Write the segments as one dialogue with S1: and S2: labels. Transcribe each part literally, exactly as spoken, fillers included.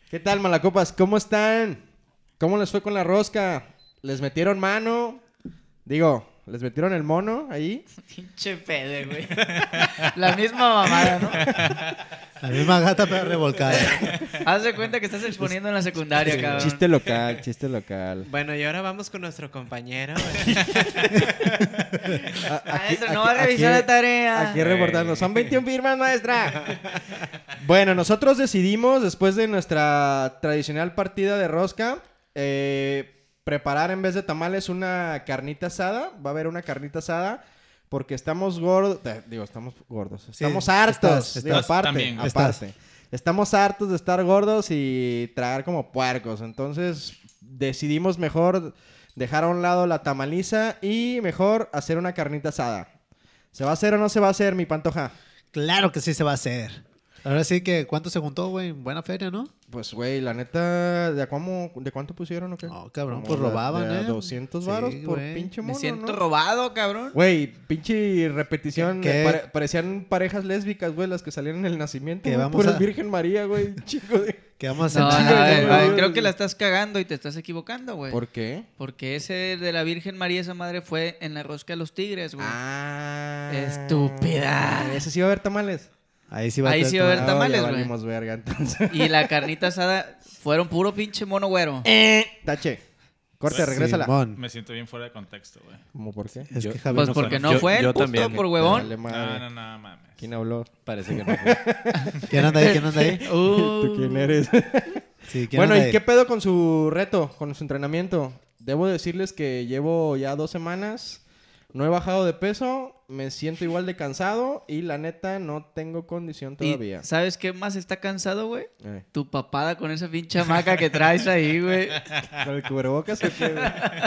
S1: ¿Qué tal, Malacopas? ¿Cómo están? ¿Cómo les fue con la rosca? ¿Les metieron mano? Digo, ¿les metieron el mono ahí?
S2: Pinche pede, güey. La misma mamada, ¿no?
S3: La misma gata pero revolcada.
S2: Haz de cuenta que estás exponiendo en la secundaria,
S1: Sí,
S2: cabrón.
S1: Chiste local, chiste local.
S4: Bueno, y ahora vamos con nuestro compañero.
S2: Maestra, no va a revisar la tarea.
S1: Aquí reportando. Son veintiuna firmas, maestra. Bueno, nosotros decidimos, después de nuestra tradicional partida de rosca, eh, preparar en vez de tamales una carnita asada. Va a haber una carnita asada. Porque estamos gordos, eh, digo, estamos gordos, estamos
S3: Sí,
S1: hartos,
S3: estás,
S1: digo,
S3: estás,
S1: aparte,
S5: también,
S1: aparte.
S3: estás.
S1: Estamos hartos de estar gordos y tragar como puercos, entonces decidimos mejor dejar a un lado la tamaliza y mejor hacer una carnita asada. ¿Se va a hacer o no se va a hacer, mi Pantoja?
S3: Claro que sí se va a hacer. Ahora sí que, ¿cuánto se juntó, güey? Buena feria, ¿no?
S1: Pues, güey, la neta, ¿de, cómo, ¿de cuánto pusieron o qué?
S3: No, cabrón,
S1: Como
S3: pues
S1: de-
S3: robaban,
S1: de
S3: ¿eh?
S1: doscientos
S3: Sí,
S1: varos por
S3: güey.
S1: pinche
S2: Me
S1: mono,
S2: siento
S1: ¿no?
S2: robado, cabrón.
S1: Güey, pinche repetición.
S3: ¿Qué?
S1: eh, pare- parecían parejas lésbicas, güey, las que salían en el nacimiento.
S3: Que
S1: güey,
S3: vamos
S1: puras
S3: a-
S1: Virgen María, güey. Chico de...
S3: ¿Qué vamos a
S2: No,
S3: hacer?
S2: a
S1: chinga,
S2: ver,
S1: güey.
S2: a ver, creo que la estás cagando y te estás equivocando, güey.
S1: ¿Por qué?
S2: Porque ese de la Virgen María, esa madre, fue en la rosca de los tigres, güey.
S1: Ah.
S2: Estúpida.
S1: ¿Ese sí va a haber tamales?
S3: Ahí sí va
S2: Ahí
S3: a
S2: sí va a haber
S1: No,
S2: tamales,
S1: ya
S2: güey.
S1: valimos verga, entonces.
S2: Y la carnita asada fueron puro pinche mono güero.
S1: Eh, Tache. Corte, regrésala.
S3: Simón.
S5: Me siento bien fuera de contexto, güey.
S1: ¿Cómo por qué?
S3: Es
S4: Yo-
S3: que Javier
S2: Pues
S3: no
S2: porque
S3: fue.
S2: no
S4: Yo-
S2: fue,
S4: yo
S2: puto,
S4: también.
S2: por huevón.
S1: Dale, madre.
S5: No, no, no, mames.
S1: ¿Quién habló?
S4: Parece que no fue.
S3: ¿Quién anda ahí? ¿Quién anda ahí?
S1: ¿Tú quién eres?
S3: Sí, ¿quién
S1: Bueno,
S3: anda
S1: ¿y
S3: ahí?
S1: qué pedo con su reto, con su entrenamiento? Debo decirles que llevo ya dos semanas, no he bajado de peso, me siento igual de cansado y la neta no tengo condición todavía.
S2: ¿Y sabes qué más está cansado, güey?
S1: Eh,
S2: Tu papada con esa pinche hamaca que traes ahí, güey.
S1: ¿Con el cubrebocas o qué, güey?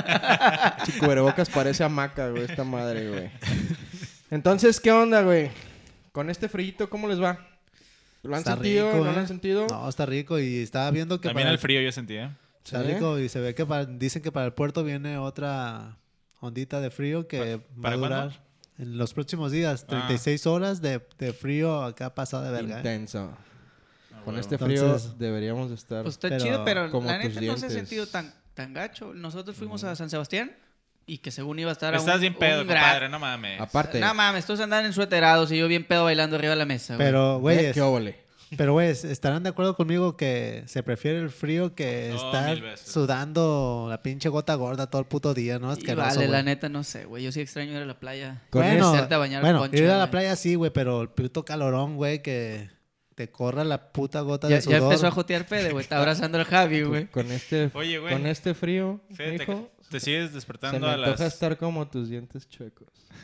S1: Chi, cubrebocas parece hamaca, güey, esta madre, güey. Entonces, ¿qué onda, güey? Con este frillito, ¿cómo les va? ¿Lo han
S3: Está
S1: sentido?
S3: rico,
S1: ¿No lo
S3: ¿eh?
S1: han sentido?
S3: No, está rico y estaba viendo que
S5: También
S3: para
S5: el frío yo sentí, ¿eh?
S3: Está
S1: ¿Sí?
S3: rico y se ve que para- dicen que para el puerto viene otra ondita de frío que
S5: ¿Para-
S3: va a
S5: para
S3: durar
S5: cuándo?
S3: en los próximos días.
S5: Ah.
S3: treinta y seis horas de, de frío acá pasado de verga. ¿eh?
S1: Intenso.
S5: Ah,
S1: Con
S5: huevo.
S1: este
S3: Entonces-
S1: frío deberíamos de estar...
S2: Pues está
S3: Pero
S2: chido, pero
S1: como
S2: la
S1: tus
S2: neta no se ha
S1: dientes.
S2: sentido tan, tan gacho. Nosotros fuimos a San Sebastián y que según iba a estar a
S5: Estás
S2: un,
S5: bien pedo,
S2: un gra-
S5: compadre, no mames.
S1: Aparte,
S2: No mames, todos andan en sueterados y yo bien pedo bailando arriba de la mesa, güey.
S3: Pero,
S1: eh,
S3: güey,
S1: qué óvole.
S3: pero güey, estarán de acuerdo conmigo que se prefiere el frío que
S5: Oh,
S3: estar
S5: mil veces.
S3: sudando la pinche gota gorda todo el puto día, ¿no?
S2: Y
S3: Asqueroso,
S2: vale, la
S3: güey.
S2: neta no sé, güey. Yo sí extraño ir a la playa.
S1: Con
S3: Bueno,
S2: Meterte a bañar
S3: bueno,
S2: al poncho,
S3: ir a la
S2: güey.
S3: playa sí, güey, pero el puto calorón, güey, que te corra la puta gota
S2: Ya,
S3: de
S2: ya
S3: sudor.
S2: empezó a jotear Fede, güey. Está abrazando al Javi, güey.
S1: Con este,
S5: Oye, güey.
S1: con este frío,
S5: Fíjate
S1: hijo,
S5: que te sigues
S1: se
S5: despertando
S1: me
S5: a
S1: antoja
S5: las...
S1: estar como tus dientes chuecos.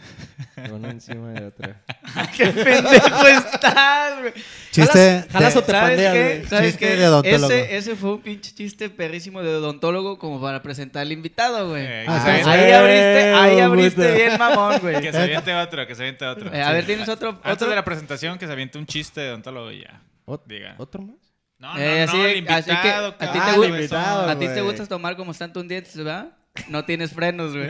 S1: Una encima de otra.
S2: ¡Qué pendejo estás, güey!
S3: Chiste
S1: Jalas- jalas
S3: de-
S1: o te
S2: ¿Sabes
S1: pandeas,
S2: qué?
S1: güey.
S2: ¿Sabes
S3: Chiste
S2: qué?
S3: de odontólogo.
S2: Ese, ese fue un pinche chiste perrísimo de odontólogo como para presentar al invitado, güey.
S5: Eh,
S3: Ah,
S5: que,
S3: sí.
S5: se
S2: Ahí
S5: aviente,
S2: abriste, ahí
S1: Eh,
S2: abriste
S1: puta.
S2: bien mamón, güey.
S5: que se aviente otro, que se aviente otro.
S2: Eh, a ver, ¿tienes otro?
S5: Antes
S2: otro?
S5: de la presentación, que se aviente un chiste de odontólogo y ya.
S1: Ot-
S5: Diga.
S1: ¿Otro más?
S5: No, no,
S2: Eh,
S5: no,
S2: así-
S5: el
S2: así que
S5: invitado.
S2: a ti
S5: cabrón,
S1: te
S5: eso.
S1: gusta- invitado.
S2: A ti te
S1: güey.
S2: gusta tomar como están tus dientes, ¿verdad? No tienes frenos, güey.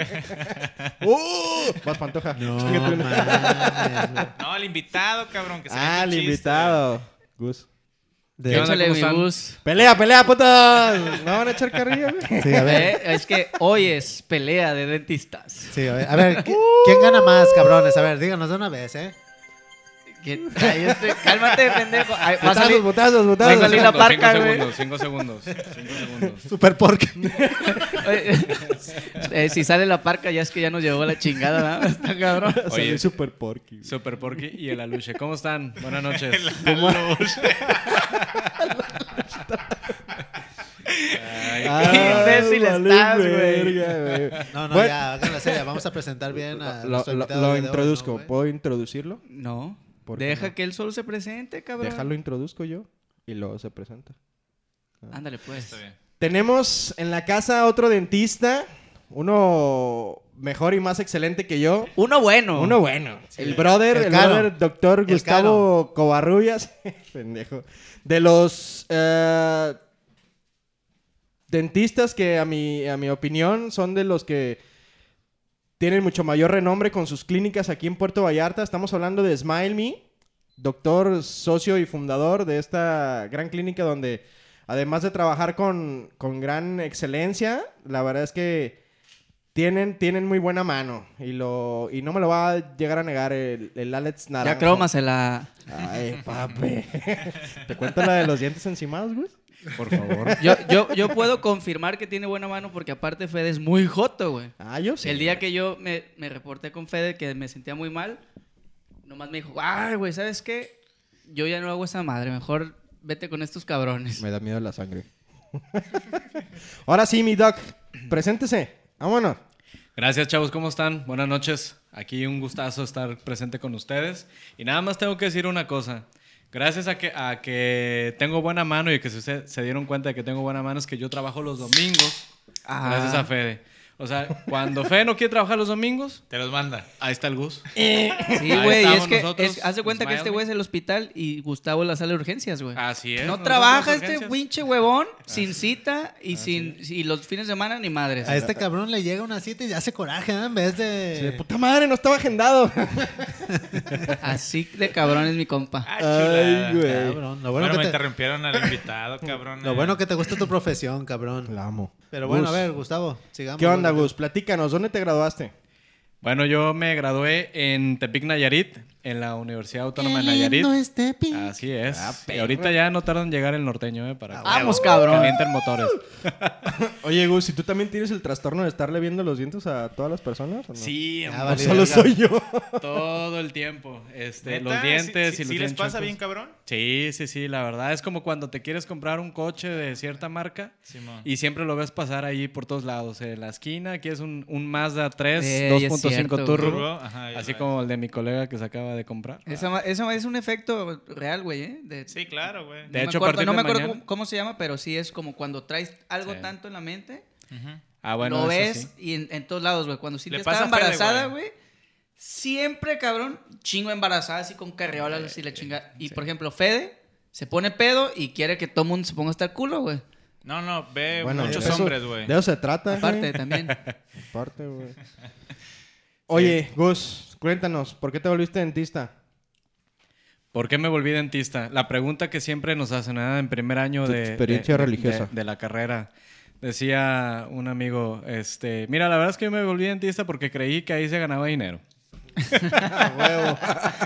S1: ¡Uh! Más Pantoja.
S3: No,
S1: Chíngate una.
S3: mames, güey.
S5: No, el invitado, cabrón, que se
S1: Ah, el
S5: aviente un chiste.
S1: invitado. Gus.
S3: De-
S5: ¿Qué onda?
S2: Échale
S5: ¿Cómo
S2: mi
S5: están?
S2: bus.
S1: ¡Pelea, pelea, putos! ¿No van a echar carrilla, güey?
S3: Sí, a ver.
S2: Eh, es que hoy es pelea de dentistas.
S3: Sí, a ver, a ver, ¿qui- ¿quién gana más, cabrones? A ver, díganos de una vez, ¿eh?
S2: ¿Qué traes? Cálmate, pendejo. Ay, va a
S1: Botazos,
S2: salir,
S1: botazos,
S2: va a
S1: botazos.
S2: salir la parca,
S4: cinco
S2: güey.
S4: segundos, cinco segundos, cinco segundos.
S3: Super porque.
S2: Oye, eh, si sale la parca, ya es que ya nos llevó la chingada, ¿verdad? Está cabrón.
S1: Oye,
S4: Oye.
S1: super porky.
S4: Super Porky y el Aluche. ¿Cómo están? Buenas noches.
S1: Ah,
S2: Qué imbécil
S1: vale
S2: estás, güey.
S1: verga, güey.
S3: No, no,
S1: Bueno,
S3: ya, háganla seria. Vamos a presentar bien a
S1: Lo,
S3: nuestro
S1: lo-
S3: invitado
S1: lo
S3: de hoy, ¿no,
S1: introduzco.
S3: güey?
S1: ¿Puedo introducirlo?
S2: No.
S1: ¿Por qué
S2: Deja
S1: no?
S2: que él solo se presente, cabrón.
S1: Déjalo introduzco yo y luego se presenta.
S2: Ándale, pues.
S5: Está bien.
S1: Tenemos en la casa otro dentista, uno mejor y más excelente que yo.
S2: Uno bueno.
S1: Uno bueno. El brother,
S3: El
S1: el,
S3: Caro.
S1: brother doctor
S3: El
S1: Gustavo Covarrubias. Pendejo. De los eh, dentistas que a mi, a mi opinión son de los que tienen mucho mayor renombre con sus clínicas aquí en Puerto Vallarta. Estamos hablando de Smile Me, doctor, socio y fundador de esta gran clínica donde además de trabajar con, con gran excelencia, la verdad es que tienen, tienen muy buena mano. Y lo y no me lo va a llegar a negar el, el Alex Naranjo.
S2: Ya crómasela.
S1: Ay, papi. ¿Te cuento la de los dientes encimados, güey?
S4: Por favor.
S2: Yo, yo, yo puedo confirmar que tiene buena mano porque aparte Fede es muy joto, güey.
S1: Ah, yo sí.
S2: El día que yo me, me reporté con Fede que me sentía muy mal, nomás me dijo, ay, güey, ¿sabes qué? Yo ya no hago esa madre, mejor vete con estos cabrones.
S1: Me da miedo la sangre. Ahora sí, mi doc, preséntese. Vámonos.
S4: Gracias, chavos. ¿Cómo están? Buenas noches. Aquí un gustazo estar presente con ustedes. Y nada más tengo que decir una cosa. Gracias a que, a que tengo buena mano y que se, se dieron cuenta de que tengo buena mano es que yo trabajo los domingos.
S2: Ah.
S4: Gracias a Fede. O sea, cuando Fede no quiere trabajar los domingos,
S5: Te los manda.
S4: ahí está el Gus.
S2: Sí,
S4: Ahí
S2: güey,
S4: estamos
S2: es que
S4: nosotros,
S2: es, haz de cuenta que
S4: Smile
S2: este
S4: Me.
S2: güey es el hospital y Gustavo la sala de urgencias, güey.
S4: Así es.
S2: No
S4: nosotros
S2: trabaja
S4: las
S2: este
S4: urgencias.
S2: pinche huevón sin cita y sin y los fines de semana ni madres.
S3: A este cabrón le llega una cita y hace coraje, ¿eh? En vez de...
S1: Sí, de puta madre, no estaba agendado.
S2: Así de cabrón es mi compa.
S5: Ah, chulada.
S1: Ay, güey.
S3: Cabrón, lo bueno,
S5: Bueno, me
S3: que te...
S5: interrumpieron al invitado, cabrón.
S3: lo bueno que te gusta tu profesión, cabrón.
S1: La amo.
S3: Pero bueno,
S1: Gus.
S3: a ver, Gustavo, sigamos.
S1: ¿Qué onda,
S3: Bueno,
S1: Gus? Platícanos, ¿dónde te graduaste?
S4: Bueno, yo me gradué en Tepic, Nayarit, en la Universidad Autónoma de Nayarit. Así es.
S1: Ah,
S4: y ahorita ya no tardan en llegar el norteño, ¿eh? Para que
S2: Vamos, cabrón.
S4: calienten motores.
S1: Oye, Gus, ¿y tú también tienes el trastorno de estarle viendo los dientes a todas las personas? ¿o no?
S4: Sí,
S3: Ya
S1: ¿O
S4: amor,
S3: valió
S1: solo
S3: verga.
S1: soy yo?
S4: todo el tiempo. Este,
S5: ¿Neta?
S4: los dientes
S5: ¿Sí-
S4: y
S5: sí-
S4: los
S5: ¿Sí les pasa
S4: chuecos.
S5: bien, cabrón?
S4: Sí, sí, sí, la verdad es como cuando te quieres comprar un coche de cierta marca
S5: Simón.
S4: y siempre lo ves pasar ahí por todos lados. En la esquina, aquí es un, un Mazda tres
S2: Ey,
S4: dos
S2: es
S4: punto cinco
S2: cierto,
S4: turbo,
S5: Turbo, ajá, ya
S4: así
S5: lo
S4: como el de mi colega que se acaba de comprar.
S2: Esa, ma- esa ma- es un efecto real, güey, ¿eh? De-
S5: Sí, claro, güey.
S2: no
S4: De
S2: me
S4: hecho, a
S2: acuerdo,
S4: partir
S2: no
S4: de
S2: me acuerdo
S4: mañana-
S2: cómo, cómo se llama, pero sí es como cuando traes algo
S4: Sí.
S2: tanto en la mente,
S5: Ujú.
S4: Ah, bueno,
S2: lo
S4: eso
S2: ves
S4: sí.
S2: y en, en todos lados, güey. Cuando Cintia
S5: Le
S2: estaba
S5: pasa a Fede,
S2: embarazada,
S5: güey.
S2: güey, siempre, cabrón, chingo embarazada, así con carriolas y la chingada. Y, por ejemplo, Fede se pone pedo y quiere que todo el mundo se ponga hasta el culo, güey.
S5: No, no, ve
S1: Bueno,
S5: muchos
S1: de eso-
S5: hombres, güey.
S1: De eso se trata.
S2: Aparte
S1: güey.
S2: también.
S1: Aparte, güey. Oye, Gus, cuéntanos, ¿por qué te volviste dentista?
S4: ¿Por qué me volví dentista? La pregunta que siempre nos hacen ¿eh? En primer año
S1: Tu
S4: de,
S1: experiencia
S4: de- de-
S1: religiosa.
S4: de- de la carrera. Decía un amigo, este, mira, la verdad es que yo me volví dentista porque creí que ahí se ganaba dinero.
S1: Huevo.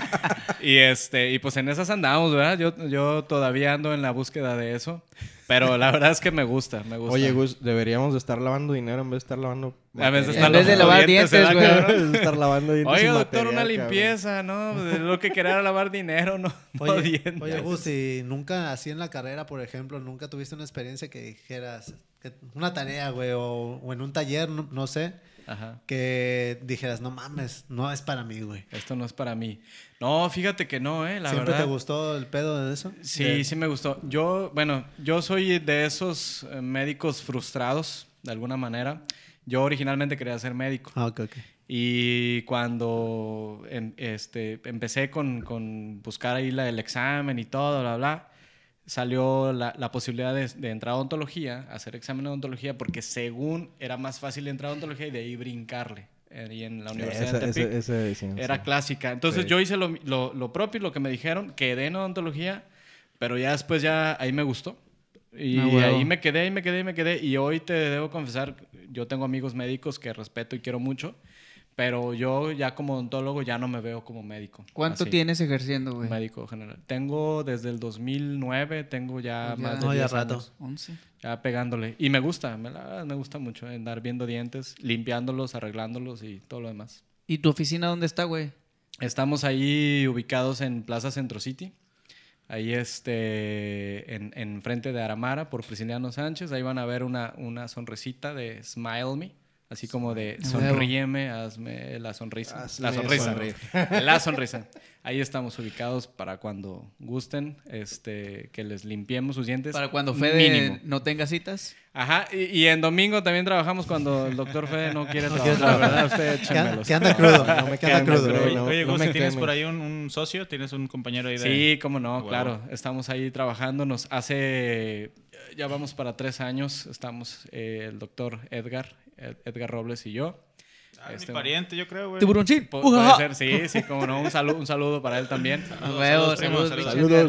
S4: Y este, y pues en esas andamos, ¿verdad? Yo, yo todavía ando en la búsqueda de eso. Pero la verdad es que me gusta, me gusta.
S1: Oye, Gus, deberíamos de estar lavando dinero en vez de estar lavando...
S4: A veces
S1: materia.
S4: estar
S2: En vez de
S4: lavando
S2: lavar dientes,
S4: ¿verdad,
S2: güey.
S4: cabrón?
S1: En vez de estar lavando dientes
S4: Oye,
S1: sin
S4: doctor, una
S1: material, cabrón.
S4: limpieza, ¿no? Lo que quería era lavar dinero, no, no
S3: Oye,
S4: dientes.
S3: oye, Gus, y nunca, así en la carrera, por ejemplo, nunca tuviste una experiencia que dijeras, que- una tarea, güey, o, o en un taller, no, no sé,
S4: Ajá.
S3: que dijeras, no mames, no es para mí, güey.
S4: Esto no es para mí. No, fíjate que no, ¿eh? La
S3: ¿Siempre
S4: verdad.
S3: te gustó el pedo de eso?
S4: Sí,
S3: De-
S4: sí me gustó. Yo, bueno, yo soy de esos eh, médicos frustrados, de alguna manera. Yo originalmente quería ser médico.
S3: Ah, ok, ok.
S4: Y cuando em- este, empecé con, con buscar ahí la- el examen y todo, bla, bla, salió la, la posibilidad de, de entrar a odontología, hacer examen de odontología, porque según era más fácil entrar a odontología y de ahí brincarle. eh, Ahí en la Universidad
S1: Ese-
S4: de Tepic.
S1: ese- ese decían,
S4: Era
S1: sí.
S4: clásica. Entonces
S1: Sí.
S4: yo hice lo, lo, lo propio, lo que me dijeron, quedé en odontología, pero ya después ya ahí me gustó. Y
S2: Ah, huevo.
S4: ahí me quedé, ahí me quedé, ahí me quedé. Y hoy te debo confesar, yo tengo amigos médicos que respeto y quiero mucho, pero yo ya como odontólogo ya no me veo como médico.
S2: ¿Cuánto
S4: Así,
S2: tienes ejerciendo, güey?
S4: Médico general. Tengo desde el dos mil nueve, tengo ya
S2: Ya.
S4: más de
S3: No, ya
S4: diez
S3: rato.
S4: años.
S2: once.
S4: Ya pegándole. Y me gusta, me, la verdad me gusta mucho andar viendo dientes, limpiándolos, arreglándolos y todo lo demás.
S2: ¿Y tu oficina dónde está, güey?
S4: Estamos ahí ubicados en Plaza Centro City. Ahí este, en, en frente de Aramara por Prisciliano Sánchez. Ahí van a ver una, una sonrisita de Smile Me. Así como de
S2: A huevo.
S4: sonríeme, hazme la sonrisa.
S1: Hazme
S4: la sonrisa.
S1: sonreír.
S4: La sonrisa. Ahí estamos ubicados para cuando gusten, este, que les limpiemos sus dientes.
S2: Para cuando Fede
S4: Mínimo.
S2: no tenga citas.
S4: Ajá, y, y en domingo también trabajamos cuando el doctor Fede no quiere
S3: No
S4: trabajar,
S3: quiere trabajar.
S4: ¿verdad? Usted
S3: Que, an-
S4: échenmelos.
S3: que anda crudo,
S1: No me
S3: que anda
S1: quemes,
S3: crudo.
S1: bro.
S5: Oye,
S1: no-
S5: oye,
S1: no
S5: Gus,
S1: me
S5: ¿tienes
S1: quemes.
S5: por ahí un, un socio? ¿Tienes un compañero ahí de...?
S4: Sí, cómo no,
S5: Huevo.
S4: claro. Estamos ahí trabajando. Nos hace, ya vamos para tres años. Estamos eh, el doctor Edgar, Ed- Edgar Robles y yo.
S5: Ah,
S4: Este,
S5: mi pariente, yo creo, güey.
S2: Tiburoncín.
S4: pu- puede ser, sí, sí, cómo no. Un saludo, un saludo para él también.
S2: A huevo,
S5: saludos, primo,
S2: saludos,
S5: saludos.
S2: pinche Edgar.
S1: Saludos.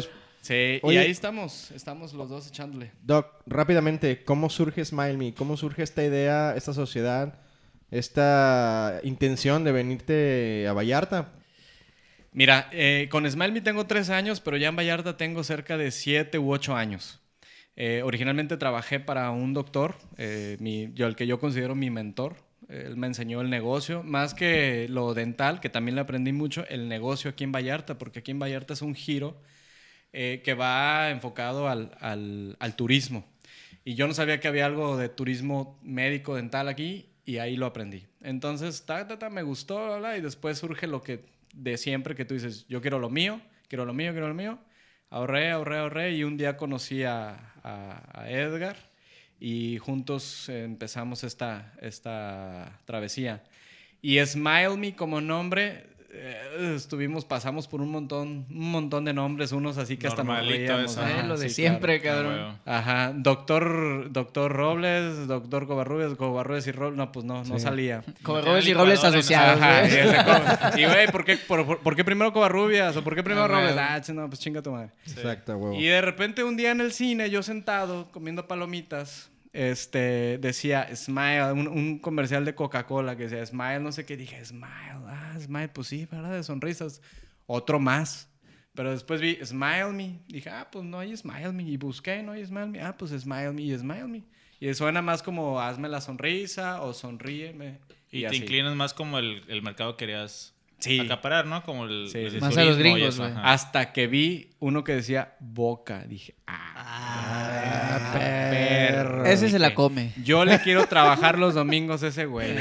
S4: Sí, y
S1: Oye.
S4: ahí estamos, estamos los dos echándole.
S1: Doc, rápidamente, ¿cómo surge Smile Me? ¿Cómo surge esta idea, esta sociedad, esta intención de venirte a Vallarta?
S4: Mira, eh, con Smile Me tengo tres años, pero ya en Vallarta tengo cerca de siete u ocho años. Eh, originalmente trabajé para un doctor, eh, mi, yo, el que yo considero mi mentor. Él me enseñó el negocio, más que lo dental, que también le aprendí mucho, el negocio aquí en Vallarta, porque aquí en Vallarta es un giro eh, que va enfocado al, al, al turismo. Y yo no sabía que había algo de turismo médico dental aquí, y ahí lo aprendí. Entonces, ta, ta, ta, me gustó, bla, bla, y después surge lo que de siempre, que tú dices, yo quiero lo mío, quiero lo mío, quiero lo mío. Ahorré, ahorré, ahorré, y un día conocí a, a, a Edgar, y juntos empezamos esta, esta travesía. Y Smile Me como nombre, eh, estuvimos, pasamos por un montón, un montón de nombres, unos así que hasta nos
S5: Normalito
S4: reíamos.
S5: eso,
S4: Ajá,
S2: Eh, lo de
S4: sí,
S2: siempre,
S4: claro.
S2: cabrón.
S5: Ah, huevo.
S4: Ajá, doctor, doctor Robles, doctor Covarrubias, Covarrubias y Robles, no, pues no, no
S1: Sí.
S4: salía.
S2: Como
S5: Meter
S2: Robles y
S5: al
S2: Robles
S5: licuador en-
S2: asociados,
S4: Ajá,
S2: güey.
S4: y ese co- y güey, ¿por qué, por, por- por qué primero Covarrubias o por qué primero
S2: Ah,
S4: Robles?
S2: güey.
S4: Ah, ch- no, pues chinga tu madre.
S1: Exacto, huevo.
S4: Y de repente un día en el cine, yo sentado comiendo palomitas, este, decía Smile, un, un comercial de Coca-Cola que decía Smile, no sé qué, dije Smile, ah, Smile, pues sí, ¿verdad? De sonrisas. Otro más. Pero después vi Smile Me, dije, ah, pues no hay Smile Me, y busqué, no hay Smile Me, ah, pues Smile Me y Smile Me. Y suena más como hazme la sonrisa o sonríeme.
S5: Y, te
S4: así.
S5: inclinas más como el, el mercado que querías
S4: Sí.
S5: acaparar, ¿no? Como el,
S4: Sí,
S5: el
S4: sí, sí.
S2: Más a los
S5: turismo y
S2: gringos,
S5: eso,
S2: güey.
S5: ajá.
S4: Hasta que vi uno que decía Boca. Dije, ah, perro.
S2: Ese se la
S4: Dije,
S2: come.
S4: Yo le quiero trabajar los domingos a ese güey.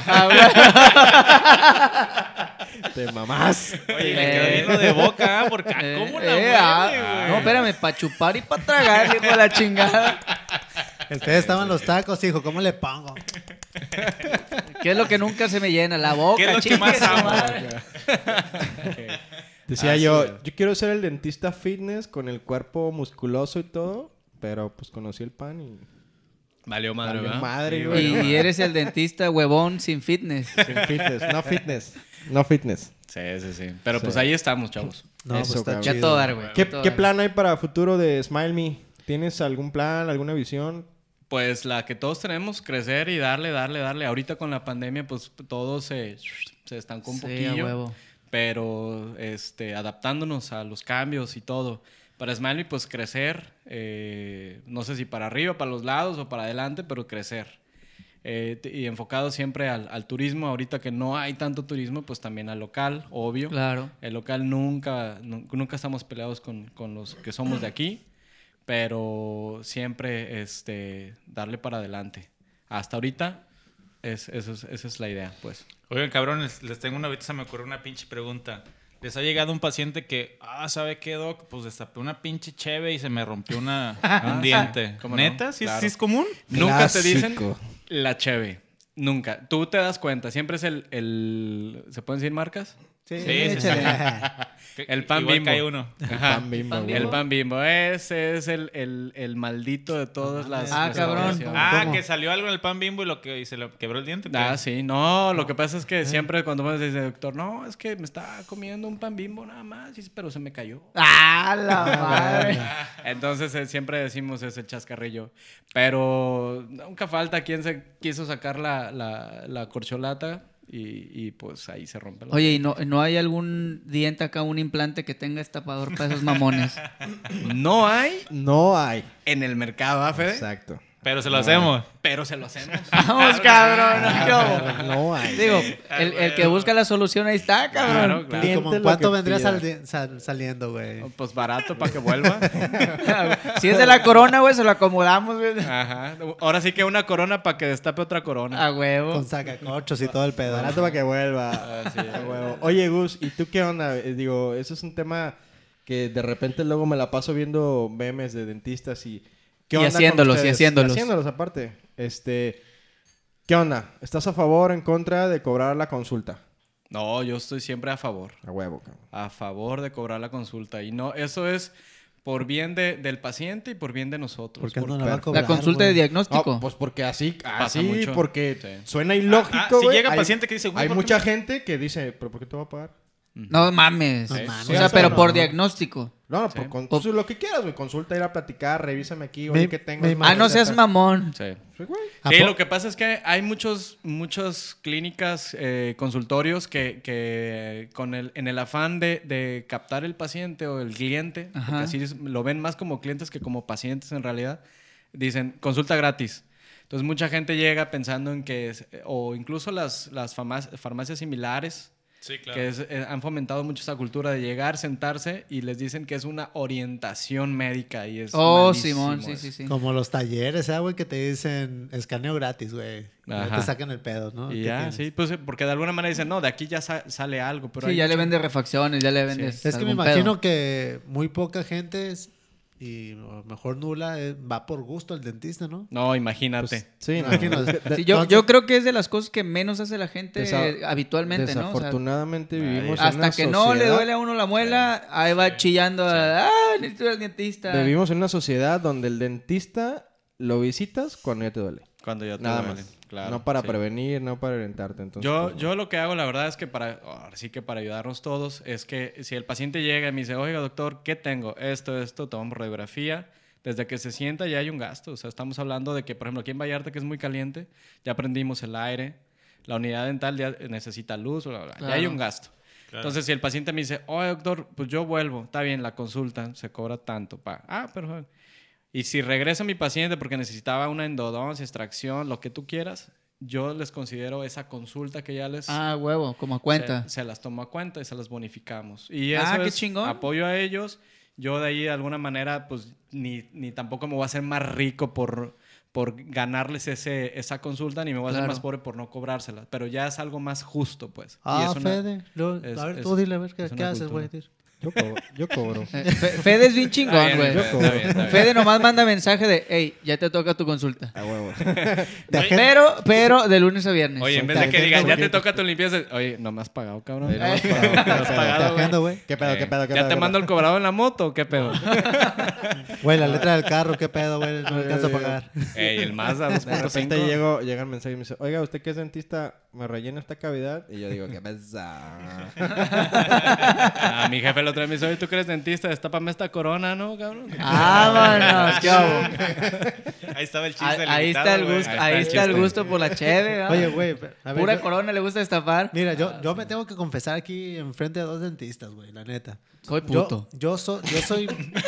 S1: Te mamás.
S5: Oye, le quedó bien lo de boca, ¿ah? Porque
S2: Eh,
S5: ¿cómo la
S2: eh,
S5: mueve,
S2: ah,
S5: güey?
S2: No, espérame, para chupar y para tragar, hijo de la chingada.
S3: Ustedes estaban los tacos, hijo. ¿Cómo le pongo?
S2: ¿Qué es lo que nunca se me llena? La boca,
S5: ¿Qué es lo que
S2: chingue
S5: más
S2: su
S5: amo?
S2: madre.
S1: Decía
S4: Ah, sí,
S1: yo,
S4: güey.
S1: yo quiero ser el dentista fitness con el cuerpo musculoso y todo, pero pues conocí el pan y...
S4: Valió madre,
S1: Valió
S4: ¿verdad?
S1: madre,
S4: Sí,
S1: güey.
S4: valió
S2: Y eres el dentista huevón sin fitness.
S1: Sin fitness, no fitness, no fitness.
S4: Sí, sí, sí. Pero
S1: Sí.
S4: pues ahí estamos, chavos.
S3: No,
S1: Eso,
S3: pues está
S1: cabrón.
S2: Ya
S3: chido.
S2: todo dar, güey.
S1: ¿Qué,
S2: a todo
S1: qué
S2: dar.
S1: plan hay para futuro de Smile Me? ¿Tienes algún plan, alguna visión?
S4: Pues la que todos tenemos, crecer y darle, darle, darle. Ahorita con la pandemia, pues todo se, se estancó un
S2: Sí, a
S4: poquillo.
S2: huevo.
S4: Pero este, adaptándonos a los cambios y todo. Para Smile Me, pues crecer, eh, no sé si para arriba, para los lados o para adelante, pero crecer. Eh, t- y enfocado siempre al, al turismo. Ahorita que no hay tanto turismo, pues también al local, obvio.
S2: Claro.
S4: El local nunca, nu- nunca estamos peleados con, con los que somos de aquí, pero siempre este, darle para adelante. Hasta ahorita, es, eso es- esa es la idea, pues.
S5: Oigan, cabrones, les tengo una, ahorita se me ocurrió una pinche pregunta. Les ha llegado un paciente que, ah, ¿sabe qué, doc? Pues destapé una pinche cheve y se me rompió una, un diente.
S4: ¿Cómo no?
S5: ¿Neta? ¿Sí,
S4: Claro.
S5: sí es común?
S4: Nunca te dicen
S1: Clásico.
S4: la cheve. Nunca. Tú te das cuenta. Siempre es el... el ¿se pueden decir marcas?
S3: Sí,
S5: Sí, sí,
S3: échale.
S4: El pan
S5: Igual
S4: Bimbo.
S5: cae uno.
S4: Ajá.
S1: Pan Bimbo,
S2: Pan
S1: güey.
S4: El pan Bimbo. Ese es el, el, el maldito de todas las...
S2: Ah,
S4: las
S2: cabrón.
S4: operaciones.
S5: Ah,
S3: ¿Cómo?
S5: que salió algo en el pan Bimbo y, lo que, y se le quebró el diente. ¿qué?
S4: Ah, sí. No, lo que pasa es que siempre cuando me dice, doctor, no, es que me estaba comiendo un pan Bimbo nada más, y- pero se me cayó.
S2: ¡Ah, la madre!
S4: Entonces eh, siempre decimos ese chascarrillo. Pero nunca falta quien se quiso sacar la, la, la corcholata y, y pues ahí se rompe la...
S2: Oye, ¿y no, no hay algún diente acá, un implante que tenga destapador para esos mamones?
S4: No hay
S1: No hay.
S4: en el mercado, ¿ah, Fede?
S1: Exacto.
S5: Pero se lo hacemos.
S4: Pero se lo hacemos.
S2: ¡Vamos, cabrón! ¿Qué hubo?
S1: No hay.
S2: Digo, el, el que busca la solución ahí está, cabrón.
S4: Claro,
S3: ¿Y
S4: claro.
S3: como
S1: Cliente lo
S3: cuánto
S1: que
S3: vendría
S1: pida.
S3: saldi- sal- saliendo, güey?
S4: Pues barato para que vuelva.
S2: Si es de la corona, güey, se lo acomodamos, güey.
S4: Ajá. Ahora sí que una corona para que destape otra corona.
S2: A huevo.
S3: Con sacacorchos y todo el pedo.
S1: Barato para que vuelva.
S4: Ah, sí.
S1: A huevo. Oye, Gus, ¿y tú qué onda? Eh, digo, eso es un tema que de repente luego me la paso viendo memes de dentistas y... ¿qué
S2: Y
S1: onda con
S2: haciéndolos, y
S1: ustedes?
S2: haciéndolos.
S1: haciéndolos aparte. Este... ¿Qué onda? ¿Estás a favor o en contra de cobrar la consulta?
S4: No, yo estoy siempre a favor.
S1: A huevo, cabrón.
S4: A favor de cobrar la consulta. Y no, eso es por bien de- del paciente y por bien de nosotros.
S3: ¿Por qué
S4: Por-
S3: no la va a
S1: perfecto.
S3: cobrar,
S2: La consulta de
S3: güey?
S2: diagnóstico.
S1: No, pues porque así,
S4: Pasa
S1: así,
S4: mucho.
S1: porque
S4: Sí.
S1: suena ilógico,
S5: Ah, ah, si
S1: güey.
S5: llega
S1: Hay-
S5: paciente que dice, güey,
S1: hay
S5: ¿por qué
S1: mucha
S5: me-
S1: gente que dice, ¿pero por qué te va a pagar?
S2: No mames.
S3: No
S2: o
S3: mames.
S2: sea,
S1: Sí,
S2: pero
S1: no,
S2: por
S1: no.
S2: diagnóstico.
S1: No,
S4: Sí.
S1: por con- pues, lo que quieras, güey. Consulta, ir a platicar, revísame aquí,
S3: Me-
S1: oye, ¿qué tengo?
S3: me
S2: Ah, no seas mamón.
S4: Sí.
S1: Sí, güey.
S3: ¿A
S4: Sí,
S3: po-
S4: lo que pasa es que hay muchos, muchas clínicas, eh, consultorios que, que con el, en el afán de, de captar el paciente o el cliente,
S2: Ajá.
S4: porque así es- lo ven más como clientes que como pacientes en realidad, dicen consulta gratis. Entonces mucha gente llega pensando en que, es- o incluso las, las farmac- farmacias similares,
S5: Sí, claro.
S4: que es- eh, han fomentado mucho esa cultura de llegar, sentarse y les dicen que es una orientación médica y es
S2: Oh,
S4: malísimo
S2: Simón, sí,
S4: eso.
S2: sí, sí.
S3: Como los talleres, ¿eh, güey? Que te dicen escaneo gratis, güey. Y ya
S4: Ajá.
S3: te sacan el pedo, ¿no?
S4: Y
S3: ¿Qué
S4: ya,
S3: tienes?
S4: sí, pues eh, porque de alguna manera dicen, no, de aquí ya sa- sale algo. Pero
S2: Sí,
S4: hay
S2: ya le
S4: mucho-
S2: vendes refacciones, ya le vendes.
S3: Es que me
S2: algún
S3: imagino
S2: pedo.
S3: que muy poca gente, es- y a lo mejor nula, eh, va por gusto al dentista, ¿no?
S4: No, imagínate.
S1: Pues, sí,
S3: Me
S1: no,
S3: imagino.
S1: es que de-
S2: Sí, yo,
S3: Entonces-
S2: yo creo que es de las cosas que menos hace la gente
S1: Desa-
S2: eh, habitualmente, ¿no? O sea,
S1: Desafortunadamente vivimos en
S2: hasta
S1: una
S2: que no le
S1: sociedad-
S2: duele a uno la muela, ahí va chillando, ah, necesito ir al dentista.
S1: Vivimos en una sociedad donde el dentista lo visitas cuando ya te duele.
S4: Cuando ya te
S1: Nada
S4: duele,
S1: más.
S4: claro,
S1: no para
S4: sí.
S1: prevenir, no para orientarte. Entonces,
S4: Yo,
S1: pues, no.
S4: yo lo que hago, la verdad, es que para, ahora sí que para ayudarnos todos, es que si el paciente llega y me dice, oiga, doctor, ¿qué tengo? Esto, esto, tomamos radiografía. Desde que se sienta ya hay un gasto. O sea, estamos hablando de que, por ejemplo, aquí en Vallarta, que es muy caliente, ya prendimos el aire. La unidad dental ya necesita luz, bla, bla, bla.
S2: Claro.
S4: Ya hay un gasto.
S5: Claro.
S4: Entonces, si el paciente me dice, oye, doctor, pues yo vuelvo. Está bien, la consulta se cobra tanto. Pa. Ah, perfecto. Y si regresa mi paciente porque necesitaba una endodoncia, extracción, lo que tú quieras, yo les considero esa consulta que ya les...
S2: Ah, huevo, como a cuenta.
S4: Se, se las tomo a cuenta y se las bonificamos. Y eso
S2: Ah, qué
S4: es
S2: chingón.
S4: apoyo a ellos. Yo de ahí, de alguna manera, pues ni, ni tampoco me voy a hacer más rico por, por ganarles ese, esa consulta, ni me voy a
S2: Claro.
S4: hacer más pobre por no cobrársela. Pero ya es algo más justo, pues. Y
S3: Ah,
S4: es una-
S3: Fede. Lo-
S4: es-
S3: a ver,
S4: es-
S3: tú dile, a ver, ¿qué,
S4: es
S3: qué
S4: una
S3: haces, güey?
S4: cultura.
S1: Yo cobro. Yo cobro.
S2: Eh, Fe- Fede es bien
S4: Está
S2: chingón,
S4: bien,
S2: güey.
S4: está bien, está bien, está bien.
S2: Fede nomás manda mensaje de, hey, ya te toca tu consulta.
S1: A huevo.
S3: Te agen-
S2: Pero, pero de lunes a viernes.
S4: Oye, en
S1: Son
S4: vez de que
S1: tarjetas,
S4: digan, ya te
S1: tarjetas.
S4: toca tu limpieza, oye, no me has pagado, cabrón.
S1: Oye, no me has
S4: Eh,
S1: pagado.
S4: no me has
S3: Te
S4: pagado, güey.
S3: agendo, güey.
S1: ¿Qué pedo, qué
S4: Eh,
S1: pedo, qué
S4: ¿Ya
S1: pedo?
S4: te
S1: qué
S4: mando
S1: pedo?
S4: el cobrado en la moto o qué pedo?
S3: Güey, la letra del carro, ¿qué pedo, güey? No me alcanza a pagar.
S4: Ey, el Mazda
S1: De
S4: dos punto cinco.
S1: repente llego, llega el mensaje y me dice, oiga, ¿usted que es dentista me rellena esta cavidad? Y yo digo, ¿qué pasa?
S4: Ah, mi jefe el otro día me dice, oye, ¿tú que eres dentista? Destápame esta corona, ¿no, cabrón?
S2: Vámonos, ¿qué hago?
S5: Ahí estaba el chiste
S2: Ahí,
S5: del
S2: ahí
S5: invitado,
S2: está el
S5: güey.
S2: gusto,
S4: Ahí
S2: ahí
S4: está
S2: está
S4: el
S2: el
S4: chiste.
S2: gusto por la cheve, ¿verdad?
S3: Oye, güey, a ver.
S2: Pura
S3: yo-
S2: corona le gusta destapar.
S3: Mira, yo, yo me tengo que confesar aquí enfrente de dos dentistas, güey, la neta.
S2: Soy
S3: Yo,
S2: puto.
S3: yo, so- yo soy.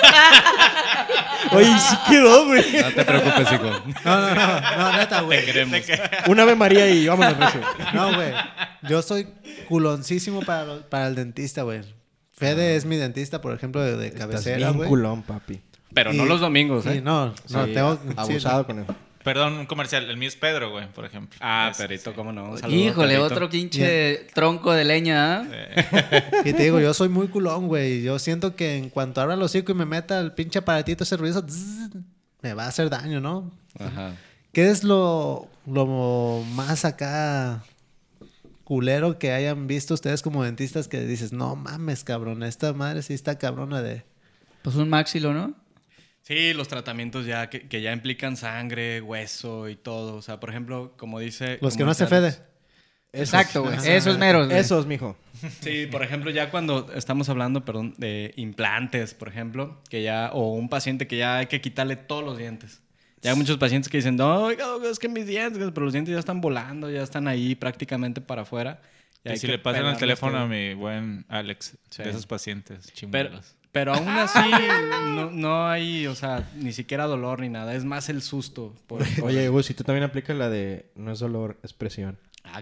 S1: Oye, sí quedó, güey.
S4: No te preocupes, hijo.
S3: No, no, no, no, neta, güey.
S4: Queremos.
S1: Un Ave María y vámonos, recio.
S3: No, güey. Yo soy culoncísimo para, lo- para el dentista, güey. Fede es mi dentista, por ejemplo, de, de
S1: Estás
S3: cabecera,
S1: bien
S3: güey.
S1: culón, papi.
S4: Pero no
S3: Y-
S4: los domingos,
S3: Sí,
S4: ¿eh?
S3: no, no,
S1: Sí,
S3: tengo.
S1: abusado
S3: sí,
S1: con él.
S5: Perdón, un comercial. El mío es Pedro, güey, por ejemplo.
S4: Ah,
S5: Ese,
S4: perito,
S5: sí.
S4: cómo no. Un saludo,
S2: Híjole,
S4: perito.
S2: otro pinche tronco de leña, ¿ah?
S3: Y te digo, yo soy muy culón, güey. Yo siento que en cuanto abra los hocico y me meta el pinche aparatito ese ruido, zzz, me va a hacer daño, ¿no?
S4: Ajá.
S3: ¿Qué es lo, lo más acá culero que hayan visto ustedes como dentistas que dices, no mames, cabrón, esta madre sí está cabrona de...
S2: Pues un maxilo, ¿no?
S4: Sí, los tratamientos ya que, que ya implican sangre, hueso y todo. O sea, por ejemplo, como dice...
S3: Los que
S4: como
S3: no hace
S4: dice Alex-
S3: Fede.
S2: Exacto, güey.
S3: Ajá.
S2: Esos meros, güey.
S1: Esos, mijo.
S4: Sí, por ejemplo, ya cuando estamos hablando, perdón, de implantes, por ejemplo, que ya, o un paciente que ya hay que quitarle todos los dientes. Ya hay muchos pacientes que dicen, no, oiga, doctor, es que mis dientes, pero los dientes ya están volando, ya están ahí prácticamente para afuera.
S5: Y
S4: hay
S5: si
S4: que
S5: le pasan el
S4: pelarles
S5: teléfono
S4: todo.
S5: a mi buen Alex,
S4: Sí.
S5: de esos pacientes
S4: Pero,
S5: chimbolos.
S4: pero aún así, no, no hay, o sea, ni siquiera dolor ni nada. Es más el susto. Por, por-
S1: Oye, Gus, si tú también aplicas la de no es dolor, es presión.
S4: Ah,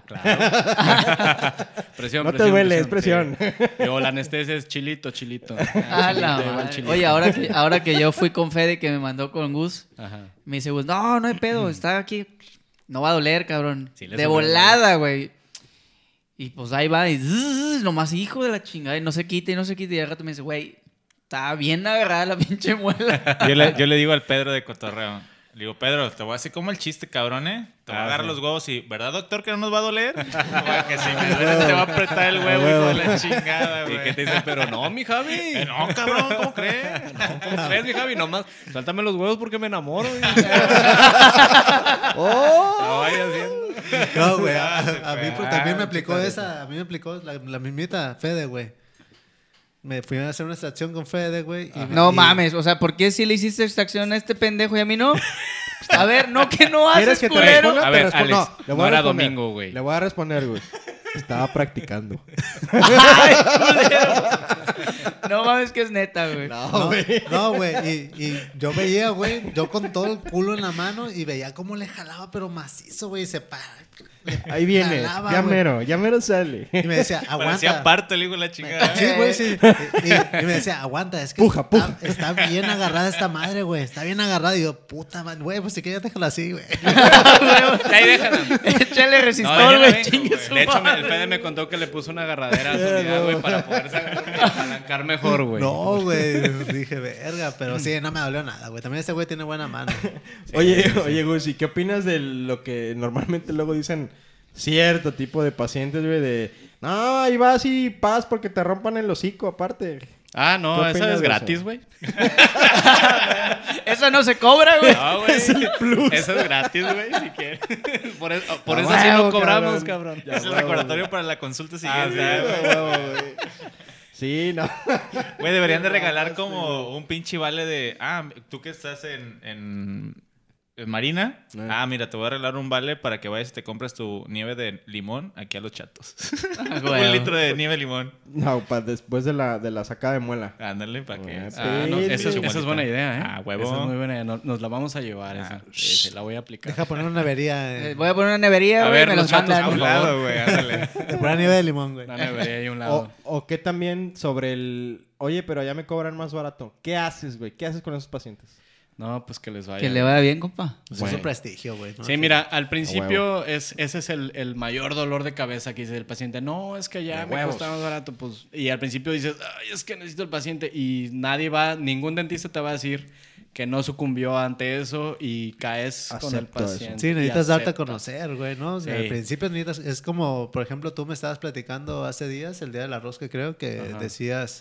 S4: claro. presión,
S1: No te
S4: presión,
S1: duele, es presión.
S4: sí. O la anestesia es chilito, chilito.
S2: A la
S4: Chilito, igual
S2: madre.
S4: chilito.
S2: Oye, ahora que, ahora que yo fui con Fede que me mandó con Gus,
S4: Ajá.
S2: me dice Gus, no, no hay pedo, está aquí. No va a doler, cabrón.
S4: Sí le
S2: de
S4: sobra,
S2: volada, güey. Y pues ahí va, y zzz, nomás hijo de la chingada, y no se quite, y no se quite. Y al rato me dice, güey, está bien agarrada la pinche muela.
S5: Yo le, yo le digo al Pedro de cotorreo. Le digo, Pedro, te voy a hacer como el chiste, cabrón, ¿eh? Te voy a
S4: Ah,
S5: agarrar
S4: sí.
S5: los huevos y, ¿verdad, doctor, que no nos va a doler? Güey, que si me duele te va a apretar el huevo, hijo de la chingada,
S4: Y
S5: güey.
S4: que te dicen, pero no, mi Javi.
S5: Eh, no, cabrón, ¿cómo crees?
S4: ¿Cómo crees, mi Javi? Nomás, suéltame los huevos porque me enamoro. güey.
S1: ¡Oh!
S4: No vaya haciendo.
S3: No, güey. A, a mí pues,
S5: Ah,
S3: también me aplicó
S5: chica,
S3: esa. A mí me aplicó la, la mismita Fede, güey. Me fui a hacer una extracción con Fede, güey. y-
S2: No
S3: y-
S2: mames, o sea, ¿por qué si le hiciste extracción a este pendejo y a mí no? A ver, no que no
S1: ¿Quieres
S2: haces,
S1: que te
S2: culero.
S1: responda?
S4: A
S1: Te
S4: ver,
S1: respondo.
S4: Alex,
S1: le voy
S4: no
S1: a
S4: era
S1: responder.
S4: domingo, güey.
S1: Le voy a responder, güey. Estaba practicando.
S2: Ay, culero. No mames que es neta, güey.
S3: No, no, güey. Y, y yo veía, güey, yo con todo el culo en la mano y veía cómo le jalaba, pero macizo, güey. Y se para.
S1: Ahí viene.
S3: Jalaba,
S1: ya
S3: güey.
S1: mero, ya mero sale.
S3: Y me decía,
S5: Parecía
S3: aguanta.
S5: parto el hijo de la chingada.
S3: Sí, güey, sí. Y, y- y me decía, aguanta, es que
S1: Puja,
S3: está,
S1: puja.
S3: está bien agarrada esta madre, güey. Está bien agarrada. Y yo, puta madre, güey, pues si que ya déjala así, güey.
S4: Ahí déjala.
S2: Échale
S4: No,
S2: resistor,
S4: déjala,
S2: güey.
S4: güey.
S2: Chingue su
S4: De hecho, me-
S2: madre.
S4: el Fede me contó que le puso una agarradera a su unidad, güey, para poder apalancar mejor, güey.
S3: No, güey. Dije, verga, pero sí, no me dolió nada, güey. También este güey tiene buena mano.
S1: Oye, oye, Gus, ¿y qué opinas de lo que normalmente luego dicen cierto tipo de pacientes, güey? De, no, ahí vas y paz porque te rompan el hocico, aparte.
S4: Ah, no,
S1: ¿Qué
S4: esa
S1: opinas
S4: es
S1: de
S4: gratis,
S1: eso?
S4: güey.
S2: Eso no se cobra, güey.
S4: No, güey. Es el plus. Eso es gratis, güey, si quieres. Por, eso, por
S1: Ah,
S4: eso sí
S1: huevo,
S4: lo cobramos,
S1: cabrón.
S4: cabrón.
S1: Ya,
S5: Es el
S1: huevo,
S5: recordatorio para la consulta
S4: Ah,
S5: siguiente.
S4: sí,
S5: güey.
S1: Huevo, güey. Sí, no.
S5: Güey, deberían de regalar como un pinche vale de... Ah, tú que estás en... en... en Marina,
S1: Eh.
S5: ah, mira, te voy a regalar un vale para que vayas y te compres tu nieve de limón aquí a Los Chatos.
S2: Ah, güey.
S5: Un litro de nieve de limón.
S1: No, para después de la, de la sacada de muela.
S5: Ándale, para que...
S1: Ah,
S4: Ah, no, esa, es,
S1: Sí,
S4: esa es buena idea, ¿eh?
S5: Ah, huevo.
S4: Esa es muy buena idea. No- Nos la vamos a llevar,
S5: Ah,
S4: esa. Sí, sí, la voy a aplicar.
S3: Deja poner una nevería.
S2: Eh,
S3: Eh,
S2: Voy a poner una nevería,
S4: A
S2: güey,
S4: ver,
S2: me
S4: los
S2: los
S4: chatos,
S2: mandan.
S5: A un
S4: por favor.
S5: lado, güey, ándale.
S3: de pura nieve de limón, güey.
S4: Una nevería ahí a un
S1: O,
S4: lado.
S1: o que también sobre el... Oye, pero ya me cobran más barato. ¿Qué haces, güey? ¿Qué haces con esos pacientes?
S4: No, pues que les vaya.
S2: Que le vaya bien, compa.
S3: Pues
S1: Bueno.
S3: es un prestigio, güey. ¿no?
S4: Sí, mira, al principio es, ese es el, el mayor dolor de cabeza que dice el paciente. No, es que ya
S1: De
S4: me
S1: huevos.
S4: cuesta más barato. Pues, y al principio dices, ay, es que necesito el paciente. Y nadie va, ningún dentista te va a decir que no sucumbió ante eso y caes con el
S1: Acepto eso.
S4: paciente.
S3: Sí,
S4: y
S3: necesitas darte a
S4: aceptas.
S3: conocer, güey, ¿no? O sea,
S4: Sí.
S3: al principio necesitas... Es como, por ejemplo, tú me estabas platicando hace días, el día de la rosca, creo, que
S4: Ajá.
S3: decías...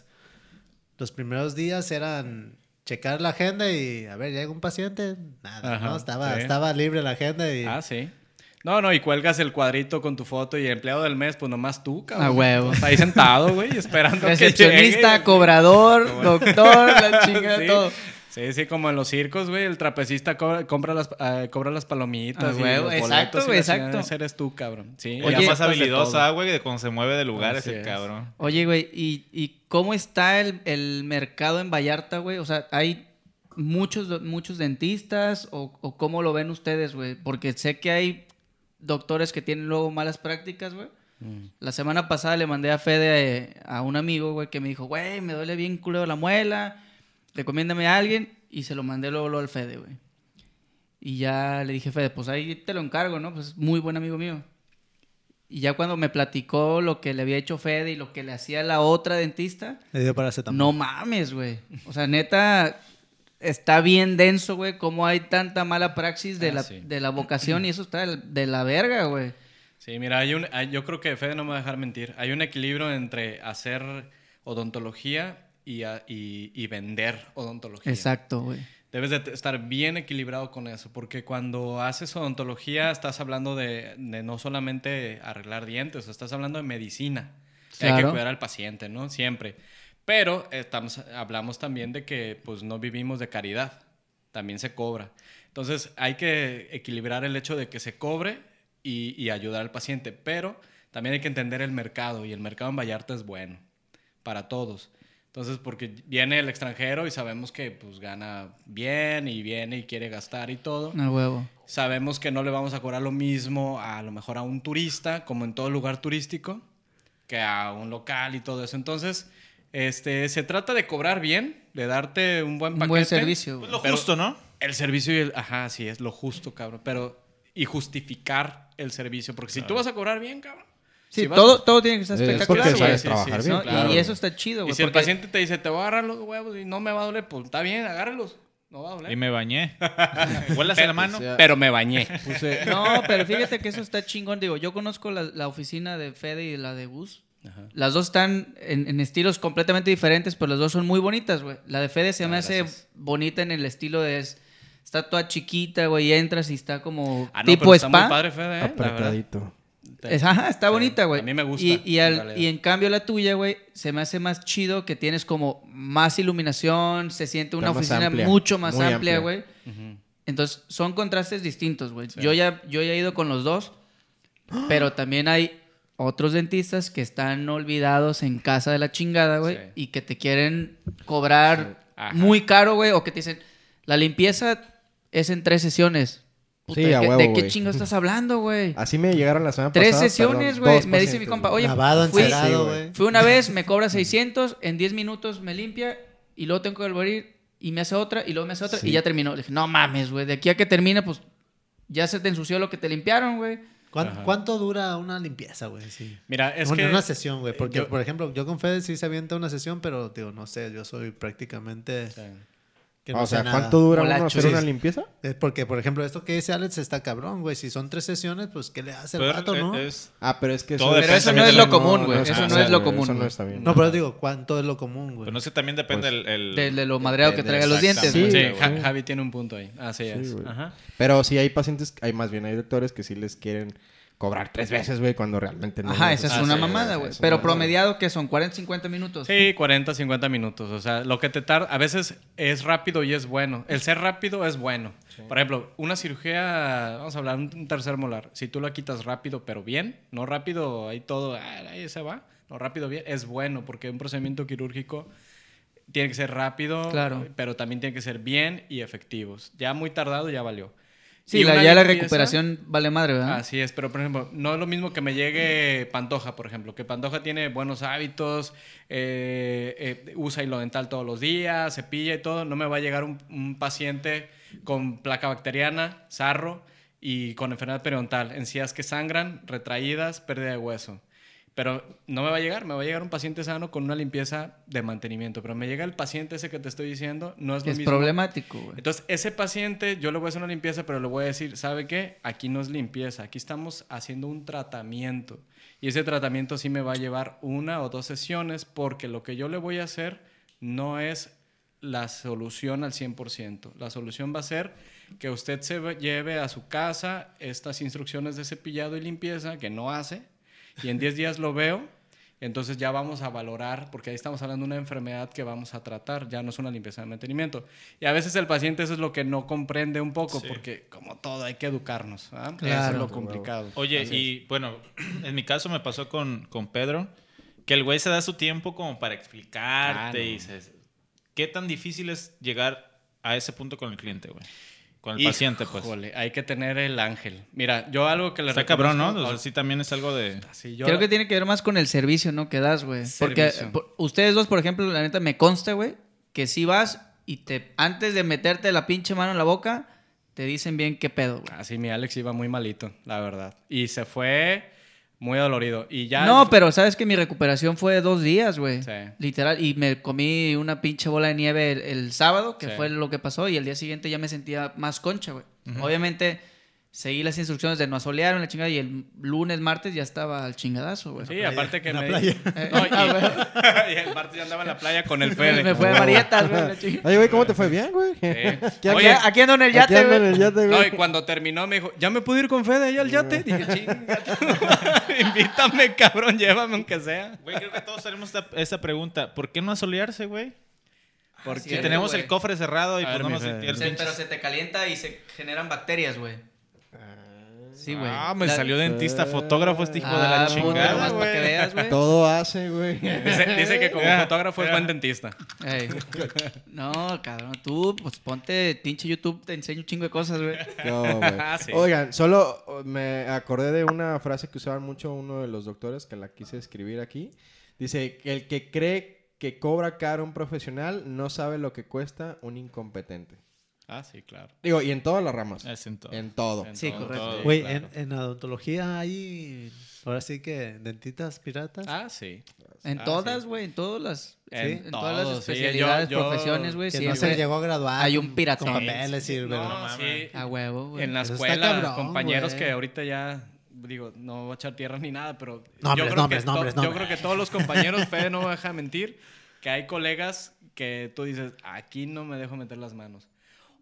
S3: Los primeros días eran checar la agenda y... A ver, ¿llega un paciente? Nada,
S4: Ajá,
S3: ¿no? Estaba,
S4: sí.
S3: estaba libre la agenda y...
S4: Ah, sí. No, no, y cuelgas el cuadrito con tu foto y empleado del mes, pues nomás tú, cabrón.
S2: A huevo.
S4: Estás ahí sentado, güey, esperando que
S2: Recepcionista,
S4: llegue.
S2: cobrador, doctor, la chingada,
S4: Sí.
S2: todo.
S4: Sí, sí, como en los circos, güey, el trapecista cobra, compra, las, eh, cobra las palomitas.
S2: Ah,
S4: y
S2: huevo,
S4: los
S2: exacto,
S4: boletos y
S2: güey,
S4: la chingada.
S2: exacto.
S4: Ese eres tú, cabrón. Sí,
S5: Oye,
S2: Oye,
S5: más
S4: aceptas de
S5: habilidosa,
S4: todo.
S5: güey, de cómo se mueve de lugar
S4: Así
S5: ese
S4: es.
S5: cabrón.
S2: Oye, güey, ¿y, ¿y cómo está el, el mercado en Vallarta, güey? O sea, ¿hay muchos, do- muchos dentistas o, o cómo lo ven ustedes, güey? Porque sé que hay doctores que tienen luego malas prácticas, güey.
S4: Mm.
S2: La semana pasada le mandé a Fede eh, a un amigo, güey, que me dijo, güey, me duele bien culero la muela, recomiéndame a alguien, y se lo mandé luego, luego al Fede, güey. Y ya le dije, Fede, pues ahí te lo encargo, ¿no? Pues es muy buen amigo mío. Y ya cuando me platicó lo que le había hecho Fede y lo que le hacía la otra dentista,
S3: Le dio paracetamol.
S2: no mames, güey. O sea, neta, está bien denso, güey, cómo hay tanta mala praxis de,
S4: Ah,
S2: la,
S4: sí.
S2: de la vocación y eso está de, de la verga, güey.
S4: Sí, mira, hay un, hay- yo creo que Fede no me va a dejar mentir. Hay un equilibrio entre hacer odontología y, a- y, y vender odontología.
S2: Exacto, güey.
S4: Debes de t- estar bien equilibrado con eso, porque cuando haces odontología estás hablando de, de no solamente arreglar dientes, estás hablando de medicina. Hay que
S2: Claro.
S4: cuidar al paciente, ¿no? Siempre. Pero estamos, hablamos también de que pues, no vivimos de caridad, también se cobra. Entonces hay que equilibrar el hecho de que se cobre y, y ayudar al paciente, pero también hay que entender el mercado, y el mercado en Vallarta es bueno para todos. Entonces, porque viene el extranjero y sabemos que pues gana bien y viene y quiere gastar y todo.
S2: A huevo.
S4: Sabemos que no le vamos a cobrar lo mismo a, a lo mejor a un turista, como en todo lugar turístico, que a un local y todo eso. Entonces, este, se trata de cobrar bien, de darte un buen
S2: Un
S4: paquete.
S2: buen servicio,
S5: Pues
S2: güey.
S5: lo
S4: Pero-
S5: justo, ¿no?
S4: El servicio y el... Ajá, sí, es lo justo, cabrón. Pero... Y justificar el servicio. Porque si tú vas a cobrar bien, cabrón.
S2: Sí,
S4: si vas-
S2: todo, todo tiene que estar
S1: Es
S2: espectacular,
S1: porque
S2: güey.
S1: sabes
S4: sí,
S1: trabajar
S4: sí,
S1: bien.
S2: ¿no?
S4: claro.
S2: Y eso está chido,
S4: Y
S2: güey.
S4: si el
S2: porque-
S4: paciente te dice, te voy a agarrar los huevos y no me va a doler, pues está bien, agárralos. No va a doler.
S5: Y me bañé. ¿Huelas en la mano?
S1: O sea,
S4: Pero me bañé.
S1: puse-
S2: No, pero fíjate que eso está chingón. Digo, yo conozco la, la oficina de Fede y la de Gus. Las dos están en, en estilos completamente diferentes, pero las dos son muy bonitas, güey. La de Fede se me
S4: Ah,
S2: hace
S4: gracias.
S2: bonita en el estilo de... es- está toda chiquita, güey, y entras y está como
S4: Ah, no,
S2: tipo
S4: pero está
S2: spa.
S4: muy padre, Fede, ¿eh? La verdad.
S1: Apretadito.
S2: Es- ajá, está
S4: Sí.
S2: bonita, güey.
S4: A mí me gusta,
S2: Y, y,
S4: en
S2: al-
S4: realidad.
S2: y en cambio la tuya, güey, se me hace más chido que tienes como más iluminación, se siente una
S1: Está más
S2: oficina
S1: amplia,
S2: mucho más
S1: muy
S2: amplia,
S1: amplia.
S2: güey.
S4: Ujú.
S2: Entonces, son contrastes distintos, güey.
S4: Sí.
S2: Yo, ya, yo ya he ido con los dos, pero también hay otros dentistas que están olvidados en casa de la chingada, güey,
S4: Sí.
S2: y que te quieren cobrar
S4: Ajá.
S2: muy caro, güey, o que te dicen, la limpieza es en tres sesiones. Puta,
S1: Sí,
S2: ¿de
S1: a
S2: qué-
S1: huevo,
S2: ¿De qué
S1: güey.
S2: chingo estás hablando, güey?
S1: Así me llegaron la semana
S2: Tres
S1: pasada.
S2: sesiones,
S1: perdón,
S2: güey.
S1: dos
S2: Me dice mi
S1: pacientes,
S2: compa,
S1: güey.
S2: oye,
S3: Lavado,
S2: fui,
S3: encerado,
S1: Sí,
S3: güey.
S2: fui una vez, me cobra seiscientos, en diez minutos me limpia y luego tengo que volver a ir y me hace otra y luego me hace otra
S1: Sí.
S2: y ya terminó. Le dije, no mames, güey, de aquí a que termine, pues ya se te ensució lo que te limpiaron, güey.
S3: ¿Cuán-
S4: Ajá.
S3: ¿Cuánto dura una limpieza, güey? Sí.
S4: Mira, es
S3: una,
S4: que...
S3: una sesión, güey. Porque,
S4: yo-
S3: por ejemplo, yo con Fede sí se avienta una sesión, pero, digo, no sé, yo soy prácticamente...
S4: Sí.
S3: Que
S1: Ah,
S3: no
S1: o
S3: sé
S1: sea,
S3: nada.
S1: ¿cuánto dura
S2: Molacho.
S1: uno hacer
S3: Sí.
S1: una limpieza?
S3: Es porque, por ejemplo, esto que dice Alex está cabrón, güey. Si son tres sesiones, pues, ¿qué le hace el
S5: Pero
S3: vato, no?
S5: es-
S1: Ah, pero es que
S5: Todo
S1: eso,
S5: depende
S2: eso no es lo común, güey.
S1: está
S5: Eso no
S1: bien,
S5: es lo
S1: güey,
S2: común,
S1: Eso no
S2: güey.
S1: está bien.
S3: No, pero digo, ¿cuánto es lo común, güey?
S5: Pero no sé, también depende
S1: Pues,
S5: el... el-
S2: De, de lo madreado que
S1: Depende,
S2: traiga los dientes,
S5: exactamente.
S2: güey.
S4: Sí,
S1: Sí,
S4: Ja-
S1: güey.
S4: Javi tiene un punto ahí. Así
S1: Sí,
S4: es.
S1: güey.
S4: Ajá.
S1: Pero sí hay pacientes, hay más bien, hay doctores que sí les quieren cobrar tres veces, güey, cuando realmente no.
S2: Ajá, esa es
S4: Ah,
S2: una
S4: sí,
S2: mamada, güey.
S1: es una
S2: Pero
S1: mamada.
S2: promediado, que son cuarenta, cincuenta minutos.
S4: Sí, cuarenta, cincuenta minutos. O sea, lo que te tarda, a veces es rápido y es bueno. El ser rápido es bueno. Por ejemplo, una cirugía, vamos a hablar, un un tercer molar. Si tú la quitas rápido, pero bien, no rápido, ahí todo, ah, ahí se va. No rápido, bien, es bueno, porque un procedimiento quirúrgico tiene que ser rápido,
S2: Claro.
S4: pero también tiene que ser bien y efectivos. Ya muy tardado, ya valió.
S2: Sí,
S4: Y
S2: la-
S4: una
S2: ya la
S4: limpieza-
S2: recuperación vale madre, ¿verdad?
S4: Así es, pero por ejemplo, no es lo mismo que me llegue Pantoja, por ejemplo, que Pantoja tiene buenos hábitos, eh, eh, usa hilo dental todos los días, cepilla y todo. No me va a llegar un, un paciente con placa bacteriana, sarro y con enfermedad periodontal, encías que sangran, retraídas, pérdida de hueso. Pero no me va a llegar, me va a llegar un paciente sano con una limpieza de mantenimiento. Pero me llega el paciente ese que te estoy diciendo, no es lo
S2: es
S4: mismo.
S2: problemático, güey.
S4: Entonces, ese paciente, yo le voy a hacer una limpieza, pero le voy a decir, ¿sabe qué? Aquí no es limpieza, aquí estamos haciendo un tratamiento. Y ese tratamiento sí me va a llevar una o dos sesiones, porque lo que yo le voy a hacer no es la solución al cien por ciento. La solución va a ser que usted se lleve a su casa estas instrucciones de cepillado y limpieza que no hace, y en diez días lo veo. Entonces ya vamos a valorar, porque ahí estamos hablando de una enfermedad que vamos a tratar, ya no es una limpieza de mantenimiento. Y a veces el paciente eso es lo que no comprende un poco,
S5: Sí.
S4: porque como todo hay que educarnos. ¿Ah? Eso
S2: Claro.
S4: es lo complicado.
S5: Oye,
S4: Así
S5: y bueno, en mi caso me pasó con, con Pedro, que el güey se da su tiempo como para explicarte
S4: Ah, no.
S5: y se... ¿Qué tan difícil es llegar a ese punto con el cliente, güey? Con el
S4: es.
S5: paciente, pues.
S4: Híjole, hay que tener el ángel. Mira, yo algo que le
S5: Está cabrón, ¿no?
S4: reconozco-
S5: O sea, sí también es algo de...
S4: Sí, yo
S2: Creo
S4: la-
S2: que tiene que ver más con el servicio, ¿no? Que das, güey. Porque
S4: Servicio.
S2: por- ustedes dos, por ejemplo, la neta me consta, güey, que si vas y te antes de meterte la pinche mano en la boca, te dicen bien qué pedo, güey.
S4: Ah, sí, mi Alex iba muy malito, la verdad. Y se fue muy dolorido. Y ya...
S2: No, pero sabes que mi recuperación fue de dos días, güey.
S4: Sí.
S2: Literal. Y me comí una pinche bola de nieve el, el sábado, que
S4: Sí.
S2: fue lo que pasó, y el día siguiente ya me sentía más concha, güey. Obviamente, seguí las instrucciones de no asolear, la chingada, y el lunes, martes ya estaba al chingadazo, güey.
S4: Sí, aparte que
S3: en la
S4: me...
S3: playa.
S4: No, y,
S2: Ah,
S4: y el martes ya andaba en la playa con el Fede.
S2: Me fue de varietas, güey. la chingada.
S1: Oye, güey, ¿cómo te fue? Bien, güey.
S4: Sí.
S1: ¿Qué
S2: Aquí,
S4: Oye,
S2: aquí ando en el
S1: Aquí
S2: yate,
S1: ando en
S2: güey.
S1: el yate,
S4: No,
S1: güey.
S4: y cuando terminó me dijo, ¿ya me puedo ir con Fede ahí al yate? Dije, chinga. Invítame, cabrón, llévame aunque sea.
S5: Güey, creo que todos tenemos esta, esta pregunta. ¿Por qué no asolearse, güey?
S4: Porque
S5: Si
S2: Cierto,
S5: tenemos
S2: güey.
S5: el cofre cerrado y
S4: A
S5: pues
S4: ver,
S5: no
S4: mi
S5: nos
S4: Fede.
S5: sentía el
S2: Se-
S5: pinche...
S2: pero se te calienta y se generan bacterias, güey. Sí, güey.
S5: Ah, me
S2: La-
S5: salió dentista fotógrafo este hijo de la
S2: Ah, puta,
S5: chingada,
S2: nomás para que
S5: güey.
S2: veas, güey.
S1: Todo hace, güey.
S4: dice, dice que como fotógrafo es buen dentista.
S2: Ey. No, cabrón, tú, pues ponte pinche YouTube, te enseño un chingo de cosas, güey.
S1: No, güey.
S4: Ah, sí.
S1: Oigan, solo oh, me acordé de una frase que usaban mucho uno de los doctores, que la quise escribir aquí. Dice que el que cree que cobra caro un profesional no sabe lo que cuesta un incompetente.
S4: Ah, sí, claro.
S1: Digo, y en todas las ramas.
S5: Es en todo.
S1: En todo.
S4: En
S2: Sí,
S4: todo,
S2: correcto.
S4: todo,
S3: Güey,
S4: claro.
S3: en, en odontología hay, ahora sí que, dentistas piratas.
S4: Ah, sí.
S2: En
S4: Ah,
S2: todas,
S4: sí.
S2: güey, en todas las,
S4: En
S2: en todas las
S4: todos, sí.
S2: especialidades,
S4: Yo- yo-
S2: profesiones, güey,
S3: que no
S2: siempre
S3: se llegó a graduar.
S2: hay
S3: con-
S2: un piratón.
S3: Con papeles y...
S4: No,
S5: no
S4: sí.
S5: mames.
S2: a huevo, güey.
S4: En la
S3: Eso está
S4: escuela,
S3: cabrón,
S4: compañeros
S3: güey.
S4: que ahorita ya, digo, no voy a echar tierra ni nada, pero
S3: Nombres,
S4: yo, creo
S3: nombres,
S4: que to-
S3: nombres,
S4: yo
S3: nombres.
S4: creo que todos los compañeros, Fede no me deja mentir, que hay colegas que tú dices, aquí no me dejo meter las manos.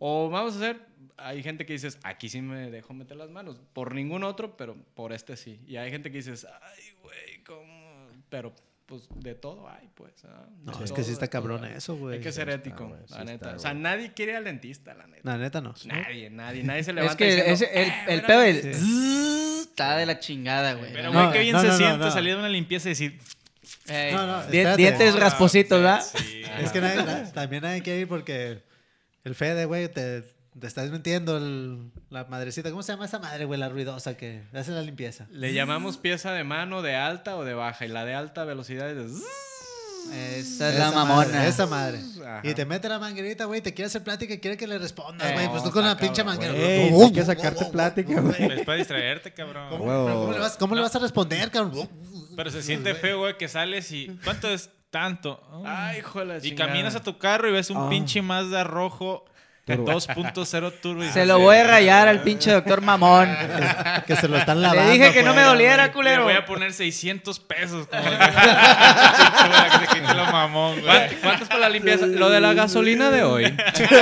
S4: O vamos a hacer, hay gente que dices, aquí sí me dejo meter las manos. Por ningún otro, pero por este sí. Y hay gente que dices, ay, güey, ¿cómo? Pero pues de todo hay, pues. ¿Ah?
S3: No,
S4: De
S3: es
S4: todo,
S3: que sí está
S4: de todo
S3: cabrón
S4: hay.
S3: eso, güey.
S4: Hay que ser
S1: Sí
S4: ético,
S1: está, güey, sí
S4: la neta.
S1: está,
S4: O sea,
S1: güey.
S4: nadie quiere al dentista, la neta.
S3: La neta no.
S4: Nadie, nadie, nadie se
S2: Es
S4: levanta
S2: que
S4: diciendo,
S2: ese, el,
S4: "Eh,
S2: el
S4: bueno,
S2: pedo del
S3: sí.
S2: zzzz está de la chingada, güey.
S5: Pero,
S3: No,
S5: güey, qué bien
S3: no,
S5: se
S3: no, no,
S5: siente
S3: no.
S5: salir de una limpieza y decir...
S2: Ey,
S3: No, no,
S2: di-
S3: espérate.
S2: dientes
S3: No,
S2: raspositos, ¿verdad?
S5: Sí.
S3: Es que nadie- na- también nadie quiere ir porque el Fede, güey, te, te estás metiendo el- la madrecita. ¿Cómo se llama esa madre, güey? La ruidosa que hace la limpieza.
S4: Le llamamos pieza de mano de alta o de baja. Y la de alta velocidad es de... zzzz.
S2: Esa es la
S3: Esa
S2: mamona.
S3: madre, esa madre.
S4: Ajá.
S3: Y te mete la manguerita, güey, te quiere hacer plática y quiere que le respondas,
S2: Eh,
S3: güey. pues tú
S4: no,
S3: con la
S4: está
S3: pinche
S4: cabrón,
S3: manguera.
S1: güey.
S3: Oh,
S1: Hay que
S3: oh,
S1: sacarte
S3: oh, oh,
S1: plática,
S3: oh,
S1: güey.
S5: Es para distraerte, cabrón.
S3: ¿Cómo,
S1: Huevo.
S3: pero ¿cómo le vas, cómo le vas a responder, cabrón?
S5: Pero se siente feo, güey, que sales y... ¿Cuánto es tanto? Oh.
S4: Ay, hijo de la
S5: Y
S4: chingada.
S5: caminas a tu carro y ves un
S1: Ah.
S5: pinche Mazda rojo dos punto cero turbo. y
S2: Se
S5: dices,
S2: lo voy a rayar al pinche doctor mamón.
S3: Que se lo están lavando.
S2: Le dije que no me
S3: afuera,
S2: doliera,
S5: Le
S2: culero.
S5: voy a poner seiscientos pesos. Como que se quite lo mamón, güey.
S4: ¿Cuánto, cuánto es para la limpieza? Lo de la gasolina de hoy.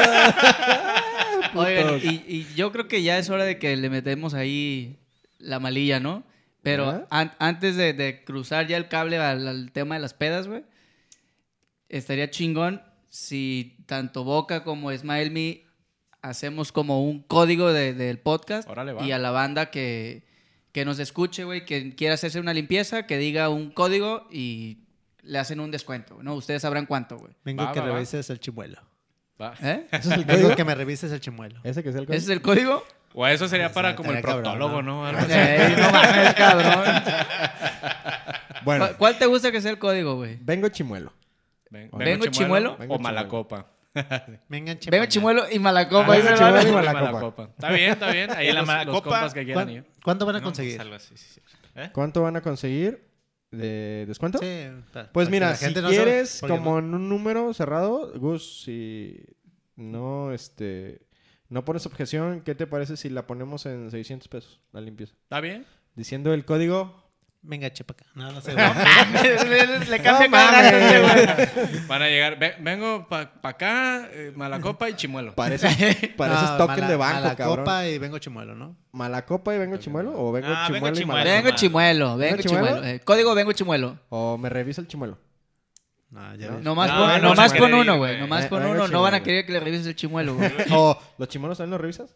S2: Oigan, y, y yo creo que ya es hora de que le metemos ahí la malilla, ¿no? Pero
S1: ¿Ah?
S2: an- antes de, de cruzar ya el cable al, al tema de las pedas, güey, estaría chingón si tanto Boca como Smile Me hacemos como un código de- del podcast.
S4: Órale, va.
S2: Y a la banda que, que nos escuche, güey, que quiera hacerse una limpieza, que diga un código y le hacen un descuento, ¿no? Ustedes sabrán cuánto, güey.
S3: Vengo
S4: Va,
S3: que
S4: va, va.
S3: revises el chimuelo.
S4: Va.
S2: ¿Eh?
S1: ¿Ese es el
S3: Vengo
S1: código?
S3: que me revises el chimuelo.
S1: ¿Ese que es el
S2: ¿Ese
S1: código?
S2: es el código?
S4: O eso sería
S3: Ah,
S4: para
S3: está-
S4: como el
S3: estaría cabrón,
S4: proctólogo,
S3: ¿no?
S4: ¿no? Algo así.
S2: Ey, no mames, cabrón.
S1: Bueno,
S2: ¿Cuál- ¿Cuál te gusta que sea el código, güey?
S1: vengo chimuelo.
S4: Ven-
S2: ¿Vengo chimuelo?
S1: Vengo
S4: O mala
S1: chimuelo.
S4: copa.
S3: Vengan,
S2: Vengo chimuelo y malacopa.
S1: Ah,
S2: dice el
S1: chimuelo
S2: vato.
S1: y
S4: Mala
S1: Malacopa.
S4: Está bien, está bien. Ahí
S5: Y la
S4: los, los
S5: Malacopa,
S4: compas que quieran ir.
S3: ¿Cuán- ¿Cuánto van a
S5: No,
S3: conseguir?
S5: pues, algo así, sí, sí. ¿Eh?
S1: ¿Cuánto van a conseguir de descuento?
S3: Sí, pa-
S1: Pues
S3: para
S1: mira,
S3: que la
S1: si
S3: gente no se-
S1: quieres
S3: porque
S1: como
S3: no-
S1: en un número cerrado, Gus, si no, este, no pones objeción, ¿qué te parece si la ponemos en seiscientos pesos, la limpieza?
S4: ¿Está bien?
S1: Diciendo el código.
S3: Venga, chepa acá. No, no sé.
S2: le, le cambia
S1: No
S2: cada rato,
S1: mames.
S2: güey.
S4: Van a llegar. ve- vengo para pa acá, eh, Malacopa y chimuelo.
S1: Pareces, pareces
S3: No,
S1: token
S3: mala-
S1: de banco,
S3: mala
S1: cabrón.
S3: copa y vengo chimuelo, ¿no?
S1: ¿Malacopa y vengo chimuelo? ¿O vengo
S5: Ah, vengo
S1: chimuelo y
S5: chimuelo.
S1: malacopa?
S2: Vengo chimuelo, vengo
S1: ¿Vengo chimuelo?
S2: chimuelo. Eh, código vengo chimuelo.
S1: ¿O me revisa el chimuelo?
S3: No, ya
S1: No.
S3: ves.
S2: Nomás
S5: No,
S2: pon,
S5: no,
S2: nomás
S5: no
S2: pon
S5: quiere
S2: uno,
S5: ir,
S2: güey.
S5: güey.
S2: Nomás
S1: Eh,
S2: pon
S1: vengo
S2: uno. No
S1: chimuelo,
S2: van a
S1: güey.
S2: querer que le revises el chimuelo, güey.
S1: ¿O los chimuelos también los revisas?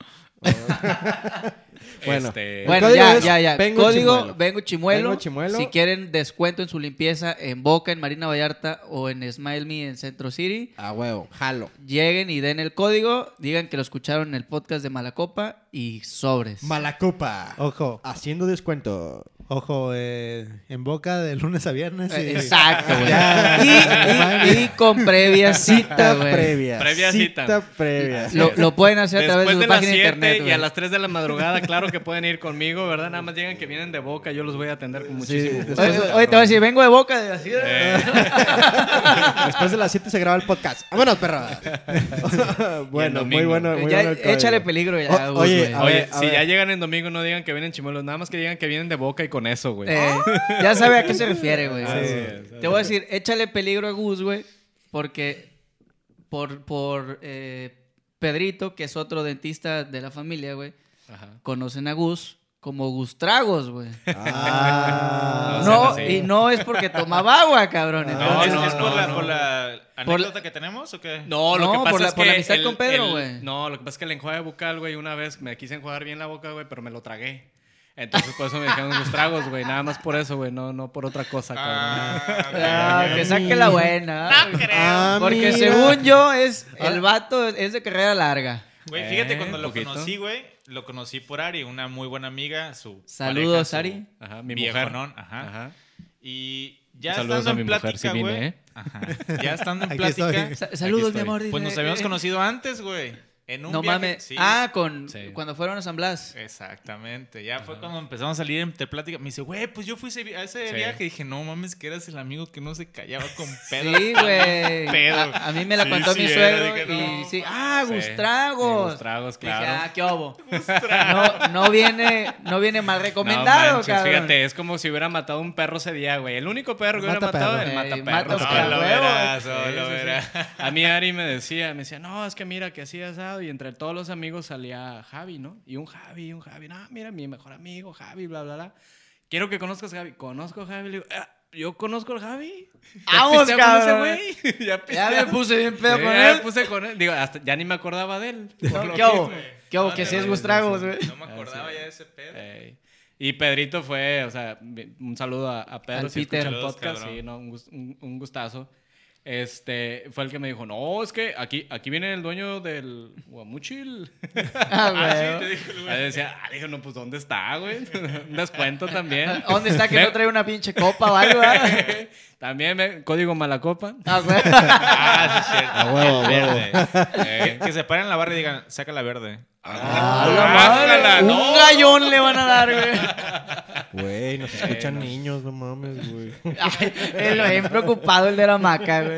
S1: Bueno.
S4: Este,
S1: El
S2: Bueno,
S1: código
S2: ya,
S1: es
S2: ya, ya.
S1: vengo
S2: Código
S1: chimuelo.
S2: vengo chimuelo.
S1: Vengo chimuelo.
S2: Si quieren descuento en su limpieza en Boca, en Marina Vallarta o en Smile Me en Centro City,
S1: A huevo, jalo.
S2: lleguen y den el código, digan que lo escucharon en el podcast de Malacopa y sobres.
S1: Malacopa.
S3: Ojo,
S1: Haciendo descuento.
S3: ojo, eh, en boca de lunes a viernes. y-
S2: Eh, Exacto, güey.
S3: Ya.
S2: Y, y- y con previa cita,
S1: Cita
S2: güey.
S1: previa.
S4: Previa cita.
S1: previa.
S2: Lo, lo pueden hacer a través de
S4: Después
S2: su
S4: de las
S2: página de
S4: siete
S2: internet,
S4: y
S2: güey.
S4: a las tres de la madrugada, claro que pueden ir conmigo, ¿verdad? Nada más llegan que vienen de Boca, yo los voy a atender con muchísimo gusto.
S2: Oye, oye, te voy a decir, vengo de Boca. de así,
S4: Eh,
S1: Después de las siete se graba el podcast. ¡Vámonos, perro! bueno,
S4: domingo.
S1: muy bueno, muy
S2: ya,
S1: bueno el código.
S2: échale peligro ya,
S1: O-
S2: Gus,
S1: oye,
S2: güey.
S1: a
S4: Oye,
S1: ver, a
S4: si
S1: ver.
S4: ya llegan en domingo, no digan que vienen chimuelos, nada más que digan que vienen de Boca y con eso, güey.
S2: Eh, ya sabe a qué se refiere, güey.
S4: Así es.
S2: Te voy a decir, échale peligro a Gus, güey, porque por, por eh, Pedrito, que es otro dentista de la familia, güey,
S4: Ajá.
S2: conocen a Gus como Gustragos, güey.
S1: Ah.
S4: No
S2: No,
S4: sean así.
S2: y no es porque tomaba agua, cabrón.
S5: No,
S2: Entonces,
S5: ¿es,
S4: no,
S5: es por,
S4: no,
S5: la,
S4: no.
S5: por la
S2: Por
S5: anécdota que tenemos o qué?
S4: No, lo
S2: No,
S4: que pasa
S2: por la-
S4: es
S2: por
S4: que
S2: la amistad
S4: el-
S2: con Pedro,
S4: el-
S2: güey.
S4: No, lo que pasa es que el enjuague bucal, güey, una vez me quise enjuagar bien la boca, güey, pero me lo tragué. Entonces por eso me dijeron los tragos, güey. Nada más por eso, güey. No, no por otra cosa, cabrón.
S2: ah, que saque la buena.
S1: Ah,
S2: Porque
S1: mira.
S2: según yo, es el vato es de carrera larga.
S5: Güey, fíjate,
S4: Eh,
S5: cuando lo
S4: poquito.
S5: conocí, güey, lo conocí por Ari, una muy buena amiga, su
S2: Saludos,
S5: pareja, su
S2: Ari.
S4: Ajá, mi
S5: viejo,
S4: mujer.
S5: ¿no? Ajá.
S4: Ajá.
S5: Y ya
S4: Saludos
S5: estando
S4: a mi
S5: en
S4: mujer,
S5: plática,
S4: sí vine,
S5: güey.
S4: ¿eh?
S5: Ajá. Ya estando en
S3: Aquí
S5: plática,
S3: estoy.
S2: Sa- saludos, mi
S4: estoy.
S2: amor.
S5: pues nos
S2: dice,
S5: habíamos
S2: eh,
S5: conocido antes, güey. En un
S2: No
S5: viaje-
S2: mames.
S5: sí.
S2: Ah, con,
S4: Sí.
S2: cuando fueron a San Blas.
S5: Exactamente. Ya fue cuando empezamos a salir entre plática. Me dice, güey, pues yo fui ese vi- a ese
S4: Sí.
S5: viaje. Y dije, no mames, que eras el amigo que no se callaba con pedo.
S2: Sí, güey.
S5: Pedo.
S2: A, a mí me la
S5: Sí,
S2: contó
S5: sí
S2: mi
S5: era,
S2: suegro.
S5: dije,
S2: y
S5: no.
S2: sí, ah,
S4: Sí,
S2: Gustragos.
S4: sí, Gustragos,
S2: Dije,
S4: claro.
S2: ah, qué obo. No, no viene, no viene mal recomendado,
S4: no manches,
S2: cabrón.
S4: fíjate, es como si hubiera matado un perro ese día, güey. El único perro que hubiera
S3: Mata
S4: matado,
S3: perro.
S4: el
S2: Eh,
S4: mata perro.
S2: mata
S5: No, lo
S2: huevo.
S5: verás,
S4: Sí,
S5: no, lo
S4: sí, sí.
S5: verás.
S4: A mí Ari me decía, me decía, no, es que mira que así es, invitado y entre todos los amigos salía Javi, ¿no? Y un Javi, un Javi, no, mira, mi mejor amigo, Javi, bla, bla, bla. Quiero que conozcas a Javi. Conozco a Javi, le digo, ah, yo conozco al Javi.
S2: ¡Vamos,
S4: pisteé con ese
S2: cabrón!
S4: güey. ya,
S2: Ya
S4: pisteamos.
S2: me puse bien pedo
S4: Sí,
S2: con
S4: ya
S2: él.
S4: me puse con él. Digo, hasta ya ni me acordaba de él. por
S2: No,
S4: lo
S2: ¿Qué hago?
S4: mismo.
S2: ¿Qué hago?
S5: No,
S2: Que
S5: no,
S2: si es
S5: no,
S2: Gustragos, güey.
S5: No me acordaba ya de ese pedo.
S4: Ey. Y Pedrito fue, o sea, un saludo a, a Pedro
S2: Al
S4: si
S2: Peter.
S4: escucha el
S5: Saludos,
S4: podcast,
S5: cabrón.
S4: sí, no, un, gus- un- un gustazo. Este, fue el que me dijo, no, es que aquí, aquí viene el dueño del Guamuchil.
S2: Ah,
S5: Ah, sí,
S2: güey.
S5: te dije el güey.
S4: Ahí decía, ah, dije, no, pues, ¿dónde está, güey? Un descuento también.
S2: ¿Dónde está que
S4: Me-
S2: no trae una pinche copa o algo? ¿eh?
S4: También, me- código Malacopa.
S2: Ah, güey.
S5: Ah, sí, es cierto.
S1: A huevo, a huevo.
S5: Verde. Que, que se paren en la barra y digan, saca la verde.
S2: A la madre.
S4: Bájala,
S2: Un
S4: no.
S2: gallón le van a dar, güey.
S1: Güey, nos escuchan niños, no mames, güey.
S2: Ay, el bien preocupado el de la maca, güey.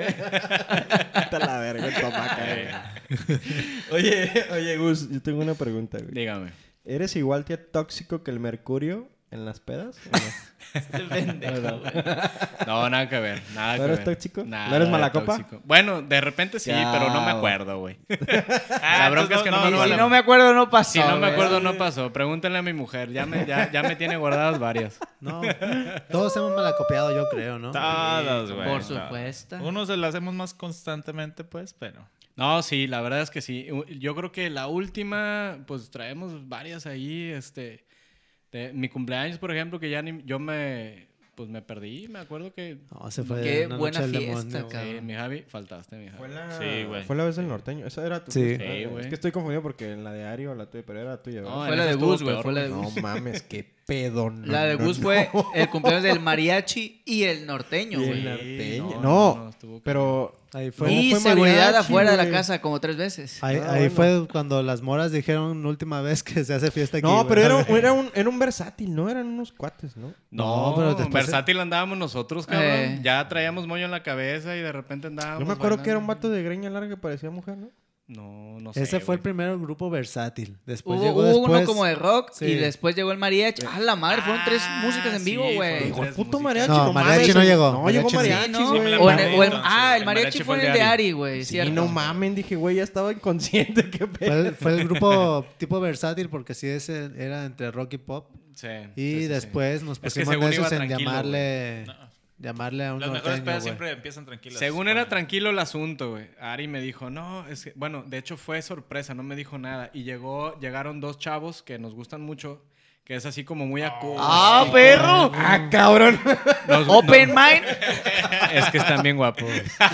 S1: Hasta la verga, tomaca, güey. Oye, oye, Gus, yo tengo una pregunta, güey.
S4: Dígame.
S1: ¿Eres igual de tóxico que el mercurio en las pedas? ¿O no?
S2: Pendejo, güey.
S4: No, nada que ver, nada
S1: ¿No
S4: que
S1: eres
S4: ver.
S1: tóxico?
S4: Nada
S1: ¿No eres
S4: de
S1: mala copa?
S4: tóxico. Bueno, de repente sí,
S1: Ya,
S4: pero no me
S1: güey.
S4: acuerdo, güey.
S5: Ah,
S4: La bronca es que no, me
S2: Y
S4: acuerdo.
S2: si no me acuerdo, no pasó.
S4: Si no me
S2: güey.
S4: acuerdo, no pasó. Pregúntenle a mi mujer. Ya me, ya, ya me tiene guardadas varias.
S3: No, todos hemos malacopiado, yo creo, ¿no?
S5: Todos, güey.
S2: Por
S5: todos.
S2: supuesto.
S5: Unos se lo hacemos más constantemente, pues, pero...
S4: No, sí, la verdad es que sí. Yo creo que la última, pues traemos varias ahí. Este, de mi cumpleaños, por ejemplo, que ya ni, yo me, pues me perdí. Me acuerdo que,
S3: No, se fue
S2: Qué
S3: una
S2: buena
S3: noche del
S2: fiesta,
S3: demonio.
S2: cabrón.
S4: sí, mi Javi, faltaste, mi Javi.
S1: Fue la...
S5: Sí, güey.
S1: Fue la vez del norteño. Esa era tu
S3: Sí.
S1: fiesta,
S4: Sí,
S1: ¿no?
S4: güey.
S1: Es que estoy confundido porque en la de Ari o la tuya, pero era tuya, ¿verdad?
S4: No,
S2: Fue
S4: en
S2: la
S4: esa
S2: de
S4: estuvo
S2: Gus, güey.
S4: peor,
S2: Fue la de
S1: No
S2: Gus.
S1: mames, qué pedo. no,
S2: La de
S1: no,
S2: Gus
S1: no.
S2: fue el cumpleaños del mariachi y el norteño,
S1: Y el
S2: güey.
S1: norteño.
S4: no,
S1: No,
S4: no, no, estuvo
S1: pero...
S3: Ahí fue.
S1: ¿Cómo
S2: Y
S1: fue
S2: seguridad
S1: mariachi,
S2: afuera de la
S1: güey?
S2: casa como tres veces.
S3: Ahí,
S1: Ah,
S3: ahí
S1: bueno.
S3: fue cuando las moras dijeron última vez que se hace fiesta aquí.
S1: No,
S3: güey.
S1: pero era, un- era, un, era un versátil, ¿no? Eran unos cuates, ¿no?
S4: No,
S3: No, pero
S4: pero
S3: después-
S4: versátil andábamos nosotros, cabrón.
S2: Eh.
S4: Ya traíamos moño en la cabeza y de repente andábamos.
S1: Yo me acuerdo que era un
S4: bailando.
S1: vato de greña larga que parecía mujer, ¿no?
S4: No, no sé.
S3: Ese fue el
S4: güey.
S3: primer grupo versátil. Después
S2: Hubo,
S3: llegó
S2: hubo
S3: después...
S2: uno como de rock
S3: Sí.
S2: y después llegó el mariachi. ¡Ah, la madre! Fueron tres
S4: Ah,
S2: músicas en vivo,
S4: sí,
S2: güey.
S4: fueron
S1: Dijo el
S4: tres
S1: puto
S4: músicas.
S1: mariachi.
S3: No, mariachi
S1: mames,
S3: no llegó.
S1: No, llegó
S3: Mariachi
S1: mariachi,
S2: Sí, ¿no?
S1: güey.
S5: me la
S2: O en-
S5: perdí,
S2: o el-
S5: entonces.
S2: ah, el
S5: El
S2: mariachi
S4: mariachi
S2: fue en el de Ari, güey.
S1: Sí,
S2: cierto.
S1: no mamen, dije, güey, ya estaba inconsciente, qué
S3: Fue
S1: pedo.
S3: el, fue el grupo tipo versátil porque sí ese era entre rock y pop.
S4: Sí.
S3: Y
S4: sí, sí, sí.
S3: después nos
S4: Es que
S3: pusimos
S4: según
S3: necios
S4: iba
S3: en
S4: tranquilo,
S3: llamarle...
S5: No.
S3: Llamarle a un
S5: Las mejores
S3: norteño,
S5: pedas
S3: güey.
S5: siempre empiezan tranquilas.
S4: Según era
S5: Cuando-
S4: tranquilo el asunto, güey. Ari me dijo, no, es que, bueno, de hecho fue sorpresa, no me dijo nada. Y llegó, llegaron dos chavos que nos gustan mucho, que es así como muy acústico.
S2: ¡Ah, perro!
S1: Ah, cabrón.
S4: Nos-
S2: Open
S4: no,
S2: mind.
S4: es que están bien guapos.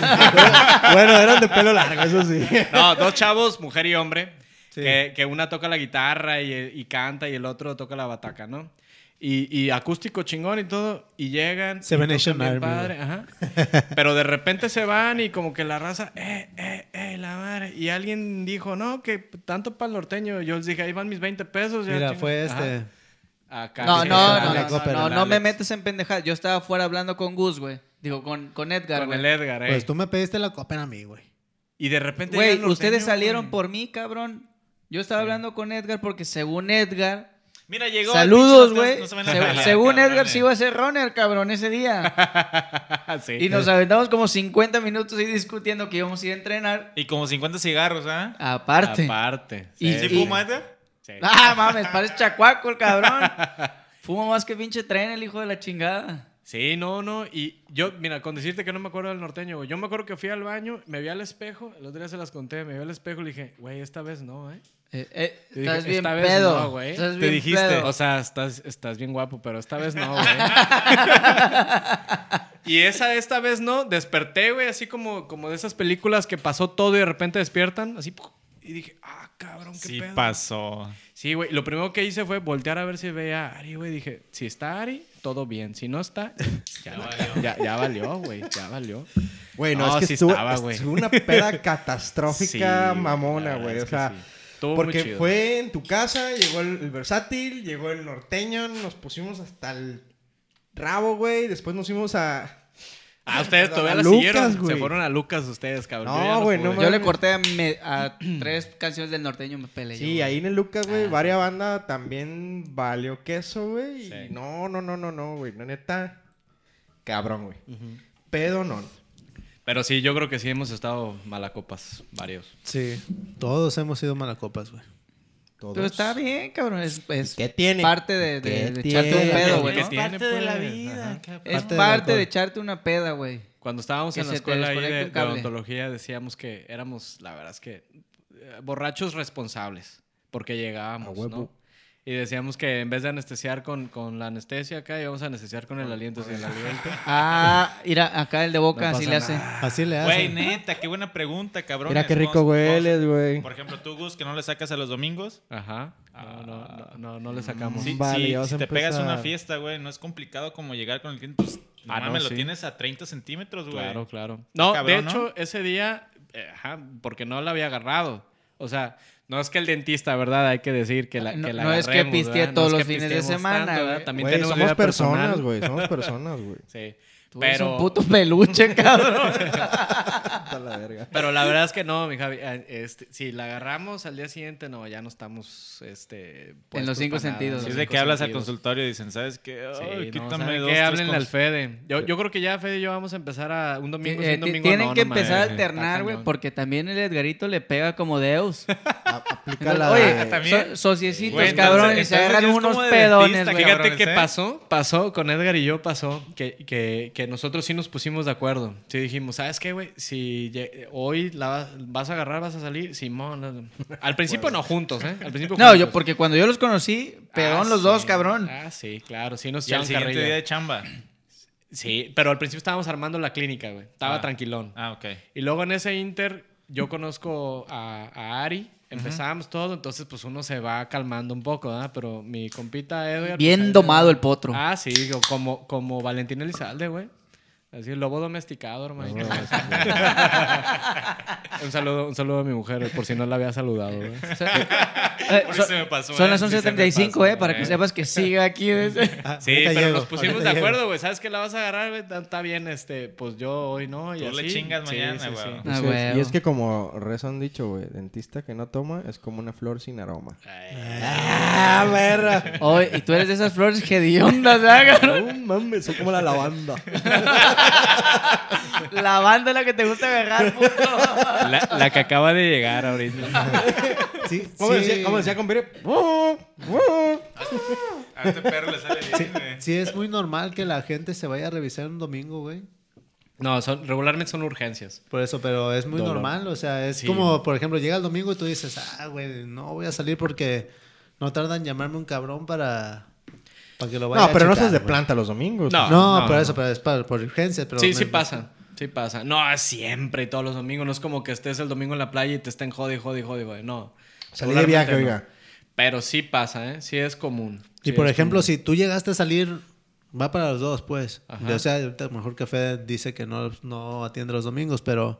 S1: Bueno, eran de pelo largo, eso sí.
S4: No, dos chavos, mujer y hombre,
S3: Sí.
S4: que, que una toca la guitarra y, y canta y el otro toca la bataca, ¿no? Y, y acústico chingón y todo, y llegan.
S3: Seven
S4: y
S3: Nation
S4: tocan bien
S3: Army,
S4: padre, ajá. Pero de repente se van y como que la raza, eh, eh, eh, la madre. Y alguien dijo, no, que tanto para el norteño. Yo les dije, ahí van mis veinte pesos. ya,
S3: Mira,
S4: chinga.
S3: fue
S4: Ajá.
S3: este...
S4: Acá,
S2: No,
S4: sí,
S2: no,
S4: ese
S2: no,
S4: Alex,
S2: no, no,
S3: pero
S2: no, no me
S4: Alex.
S2: metes en pendejadas. Yo estaba afuera hablando con Gus, güey. Digo, con, con Edgar,
S4: Con el
S2: güey.
S4: Edgar, eh.
S3: Pues tú me pediste la copa a mí, güey.
S4: Y de repente. llega el
S2: Güey,
S4: norteño,
S2: ustedes salieron
S4: güey.
S2: por mí, cabrón. Yo estaba hablando con Edgar porque según Edgar...
S5: Mira, llegó.
S2: Saludos,
S5: el pinche,
S2: güey.
S5: no se van a
S2: Se-
S5: pelear,
S2: según Edgar
S5: cabrones.
S2: sí iba a ser runner, cabrón, ese día.
S4: Sí.
S2: Y nos aventamos como cincuenta minutos ahí discutiendo que íbamos a ir a entrenar.
S5: Y como cincuenta cigarros, ¿ah?
S2: Aparte.
S4: Aparte.
S2: Y-
S5: ¿Sí
S2: y-
S5: fuma, Edgar?
S4: Sí.
S2: Ah, mames, parece chacuaco el cabrón. Fuma más que pinche tren el hijo de la chingada.
S4: Sí, no, no. Y yo, mira, con decirte que no me acuerdo del norteño, güey. Yo me acuerdo que fui al baño, me vi al espejo, el otro día se las conté, me vi al espejo y le dije, güey, esta vez no, ¿eh?
S2: Eh, eh,
S4: Yo dije,
S2: estás bien
S4: esta vez
S2: pedo.
S4: no, güey.
S2: Estás
S4: Te
S2: bien
S5: dijiste.
S2: pedo.
S4: O sea, estás, estás bien guapo, pero esta vez no, güey. Y esa, esta vez no, desperté, güey, así como, como de esas películas que pasó todo y de repente despiertan, así, ¡pum! Y dije, ah, cabrón, qué
S5: Sí
S4: pedo.
S5: pasó.
S4: Sí, güey, lo primero que hice fue voltear a ver si veía a Ari, güey. Dije, si está Ari, todo bien. Si no está, ya, valió. Ya, ya valió, güey, ya valió.
S1: Güey, no,
S4: No,
S1: es que
S4: sí
S1: estuvo,
S4: estaba, güey.
S1: estuvo una peda
S4: Sí,
S1: catastrófica,
S4: güey,
S1: mamona,
S4: la
S1: güey.
S4: verdad
S1: O
S4: es que
S1: sea,
S4: sí. Estuvo muy
S1: porque
S4: chido.
S1: fue en tu casa, llegó el, el versátil, llegó el norteño, nos pusimos hasta el rabo, güey. Después nos fuimos a...
S4: Ah, ustedes
S1: a
S4: todavía la
S1: Lucas,
S4: siguieron.
S1: güey.
S4: Se fueron a Lucas ustedes, cabrón.
S1: No,
S4: Yo ya
S1: güey,
S4: pude.
S1: no
S2: Yo le
S1: mames.
S2: corté a, me- a tres canciones del norteño, me peleé.
S1: Sí,
S2: yo,
S1: ahí
S2: güey.
S1: en el Lucas, güey,
S4: Ah,
S1: varias bandas también valió queso, güey.
S4: Sí.
S1: Y no, no, no, no, no, güey. La neta, cabrón, güey. Pedo no.
S4: Pero sí, yo creo que sí hemos estado malacopas, varios.
S3: Sí, todos hemos sido malacopas, güey.
S1: Todos.
S2: Pero está bien, cabrón. Es, es
S1: ¿Qué tiene?
S2: parte de, de,
S1: ¿Qué
S2: de
S1: tiene?
S2: echarte un pedo, güey.
S4: ¿Qué
S2: ¿no?
S4: tiene,
S5: parte de la
S4: pues?
S5: vida.
S4: Ajá.
S5: ¿qué-
S2: Es
S3: Parte del
S2: parte
S3: alcohol.
S2: de echarte una peda, güey.
S4: Cuando estábamos
S2: Que
S4: en la
S2: se te
S4: escuela ahí
S2: desconecte
S4: de,
S2: un
S4: de
S2: cable.
S4: odontología decíamos que éramos, la verdad es que, eh, borrachos responsables, porque llegábamos,
S1: A huevo.
S4: ¿no? Y decíamos que en vez de anestesiar con, con la anestesia acá, íbamos a anestesiar con el aliento. Sin el aliento.
S2: Ah, mira, acá el de boca
S4: No
S2: así
S4: pasa
S2: le hace.
S4: nada.
S3: Así le
S5: Güey,
S3: hacen.
S5: neta, qué buena pregunta, cabrón.
S1: Mira qué rico hueles, güey.
S5: Por ejemplo, tú, Gus, que no le sacas a los domingos.
S4: Ajá. No, no, no, no, no le sacamos.
S5: Sí,
S1: Vale,
S5: sí,
S1: ya vas
S5: si
S1: a
S5: te pegas
S1: empezar.
S5: una fiesta, güey, no es complicado como llegar con el cliente. Pues, no
S4: Ah, no,
S5: mames,
S4: sí.
S5: lo tienes a treinta centímetros, güey.
S4: Claro, claro. No,
S5: Cabrón,
S4: de
S5: ¿no?
S4: hecho, ese día, eh, ajá, porque no la había agarrado. O sea, no es que el dentista, ¿verdad? Hay que decir que la,
S2: No-
S4: que la
S2: no es que
S4: agarremos,
S2: pistee
S4: ¿verdad?
S2: todos
S4: es
S2: los
S4: que
S2: fines de
S4: pisteemos
S2: semana,
S4: tanto, ¿verdad?
S2: güey.
S4: También
S1: Güey,
S4: tenemos
S1: somos
S4: vida
S1: personas,
S4: personal.
S1: güey. Somos personas, güey.
S4: Sí.
S2: Tú eres
S4: Pero,
S2: un puto peluche, cabrón.
S1: Está la verga.
S4: pero la verdad es que no, mi Javi. eh, Este, si la agarramos al día siguiente, no, ya no estamos este,
S2: En los
S4: puestos
S2: cinco
S4: para nada,
S2: sentidos.
S4: en
S5: Si
S4: los
S5: es de
S4: cinco
S5: que hablas al
S4: sentidos.
S5: consultorio y dicen, ¿sabes qué?
S4: Sí,
S5: Ay,
S4: no,
S5: quítame
S4: ¿saben
S5: dos,
S4: qué?
S5: tres
S4: Háblenle al
S5: cons-
S4: Fede. Yo, yo creo que ya Fede y yo vamos a empezar a un domingo
S2: Eh,
S4: sí, un
S2: ti-
S4: domingo
S2: Tienen
S4: no,
S2: que
S4: no
S2: empezar a
S4: mames.
S2: alternar,
S4: Está
S2: güey,
S4: cañón.
S2: porque también el Edgarito le pega como Deus.
S1: A- Aplica
S2: Entonces,
S1: la
S2: oye,
S1: de-
S5: también.
S2: so- sociecitos,
S5: Güey,
S2: cabrón,
S5: entonces-
S2: y se
S5: entonces
S2: agarran
S5: es como
S2: unos
S5: de
S2: pedones,
S5: dentista,
S2: güey.
S4: Fíjate
S5: cabrones,
S4: qué
S5: ¿eh?
S4: pasó, pasó con Edgar y yo pasó que, que, que nosotros sí nos pusimos de acuerdo. Sí dijimos, ¿sabes qué, güey? Si lle- hoy la vas, vas a agarrar, vas a salir, Simón. no, no. Al principio no juntos, ¿eh? Al principio
S2: No,
S4: juntos.
S2: yo, porque cuando yo los conocí, pedón
S4: Ah,
S2: los dos,
S4: sí.
S2: cabrón.
S4: Ah, sí, claro, sí nos
S5: Y al
S4: echaban
S5: siguiente
S4: carrilla.
S5: día de chamba.
S4: Sí, pero al principio estábamos armando la clínica, güey. Estaba
S5: Ah.
S4: tranquilón.
S5: Ah, ok.
S4: Y luego en ese inter, yo conozco a, a Ari, empezamos todo, entonces pues uno se va calmando un poco, ¿verdad? Pero mi compita Edgar...
S2: Bien
S4: pues, ahí
S2: domado
S4: se-
S2: el potro.
S4: Ah, sí, como, como Valentín Elizalde, güey. Así, el lobo domesticado, hermano. un, saludo, un saludo a mi mujer, por si no la había saludado, güey.
S2: Eh,
S5: Por
S2: son-
S5: eso me pasó,
S2: son
S5: eh,
S2: las
S5: sí
S2: once
S5: se me
S2: treinta y cinco,
S5: pasó,
S2: eh, para que
S5: güey.
S2: sepas que sigue aquí. desde-
S3: Ah,
S4: Sí,
S3: ahorita
S4: pero
S3: llego,
S4: nos pusimos
S3: ahorita
S4: de
S3: llego.
S4: acuerdo, güey. ¿Sabes que la vas a agarrar, güey? Está- Está bien, este, pues yo hoy no. Y
S5: Tú le
S4: así.
S5: chingas
S4: Sí,
S5: mañana,
S4: sí,
S5: güey.
S4: sí.
S2: Ah,
S1: Dices,
S2: huevo.
S1: y es que como rezo han dicho, güey, dentista que no toma es como una flor sin aroma.
S3: Ah, verga.
S2: Oye, y tú eres de esas flores hediondas, ¿verdad, cabrón?
S1: No mames, son como la lavanda.
S2: La banda es la que te gusta agarrar, puto.
S4: La, la que acaba de llegar ahorita.
S3: Sí,
S1: ¿Cómo,
S3: sí.
S1: decía, ¿Cómo decía compadre?
S5: A este perro le sale bien, güey.
S3: Sí, es muy normal que la gente se vaya a revisar un domingo, güey.
S4: No, son, regularmente son urgencias.
S3: Por eso, pero es muy
S4: Dolor.
S3: normal. O sea, es
S4: Sí.
S3: como, por ejemplo, llega el domingo y tú dices, ah, güey, no voy a salir porque no tardan en llamarme un cabrón para, para que lo vaya
S1: No,
S3: a
S1: pero no
S3: checar,
S1: estás de
S3: güey.
S1: planta los domingos.
S4: No.
S3: No, por eso, pero es para, por urgencia. Pero
S4: sí,
S3: me-
S4: sí pasa. Sí pasa. No, es siempre y todos los domingos. No es como que estés el domingo en la playa y te estén jode, jode, jode, jode. No.
S1: Salí de viaje,
S4: Regularmente
S1: oiga.
S4: no. Pero sí pasa, ¿eh? Sí es común.
S3: Y
S4: Sí
S3: por
S4: es
S3: ejemplo,
S4: común.
S3: si tú llegaste a salir, va para los dos, pues.
S4: Ajá.
S3: O sea, ahorita mejor que Fede dice que no, no atiende los domingos, pero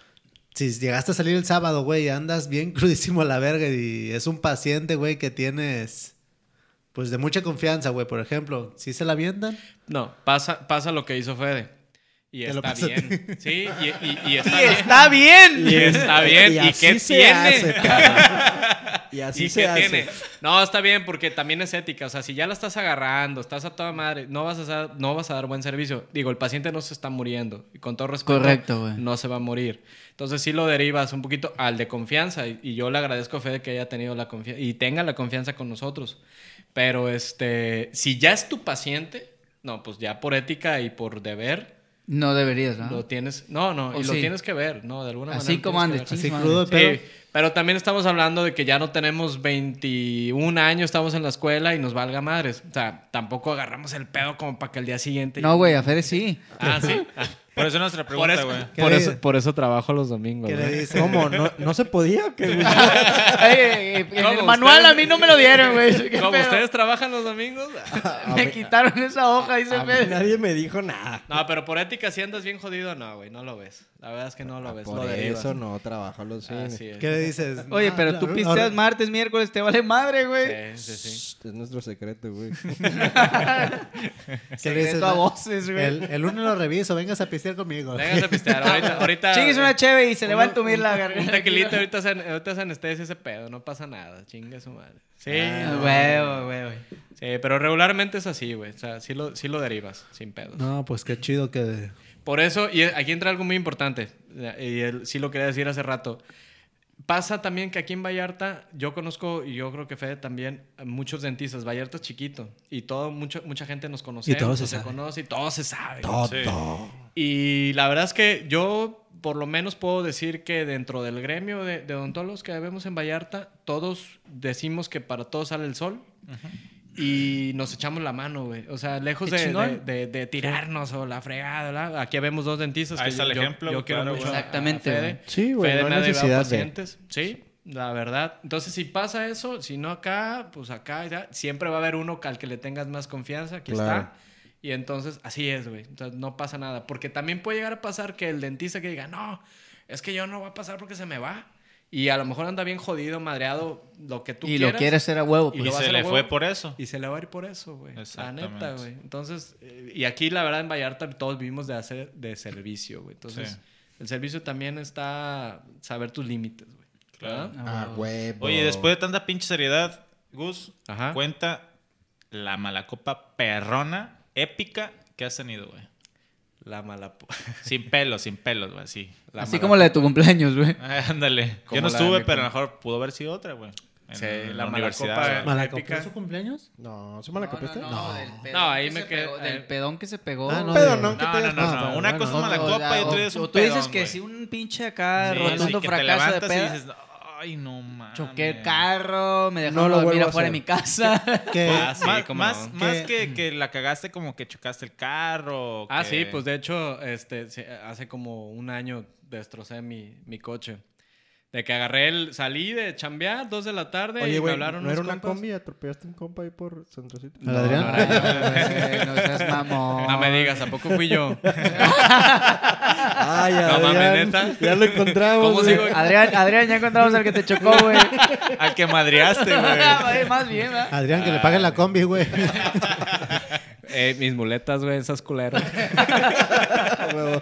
S3: si llegaste a salir el sábado, güey, y andas bien crudísimo a la verga y es un paciente, güey, que tienes, pues, de mucha confianza, güey, por ejemplo, ¿sí se la avientan?
S4: No, pasa, pasa lo que hizo Fede. Y
S3: Te lo
S4: está
S3: pasa a ti.
S4: bien. Sí, y, y- y está
S2: Y
S4: bien.
S2: está bien.
S4: Y está bien. ¿Y,
S1: así
S4: qué
S1: se
S4: tiene?
S1: hace, cabrón. Y así
S4: ¿Y
S1: se
S4: qué
S1: hace.
S4: tiene? No, está bien porque también es ética. O sea, si ya la estás agarrando, estás a toda madre, no vas a, dar- no vas a dar buen servicio. Digo, el paciente no se está muriendo. Y con todo respeto,
S2: Correcto, güey.
S4: no se va a morir. Entonces sí lo derivas un poquito al de confianza. Y, y yo le agradezco a Fede que haya tenido la confianza y tenga la confianza con nosotros. Pero este, si ya es tu paciente, no, pues ya por ética y por deber,
S2: No deberías, ¿no?
S4: lo tienes... No, no,
S2: ¿O
S4: y lo
S2: sí?
S4: tienes que ver, ¿no? De alguna
S2: Así
S4: manera.
S2: como
S4: tienes
S2: andes,
S4: que ver.
S3: Así
S2: chingue
S3: crudo de
S2: madre.
S3: pedo.
S4: Sí, pero también estamos hablando de que ya no tenemos veintiún años, estamos en la escuela y nos valga madres. O sea, tampoco agarramos el pedo como para que el día siguiente...
S2: No, güey, a Fede sí.
S4: Ah, sí. Ah,
S5: Por eso nuestra
S4: por,
S5: pregunta,
S4: eso,
S5: güey.
S3: ¿Qué
S4: por,
S3: le-
S4: eso, por eso trabajo los domingos.
S3: ¿Qué
S4: güey.
S3: le dice?
S1: ¿Cómo? ¿No, ¿No se podía? ¿O qué, güey?
S2: Oye, en
S4: ¿Cómo,
S2: el manual
S4: ustedes?
S2: a mí no me lo dieron, güey. ¿Qué
S4: ¿Cómo
S2: pedo?
S4: ustedes trabajan los domingos?
S2: Me quitaron esa hoja, dice
S1: A mí
S2: Fede.
S1: nadie me dijo nada.
S4: No, pero por ética, si andas bien jodido, no, güey, no lo ves. La verdad es que no lo ves.
S1: Por
S4: lo derivas.
S1: eso no trabajo los fines.
S4: Así es.
S3: ¿Qué le dices?
S2: Oye,
S3: No,
S2: pero
S3: la-
S2: tú
S3: ahora-
S2: pisteas martes, miércoles, te vale madre, güey.
S4: Sí, sí, sí.
S1: Es nuestro secreto, güey.
S3: ¿Qué le
S2: Secreto
S3: dices?
S2: a voces, güey.
S3: El, el lunes lo reviso, vengas a pistear conmigo.
S4: Vengas a pistear. Ahorita, ahorita
S2: Chingues una cheve y se le va a entumir la
S4: Un
S2: garganta.
S4: tequilito, ahorita se, ahorita se anestesia ese pedo, no pasa nada, chingue su madre. Sí,
S2: Ah, güey, güey, güey.
S4: sí, pero regularmente es así, güey. O sea, sí lo, sí lo derivas, sin pedos.
S3: No, pues qué chido que...
S4: Por eso, y aquí entra algo muy importante, y él, sí lo quería decir hace rato. Pasa también que aquí en Vallarta, yo conozco, y yo creo que Fede también, muchos dentistas. Vallarta es chiquito, y todo, mucho, mucha gente nos conoce.
S3: Y todo se
S4: se
S3: sabe.
S4: conoce, y todo se sabe.
S3: Todo.
S5: Sí.
S4: Y la verdad es que yo, por lo menos, puedo decir que dentro del gremio de, de odontólogos que vemos en Vallarta, todos decimos que para todos sale el sol. Y nos echamos la mano, güey. O sea, lejos
S2: Qué
S4: de, de,
S2: chingón.
S4: de, de tirarnos o la fregada, ¿verdad? Aquí vemos dos dentistas.
S5: Ahí
S4: que
S5: está
S4: yo,
S5: el
S4: yo-
S5: ejemplo,
S4: Yo, quiero
S5: claro,
S4: mucho
S5: güey.
S4: a-
S2: Exactamente,
S4: a Fede.
S2: güey.
S1: Sí, güey,
S4: Fede
S1: no
S4: me
S1: hay
S4: ha llevado
S1: necesidad de-
S4: pacientes. Sí, la verdad. Entonces, si pasa eso, si no acá, pues acá, ya, siempre va a haber uno al que le tengas más confianza. Aquí
S1: Claro.
S4: está. Y entonces, así es, güey. Entonces, no pasa nada. Porque también puede llegar a pasar que el dentista que diga, no, es que yo no voy a pasar porque se me va. Y a lo mejor anda bien jodido, madreado, lo que tú
S2: Y
S4: quieras.
S2: lo quiere hacer a huevo.
S4: Y
S5: Y
S4: lo va a
S5: se
S4: hacer
S5: le
S4: a
S5: fue
S4: huevo.
S5: por eso.
S4: Y se le va a ir por eso, güey. La
S5: Exactamente.
S4: neta, güey. Entonces, eh, y aquí la verdad en Vallarta todos vivimos de hacer de servicio, güey. Entonces,
S5: Sí.
S4: el servicio también está saber tus límites, güey.
S5: Claro.
S4: ¿Verdad?
S1: Ah, huevo.
S5: Oye, después de tanta pinche seriedad, Gus,
S4: Ajá.
S5: cuenta la malacopa perrona, épica que has tenido, güey.
S4: La mala... po-
S5: Sin pelos, sin pelos, güey, así.
S4: la
S2: Así
S4: mala-
S2: como la de tu cumpleaños, güey.
S5: Ah, ándale.
S4: Como
S5: Yo no
S4: la de
S5: estuve,
S4: mi
S5: pero a
S4: cum-
S5: lo mejor pudo haber sido otra, güey. En,
S4: Sí,
S5: en
S4: la
S5: la
S4: malacopa-
S5: universidad. güey.
S3: ¿Malacopa
S4: épica.
S3: su cumpleaños?
S1: No, ¿se me la copiaste?
S2: del pedón
S4: No, ahí
S2: que
S4: me
S2: se
S4: quedé-
S2: pegó- Del
S4: eh.
S2: pedón que se pegó.
S3: Ah, no,
S1: Pero
S3: de-
S1: no, que
S5: No,
S1: te
S5: no,
S1: hayas-
S5: no, no.
S3: Ah,
S5: Una
S3: bueno.
S5: cosa es
S2: O-
S5: malacopa y
S2: o-
S5: otra es un
S2: o tú dices
S5: pedón,
S2: que
S5: güey.
S2: si un pinche acá
S5: Sí,
S2: rotundo
S5: sí, que te
S2: fracaso de
S5: levantas y
S2: pedo.
S5: dices, ay, no mames.
S2: Choqué el carro, me
S1: No
S2: dejaron
S1: lo
S2: dormir
S1: vuelvo a
S2: afuera de
S1: hacer.
S2: mi casa.
S3: Que,
S4: Ah, sí,
S5: más
S4: cómo
S5: más,
S4: no.
S5: más
S3: Que-
S5: que, que la cagaste como que chocaste el carro.
S4: Ah,
S5: que-
S4: sí, pues de hecho, este, sí, hace como un año destrocé mi, mi coche. De que agarré el... Salí de chambear, dos de la tarde, y
S1: Oye,
S4: me
S1: güey,
S4: hablaron
S1: ¿no era
S4: unos
S1: una
S4: compas.
S1: combi? ¿Atropellaste un compa ahí por Centrocito?
S3: ¿Al Adrián?
S4: no era yo.
S2: No seas mamón.
S4: No me digas, ¿a poco fui yo?
S1: Ay,
S4: No
S1: Adrián,
S4: mames, ¿neta?
S1: ya lo encontramos.
S4: ¿Cómo
S1: güey.
S4: sigo?
S2: Adrián, Adrián, ya encontramos al que te chocó, güey.
S5: Al que madreaste, güey.
S2: Más bien, ¿verdad?
S3: Adrián, que le paguen la combi, güey.
S4: Eh, mis muletas, güey, esas culeras.
S1: Huevo.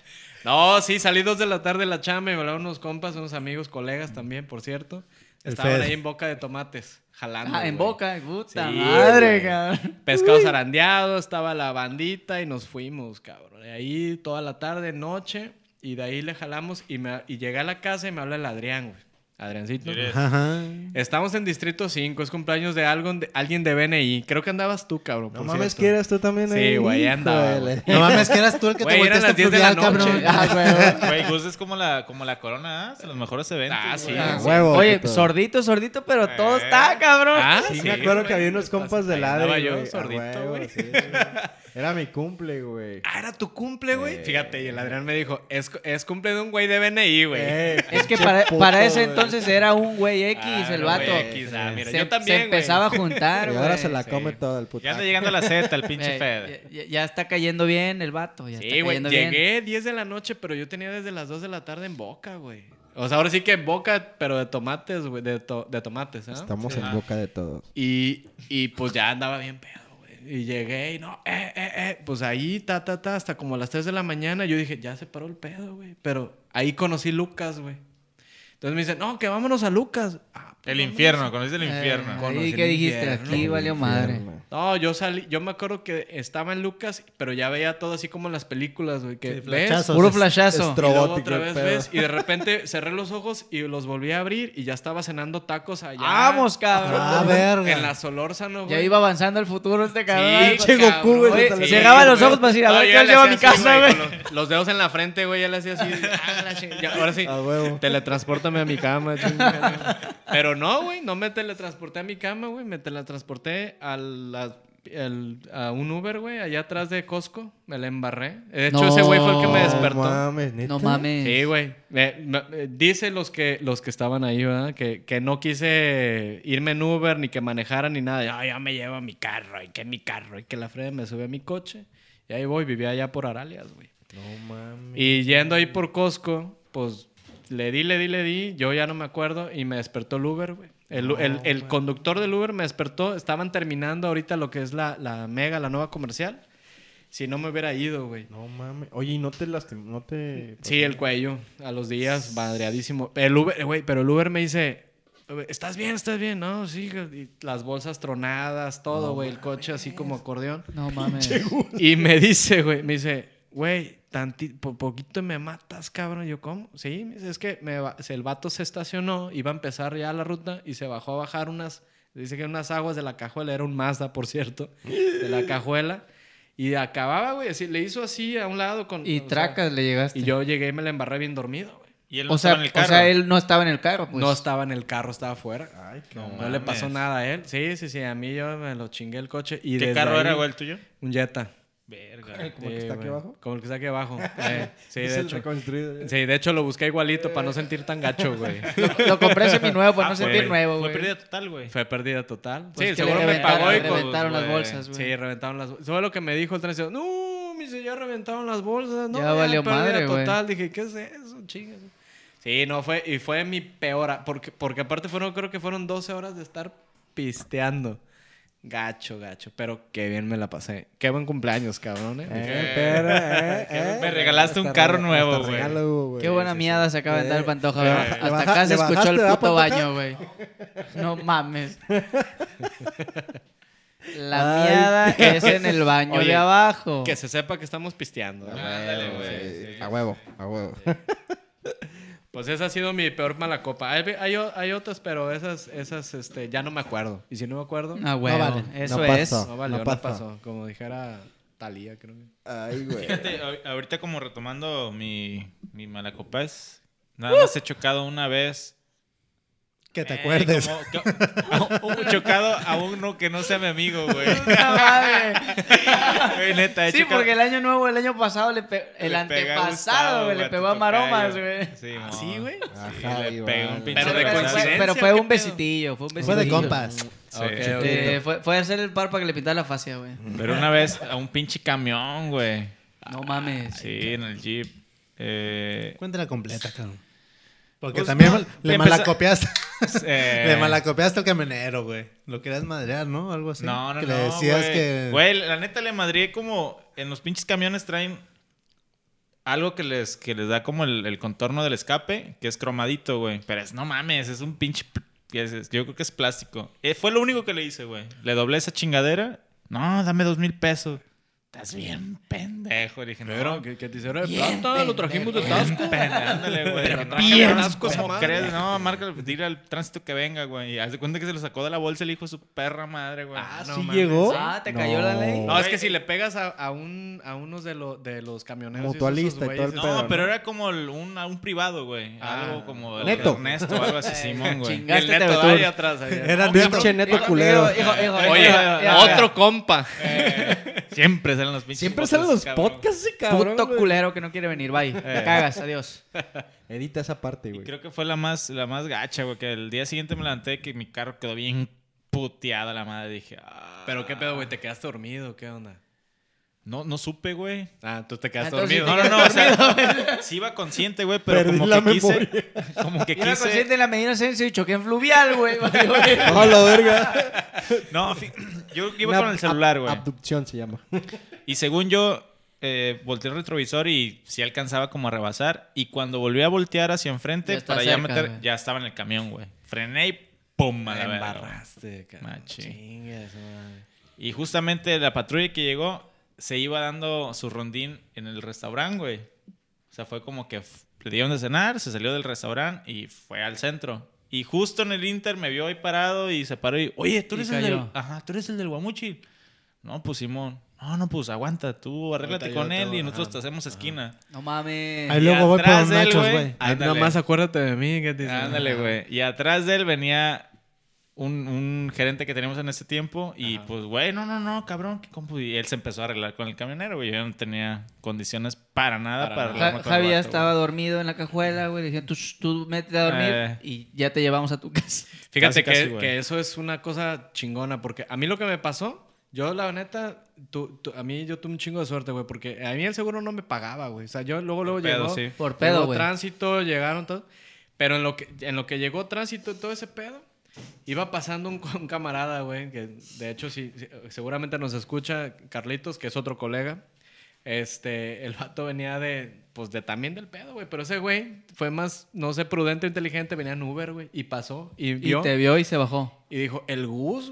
S4: No, sí, salí dos de la tarde de la chamba y me hablaron unos compas, unos amigos, colegas también, por cierto.
S3: El
S4: Estaban
S3: Fed.
S4: ahí en Boca de Tomates, jalando.
S2: Ah, en
S4: güey.
S2: boca, puta
S4: Sí,
S2: madre,
S4: güey.
S2: cabrón.
S4: Pescado zarandeado, estaba la bandita y nos fuimos, cabrón. De ahí toda la tarde, noche, y de ahí le jalamos y, me, y llegué a la casa y me habla el Adrián, güey. Adriancito.
S5: Mire.
S3: Ajá.
S4: Estamos en Distrito cinco, es cumpleaños de, algo, de alguien de B N I. Creo que andabas tú, cabrón.
S1: No
S4: por
S1: mames,
S4: cierto.
S1: que eras tú también
S4: Sí,
S1: ahí.
S4: güey, ahí andaba,
S1: Híjole.
S4: güey.
S3: No mames, que eras tú el que
S4: Güey,
S3: te
S4: eran
S3: volteaste
S4: las diez de la
S3: fluvial,
S4: noche.
S3: cabrón.
S2: Ah, güey.
S5: Güey, Gus es como la, como la corona, ¿ah? De los mejores eventos.
S4: Ah, sí.
S5: güey.
S2: Ah,
S4: sí.
S1: Huevo,
S2: Oye,
S1: puto.
S2: sordito, sordito, pero todo
S5: Eh.
S2: está, cabrón.
S4: Ah,
S1: Sí, me acuerdo que había unos compas de
S4: Ahí
S1: ladre,
S4: andaba yo,
S1: güey. A
S4: sordito,
S1: huevo,
S4: güey.
S1: sí, güey. Era mi cumple, güey.
S4: Ah, era tu cumple, güey.
S1: Eh.
S4: Fíjate, y el Adrián me dijo, es, es cumple de un güey de B N I, güey.
S1: Eh,
S2: Es que
S1: pinche
S2: para,
S1: puto,
S2: para ese
S1: güey.
S2: entonces era un güey X,
S4: Ah,
S2: el
S4: no,
S2: vato.
S4: güey, X, ah, mira,
S2: se,
S4: yo también,
S2: se empezaba
S4: güey.
S2: a juntar,
S1: Y
S2: güey.
S1: ahora se la
S4: sí.
S1: come toda el puto.
S5: Ya anda llegando a la Z, el pinche
S2: Eh,
S5: Fede.
S2: ya, ya está cayendo bien el vato. Ya
S4: Sí,
S2: está
S4: güey.
S2: cayendo
S4: Llegué
S2: bien.
S4: diez de la noche, pero yo tenía desde las dos de la tarde en Boca, güey. O sea, ahora sí que en Boca, pero de tomates, güey. De, to- de tomates, ¿eh?
S1: Estamos
S5: Sí.
S1: en boca de todos.
S4: Y, y pues ya andaba bien pedo, güey. Y llegué y no, eh, eh, eh. Pues ahí, ta, ta, ta, hasta como a las tres de la mañana. Yo dije, ya se paró el pedo, güey. Pero ahí conocí Lucas, güey. Entonces me dice, no, que vámonos a Lucas. Ah, pues
S5: El
S4: vámonos.
S5: infierno, conociste el
S2: Eh,
S5: infierno.
S4: Conocí
S2: Ahí
S4: el
S2: que dijiste,
S4: infierno,
S2: aquí valió madre.
S1: Infierno.
S4: No, yo salí, yo me acuerdo que estaba en Lucas, pero ya veía todo así como en las películas, güey. Que
S3: Sí,
S4: ves,
S3: flashazos.
S2: Puro
S3: Es-
S2: flashazo.
S1: es
S4: y luego
S1: Robótico
S4: otra
S1: el
S4: vez
S1: pedo.
S4: ves, y de repente cerré los ojos y los volví a abrir y ya estaba cenando tacos allá.
S2: Vamos, cabrón.
S3: Ah, verga.
S4: En la Solórzano, güey.
S2: Ya iba avanzando el futuro este cabrón.
S4: Sí,
S1: Pinche Goku,
S4: cabrón.
S1: güey,
S2: Oye,
S1: se te le-
S2: cerraba los
S4: güey.
S2: ojos para decir, a ver,
S4: No,
S2: ¿qué
S4: ya
S2: os
S4: le
S2: llevo a mi
S4: hacía así,
S2: casa, güey?
S4: con Los, los dedos en la frente, güey, ya le hacía así. Ah, la ching- ya, ahora sí.
S1: A huevo.
S4: Teletranspórtame a mi cama, chinga. Pero no, güey, no me teletransporté a mi cama, güey. Me teletransporté a, la- el- a un Uber, güey, allá atrás de Costco. Me la embarré. De hecho,
S2: No.
S4: ese güey fue el que me
S1: No
S4: despertó.
S1: mames, ¿neta?
S2: No mames.
S4: Sí, güey. Me- me- eh, dice los que, los que estaban ahí, ¿verdad? Que, que no quise irme en Uber, ni que manejara, ni nada. Ay, ya me llevo a mi carro, y que mi carro, y que la frega me sube a mi coche. Y ahí voy, vivía allá por Aralias, güey.
S1: No mames.
S4: Y yendo ahí por Costco, pues le di, le di, le di. Yo ya no me acuerdo y me despertó el Uber, güey. El, el- el conductor del Uber me despertó. Estaban terminando ahorita lo que es la, la Mega, la nueva comercial. Si no me hubiera ido, güey.
S1: No mames. Oye, ¿y no te lastimó? ¿No te...?
S4: Sí, el cuello. A los días, madreadísimo. El Uber, güey, pero el Uber me dice... ¿Estás bien? ¿Estás bien? No, sí. Y las bolsas tronadas, todo, güey. El coche así como acordeón.
S2: No mames.
S4: Y me dice, güey, me dice... güey, tanti- po- poquito me matas, cabrón. Yo, ¿cómo? Sí, me dice, es que me va- el vato se estacionó, iba a empezar ya la ruta y se bajó a bajar unas, dice que unas aguas de la cajuela, era un Mazda, por cierto, de la cajuela. Y acababa, güey, así, le hizo así a un lado con...
S2: Y
S4: o sea,
S2: tracas le llegaste.
S4: y yo llegué y me la embarré bien dormido, güey.
S5: Y él no
S2: o, sea,
S5: estaba en el carro.
S2: o sea, él no estaba en el carro, pues.
S4: No estaba en el carro, estaba afuera.
S1: Ay,
S5: No
S4: No le pasó
S5: mames.
S4: nada a él. Sí, sí, sí. A mí yo me lo chingué el coche. Y
S5: ¿Qué
S4: desde
S5: carro
S4: ahí-
S5: era, güey, el tuyo?
S4: Un Jetta.
S5: Verga.
S1: ¿Como el que
S4: Sí,
S1: está aquí
S4: güey.
S1: abajo?
S4: Como el que está aquí abajo. Eh, sí,
S1: Es
S4: de
S1: el
S4: hecho.
S1: reconstruido.
S4: Sí, de hecho lo busqué igualito para no sentir tan gacho, güey.
S2: Lo, lo compré seminuevo para
S5: Ah,
S2: no
S5: fue-
S2: sentir nuevo,
S5: Fue
S2: güey.
S5: pérdida total, güey.
S4: Fue pérdida total.
S2: Pues
S4: sí,
S2: que
S4: seguro
S2: le
S4: me
S2: reventaron-
S4: pagó y
S2: le
S4: con...
S2: reventaron las
S5: güey.
S2: bolsas, güey.
S4: Sí, reventaron las bolsas. Eso fue lo que me dijo el tránsito. No, me dice, ya reventaron las bolsas. No,
S2: Ya valió
S4: pérdida
S2: madre, güey.
S4: total. Dije, ¿qué es eso? Chingas. Sí, no, fue... Y fue mi peor... Porque, porque aparte fueron... Creo que fueron doce horas de estar pisteando. Gacho, gacho. Pero qué bien me la pasé. Qué buen cumpleaños, cabrón, eh.
S1: Eh, pero, eh, eh.
S5: Me regalaste un
S1: Hasta
S5: carro
S1: rega-
S5: nuevo,
S1: hasta
S5: güey.
S1: regalo hubo, güey.
S2: Qué buena miada se acaba de dar el Pantoja,
S1: le
S2: güey.
S1: baja- le
S2: Hasta
S1: baja-
S2: acá se
S1: le
S2: escuchó
S1: bajaste,
S2: el
S1: ¿verdad,
S2: puto
S1: Pantoja?
S2: baño, güey. No mames. La
S1: Ay.
S2: miada es en el baño
S4: Oye,
S2: de abajo.
S4: Que se sepa que estamos pisteando. ¿no?
S5: Ándale, güey.
S1: Sí, a huevo, a huevo.
S4: Pues esa ha sido mi peor mala copa. Hay, hay, o- hay otras, pero esas, esas este, ya no me acuerdo. Y si no me acuerdo,
S2: Ah, güey.
S1: vale,
S2: Eso
S1: no
S2: es.
S1: pasó.
S4: no valió,
S1: no
S4: no
S1: pasó.
S4: pasó. Como dijera Talía, creo que.
S1: Ay, güey.
S5: Fíjate, ahor- ahorita como retomando mi, mi malacopés, nada más he chocado una vez.
S3: Que te
S5: Eh,
S3: acuerdes.
S5: como que- a- a- chocado a uno que no sea mi amigo, güey.
S2: Puta madre.
S5: Güey, neta, he
S2: Sí,
S5: chocado-
S2: porque el año nuevo, el año pasado, le pe- el
S5: le pega a
S2: antepasado,
S5: Gustavo,
S2: güey, le
S5: tu
S2: pegó a
S5: tocayo.
S2: Maromas, güey.
S5: Sí,
S4: ¿Ah,
S5: mo.
S4: sí, güey?
S5: Sí,
S1: Ajá,
S5: le
S1: Iván.
S5: pegó un pinche
S4: Pero de
S2: Pero fue-
S4: coincidencia,
S2: pero
S4: ¿o
S2: fue
S4: qué
S2: un
S4: pedo?
S2: besitillo, fue un
S3: Fue
S2: besitillo.
S3: de compas.
S5: Sí.
S4: Ok,
S2: Eh,
S4: ok.
S2: fue, fue hacer el par para que le pintara la fascia, güey.
S5: Pero una vez a un pinche camión, güey.
S2: No mames.
S5: Sí, en el Jeep. Eh,
S3: Cuéntala completa, cabrón. Porque
S5: Pues,
S3: también
S5: no,
S3: le
S5: empeza-
S3: malacopiaste.
S5: eh,
S3: Le malacopiaste al camionero, güey. Lo querías madrear, ¿no? Algo así.
S5: No, no,
S3: que
S5: no.
S3: le decías
S5: güey.
S3: que.
S5: Güey, la neta le madrié como. En los pinches camiones traen algo que les, que les da como el, el contorno del escape, que es cromadito, güey. Pero es, no mames, es un pinche. pl- que es- yo creo que es plástico. Eh, fue lo único que le hice, güey. Le doblé esa chingadera. No, dame dos mil pesos. Estás bien pendejo. Le dije, no.
S4: Pero, ¿qué, qué te hicieron?
S2: Bien
S4: Plata, lo
S2: pendejo.
S4: trascimos de
S5: Bien
S4: Tasco.
S5: pende- Ándale, güey.
S4: Pero
S5: No,
S4: bien
S5: cabrón,
S4: asco esa
S5: ¿cómo
S4: madre.
S5: crees? No, marca, dile al tránsito que venga, güey. Y haz de cuenta que se lo sacó de la bolsa el hijo de su perra madre, güey.
S4: Ah, no
S1: ¿Sí
S4: mames.
S1: llegó?
S2: Ah, ¿te cayó la ley?
S4: No, es que si le pegas a, a, un, a unos de, lo- de los camioneros... y
S1: Mutualista
S4: esos
S1: y todo el
S4: güeyes,
S1: pedo,
S5: No,
S1: ¿no?
S5: pero era como el- un, un privado, güey.
S4: Ah.
S5: Algo como el
S1: Neto.
S5: Ernesto o algo así, Simón, güey.
S2: Chinga.
S4: El
S2: Gaste
S4: neto
S2: T V
S4: ahí
S2: Tour.
S4: atrás. ahí.
S3: Era
S5: No,
S3: neto.
S1: Pinche neto
S2: Hijo,
S1: culero.
S2: hijo, hijo, hijo,
S4: Oye,
S2: hijo, hijo,
S4: otro compa.
S5: Siempre salen los pinches
S1: Siempre
S5: podcasts,
S1: salen los
S5: cabrón.
S1: podcasts, ese cabrón.
S2: Puto
S1: güey.
S2: culero que no quiere venir, bye. La cagas, adiós.
S1: Edita esa parte,
S5: Y
S1: güey.
S5: creo que fue la más, la más gacha, güey. Que el día siguiente me levanté que mi carro quedó bien puteada la madre. Dije, ah.
S4: Pero qué pedo, güey, ¿te quedaste dormido? ¿Qué onda?
S5: No, no supe, güey.
S4: Ah, tú te quedaste
S2: Entonces,
S4: dormido.
S5: No, no, no. O sea, sí iba consciente, güey, pero
S1: Perdí
S5: como
S1: la
S5: que quise.
S1: memoria.
S5: Como que
S2: Iba
S5: quise.
S2: consciente en la medida inocencia y choqué en fluvial, güey.
S1: ¡Oh, la verga!
S5: No, fi- yo iba
S1: Una
S5: con el celular,
S1: ab-
S5: güey.
S1: Abducción se llama.
S5: Y según yo, eh, volteé el retrovisor y sí alcanzaba como a rebasar. Y cuando volví a voltear hacia enfrente
S2: Ya está
S5: para ya
S2: cerca,
S5: meter,
S2: güey.
S5: ya estaba en el camión, güey. Frené y pum, a
S4: Me
S5: la verga, güey.
S4: embarraste, cabrón.
S5: Machín.
S4: Chinga esa madre.
S5: Y justamente la patrulla que llegó se iba dando su rondín en el restaurante, güey. O sea, fue como que f- le dieron de cenar, se salió del restaurante y fue al centro. Y justo en el Inter me vio ahí parado y se paró y, oye, tú
S2: Y
S5: eres el del...
S2: cayó.
S5: Ajá, tú eres el del Guamuchil. No, pues Simón. No, no, pues aguanta, tú arréglate
S4: Ahorita yo
S5: con
S4: te
S5: él
S4: voy-
S5: y nosotros
S4: ajá,
S5: te hacemos esquina.
S2: No mames.
S3: Ahí
S5: Y
S3: luego voy por
S5: atrás
S3: los
S5: de él,
S3: nachos,
S5: güey.
S3: güey.
S4: Ahí
S5: Ándale.
S4: nomás acuérdate de mí. ¿Qué te dice?
S5: Ándale, güey. Y atrás de él venía un, un gerente que teníamos en ese tiempo. Y
S4: Ajá.
S5: pues, güey, no, no, no, cabrón. ¿qué compu-?" Y él se empezó a arreglar con el camionero, güey. Yo no tenía condiciones para nada
S4: Para
S5: para,
S4: nada.
S5: arreglarme
S2: Ja-
S5: con el
S2: Javi ya
S5: vato,
S2: estaba
S5: güey.
S2: dormido en la cajuela, güey. Le dije, tú, tú métete a dormir
S5: Eh.
S2: y ya te llevamos a tu casa.
S4: Fíjate
S5: Casi,
S4: que,
S5: casi, güey.
S4: que eso es una cosa chingona, porque a mí lo que me pasó, yo la neta, tú- tú- a mí yo tuve un chingo de suerte, güey, porque a mí el seguro no me pagaba, güey. O sea, yo luego, luego
S5: Por pedo,
S4: llegó,
S5: sí.
S2: Por pedo,
S4: llegó
S2: güey.
S4: tránsito, llegaron todos, pero en lo que, en lo que llegó tránsito y todo ese pedo, iba pasando un, un camarada, güey, que de hecho sí, sí, seguramente nos escucha, Carlitos, que es otro colega. Este, el vato venía de, pues de también del pedo, güey, pero ese güey fue más, no sé, prudente o inteligente, venía en Uber, güey, y pasó, y
S2: Y
S4: vio,
S2: te vio y se bajó.
S4: y dijo, el Gus, güey.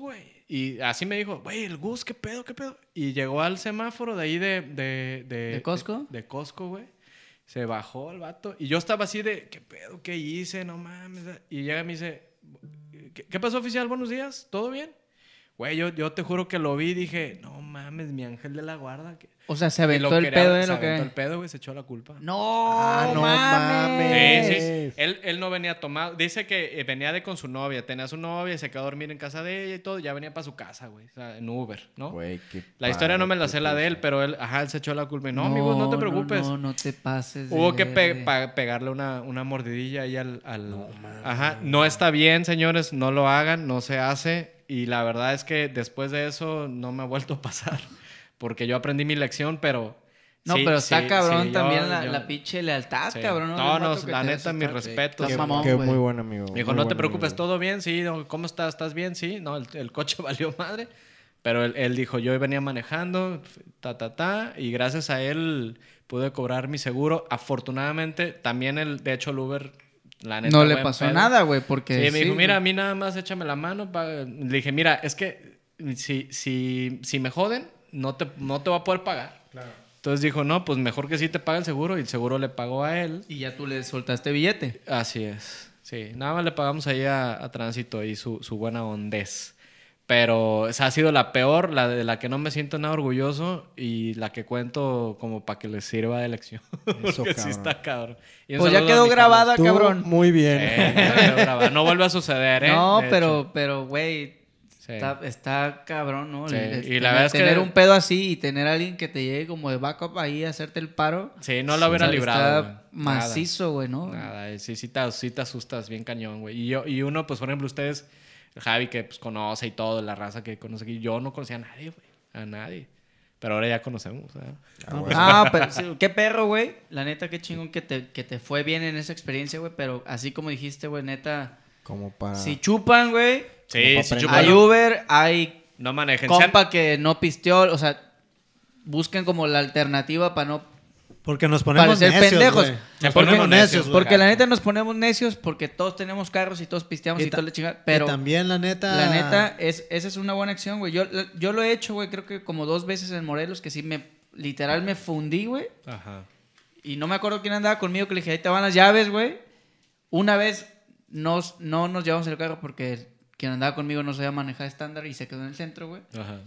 S4: y así me dijo, güey, el Gus, ¿qué pedo, qué pedo? Y llegó al semáforo de ahí de... ¿De, de,
S2: ¿De Costco?
S4: De, de Costco, güey. Se bajó el vato. Y yo estaba así de, ¿qué pedo, qué hice? No mames. Y llega y me dice, ¿qué, qué pasó, oficial? Buenos días, ¿todo bien? Güey, yo, yo te juro que lo vi y dije, no mames, mi ángel de la guarda. Que...
S2: O sea, se
S4: Y
S2: aventó
S4: lo
S2: el
S4: quería-
S2: pedo, ¿eh?
S4: Se
S2: ¿Lo
S4: aventó el
S2: que?
S4: pedo, güey, se echó la culpa.
S2: No,
S3: Ah, no
S2: mames.
S4: Sí, sí. Él, él no venía tomado. Dice que eh, venía de con su novia. Tenía a su novia y se quedó a dormir en casa de ella y todo. Ya venía para su casa, güey. O sea, en Uber, ¿no?
S1: Güey, qué
S4: La historia no me la
S1: padre,
S4: sé la de él,
S1: qué
S4: pero él, ajá, él se echó la culpa. Y no, amigos, no te preocupes.
S2: No, no, te pases. de
S4: Hubo que pe-
S2: verde.
S4: pa- pegarle una, una mordidilla ahí al... al- Ajá, no está bien, señores, no lo hagan, no se hace. Y la verdad es que después de eso no me ha vuelto a pasar. Porque yo aprendí mi lección, pero...
S2: No,
S4: sí,
S2: pero está
S4: sí,
S2: cabrón
S4: sí,
S2: también
S4: yo-
S2: la,
S4: yo-
S2: la pinche lealtad,
S4: sí.
S2: cabrón.
S4: No,
S2: Del
S4: no,
S2: vato que
S4: la
S2: te
S4: neta,
S2: hace
S4: mis
S2: estar-
S4: respetos.
S2: Estás
S4: Qué-
S2: mamón,
S1: Qué
S2: güey.
S1: muy buen amigo.
S4: Me dijo,
S1: muy
S4: no te
S1: buen
S4: preocupes,
S1: amigo.
S4: ¿todo bien? Sí, no, ¿cómo estás? ¿Estás bien? Sí, no, el, el coche valió madre. Pero él, él dijo, yo venía manejando, ta, ta, ta, y gracias a él pude cobrar mi seguro. Afortunadamente, también, el, de hecho, el Uber, la neta,
S2: No le
S4: buen
S2: pasó
S4: pedo.
S2: nada, güey, porque...
S4: Sí, me dijo,
S2: sí,
S4: mira, a
S2: güey.
S4: mí nada más échame la mano. pa-". Le dije, mira, es que si, si, si me joden, no te, no te voy a poder pagar. Entonces dijo, no, pues mejor que sí te pague el seguro. Y el seguro le pagó a él.
S2: Y ya tú le soltaste billete.
S4: Así es. Sí, nada más le pagamos ahí a, a Tránsito y su, su buena hondez. Pero esa ha sido la peor, la de la que no me siento nada orgulloso y la que cuento como para que les sirva de lección.
S1: Eso,
S4: Porque sí
S1: cabrón.
S4: está cabrón. Y un
S2: Pues ya
S4: saludo a
S2: quedó
S4: mi
S2: grabada,
S1: Tú,
S2: cabrón.
S1: muy bien.
S4: Eh, ya quedó grabada. No vuelve a suceder, ¿eh?
S2: No,
S4: De
S2: pero,
S4: hecho.
S2: pero, güey,
S4: Sí.
S2: está, está cabrón, ¿no?
S4: Sí,
S2: El- el
S4: y la
S2: tener,
S4: verdad es que-
S2: tener un pedo así y tener a alguien que te llegue como de backup ahí a hacerte el paro.
S4: Sí, no lo hubiera
S2: Está-
S4: librado,
S2: Está
S4: güey.
S2: macizo, güey, ¿no?
S4: Nada, eh, sí, sí te, sí te asustas bien cañón, güey. Y, yo, y uno, pues, por ejemplo, ustedes, el Javi que pues, conoce y todo, la raza que conoce aquí, yo no conocía a nadie, güey. A nadie. Pero ahora ya conocemos, ¿eh?
S2: Ah, pero sí, qué perro, güey. La neta, qué chingón que te, que te fue bien en esa experiencia, güey. Pero así como dijiste, güey, neta,
S1: Como para...
S2: si chupan, güey,
S4: Sí,
S1: Como
S4: sí,
S1: pa'
S4: chupan.
S2: hay Uber, hay
S4: No manejen. Sean-
S2: compa que no pisteó, o sea, busquen como la alternativa para no...
S3: Porque nos ponemos
S2: Parecer
S3: necios,
S2: pendejos.
S3: güey.
S4: Se
S3: Nos
S4: ponemos
S3: ponemos
S4: necios,
S3: necios, güey.
S2: Porque la neta nos ponemos necios porque todos tenemos carros y todos pisteamos y,
S3: Y ta-
S2: todo le chingada. Pero
S3: Y también, la neta...
S2: la neta, es, esa es una buena acción, güey. Yo, yo lo he hecho, güey, creo que como dos veces en Morelos, que sí me, literal me fundí, güey.
S4: Ajá.
S2: Y no me acuerdo quién andaba conmigo, que le dije, ahí te van las llaves, güey. Una vez nos, no nos llevamos el carro porque quien andaba conmigo no sabía manejar estándar y se quedó en el centro, güey.
S4: Ajá.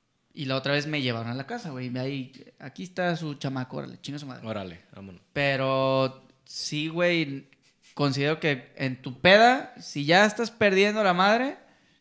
S2: Y la otra vez me llevaron a la casa, güey. Y ahí, aquí está su chamaco, órale, chinga su madre.
S4: Órale, vámonos.
S2: Pero sí, güey, considero que en tu peda, si ya estás perdiendo la madre,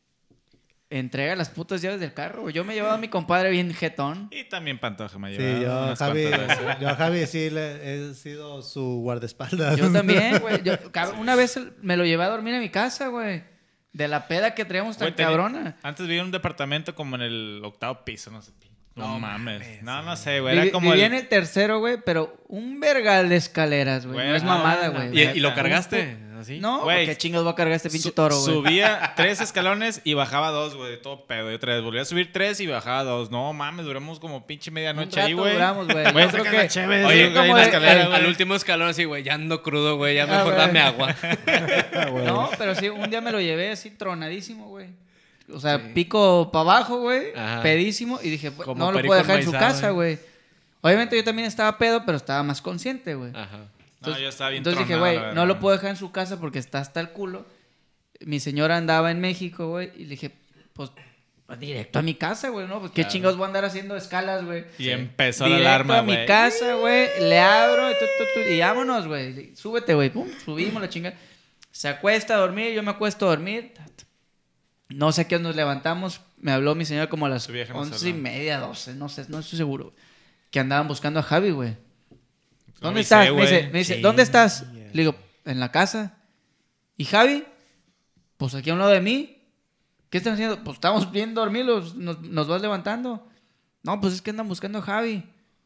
S2: entrega las putas llaves del carro, güey. Yo me he llevado a mi compadre bien jetón.
S5: Y también Pantoja me ha
S3: Sí,
S5: llevado
S3: yo a
S5: unas
S3: Javi,
S5: cuantas veces.
S3: yo a Javi sí le he sido su guardaespaldas.
S2: Yo también, güey. Yo, cab- Una vez me lo llevé a dormir a mi casa, güey. De la peda que traíamos tan
S5: Güey, tenía-
S2: cabrona.
S5: Antes vivía en un departamento como en el octavo piso, no sé. No,
S4: No
S5: mames.
S4: mames,
S5: No, no sé, güey.
S2: Vivi-
S5: Era como
S2: vivía
S5: el...
S2: en el tercero, güey, pero un vergal de escaleras, güey.
S5: Güey,
S2: No es
S5: ah,
S2: mamada,
S5: no,
S2: güey.
S4: ¿Y, y lo
S5: Neta.
S4: cargaste? ¿Así?
S2: No,
S5: Güey,
S2: ¿qué chingados va a cargar este pinche
S5: Su-
S2: toro, güey?
S5: Subía tres escalones y bajaba dos, güey, de todo pedo. Y otra vez volvía a subir tres y bajaba dos. No mames, duramos como pinche
S2: Un
S5: medianoche ahí,
S2: rato
S5: güey.
S2: duramos, güey.
S5: Güey,
S2: Yo creo
S5: sacan
S2: que-
S5: la chévere,
S4: Oye,
S5: güey, en la
S2: como
S5: escalera,
S2: el-
S5: güey.
S4: Al último escalón así, güey, ya ando crudo, güey, ya
S2: Ah,
S4: mejor
S2: güey.
S4: dame agua.
S1: Ah, güey.
S2: No, pero sí, un día me lo llevé así tronadísimo, güey. O sea, pico para abajo, güey.
S4: Ajá.
S2: Pedísimo. Y dije, pues,
S4: Como
S2: no lo
S4: perico
S2: puedo dejar en su
S4: enmaizado,
S2: casa, güey. Obviamente yo también estaba pedo, pero estaba más consciente, güey.
S4: Ajá.
S5: No, yo estaba bien
S2: Entonces dije,
S5: tronado,
S2: güey,
S5: la
S2: no
S5: verdad.
S2: lo puedo dejar en su casa porque está hasta el culo. Mi señora andaba en México, güey. Y le dije, pues, pues, directo a mi casa, güey, ¿no? Pues qué
S4: Claro.
S2: chingados voy a andar haciendo escalas, güey.
S5: Y empezó la
S2: Directo
S5: alarma,
S2: a mi
S5: güey.
S2: casa, güey. Le abro y, tu, tu, tu, y vámonos, güey. Súbete, güey. Pum, subimos la chingada. Se acuesta a dormir, yo me acuesto a dormir. No sé a qué hora nos levantamos. Me habló mi señora como a las
S5: Su vieja nos
S2: once y
S5: habló.
S2: media, doce. No sé, no estoy seguro. Que andaban buscando a Javi, güey.
S5: No
S2: ¿Dónde
S5: me
S2: estás?
S5: sé,
S2: me dice,
S5: güey.
S2: me dice ¿dónde estás? Le digo, en la casa. ¿Y Javi? Pues aquí a un lado de mí. ¿Qué están haciendo? Pues estamos bien dormidos, nos, nos vas levantando. No, pues es que andan buscando a Javi.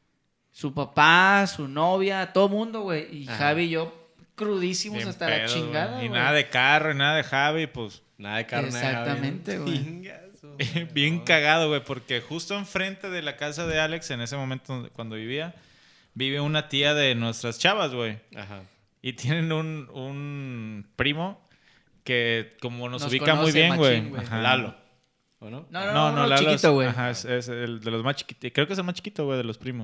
S2: Su papá, su novia, todo mundo, güey. Y
S4: Ajá.
S2: Javi y yo crudísimos
S5: Bien
S2: hasta la
S5: pedo,
S2: chingada,
S5: güey. Y
S2: güey.
S5: nada de carro, y nada de Javi, pues...
S4: Nada de carne.
S2: Exactamente,
S4: Javi.
S2: güey.
S4: Chingazo.
S5: Bien cagado, güey, porque justo enfrente de la casa de Alex, en ese momento cuando vivía, vive una tía de nuestras chavas, güey.
S4: Ajá.
S5: Y tienen un, un primo que como nos,
S2: Nos
S5: ubica muy
S2: conoce
S5: bien,
S2: machín,
S5: güey.
S2: güey.
S5: Ajá.
S4: Lalo. ¿O no?
S2: No, no,
S5: No,
S2: no,
S5: no,
S2: uno
S5: Lalo es-
S2: chiquito, güey.
S5: Ajá, es, es el de los más chiquitos. Creo que es el más chiquito, güey, de los primos.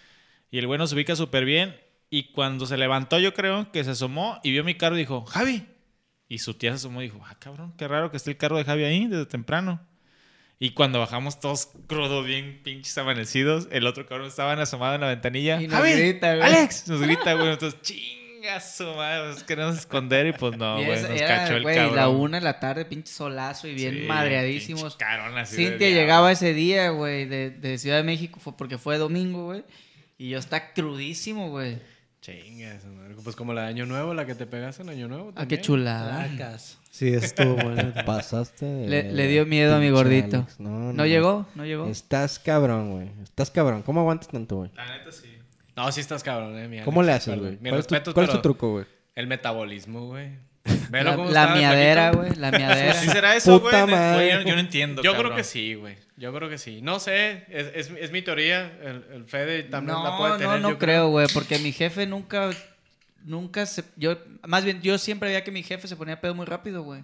S5: Y el güey nos ubica súper bien. Y cuando se levantó, yo creo que se asomó y vio mi carro y dijo, Javi. Y su tía se asomó y dijo, ah, cabrón, qué raro que esté el carro de Javi ahí desde temprano. Y cuando bajamos todos crudos, bien pinches amanecidos, el otro cabrón estaba asomado en la ventanilla.
S2: Y nos
S5: ¡Javi!
S2: grita, güey.
S5: ¡Alex! Nos grita, güey. Entonces, chinga su madre. Nos queremos esconder y pues no,
S2: Y
S5: güey.
S2: es-
S5: Nos
S2: era,
S5: cachó el
S2: güey,
S5: cabrón.
S2: la una de la tarde, pinche solazo y bien
S5: Sí,
S2: madreadísimos.
S5: pinche carón así de
S2: Cintia
S5: diablo.
S2: llegaba ese día, güey, de, de Ciudad de México, fue porque fue domingo, güey. Y yo está crudísimo, güey.
S4: Chinga, su madre. Pues como la de Año Nuevo, la que te pegaste en Año Nuevo.
S2: Ah, qué
S4: también.
S2: chulada.
S3: Sí, estuvo bueno.
S1: Pasaste. de-
S2: Le, le dio miedo a mi
S1: pinche
S2: gordito.
S1: Alex. No,
S2: ¿No,
S1: no.
S2: llegó? ¿No llegó?
S1: Estás cabrón, güey. Estás cabrón. ¿Cómo aguantas tanto, güey?
S5: La neta sí.
S4: No, sí estás cabrón, eh, mi
S1: ¿Cómo
S4: Alex,
S1: le haces,
S4: perdón.
S1: güey?
S4: Mis
S1: ¿Cuál, es tu,
S4: respetos,
S1: cuál es tu
S4: pero
S1: truco, güey?
S4: El metabolismo, güey. Velo
S2: La,
S4: cómo
S2: la
S4: está de
S2: miadera,
S4: flaquito.
S2: güey, la miadera.
S5: ¿Sí será eso, güey?
S1: Puta
S5: Ne-
S1: madre.
S5: güey, Yo, yo no entiendo,
S4: Yo
S5: cabrón.
S4: creo que sí, güey. Yo creo que sí. No sé, es, es, es mi teoría. El, el Fede también la puede
S2: No,
S4: tener.
S2: no,
S4: yo
S2: no creo, güey, porque mi jefe nunca, nunca se, yo, más bien, yo siempre veía que mi jefe se ponía pedo muy rápido, güey.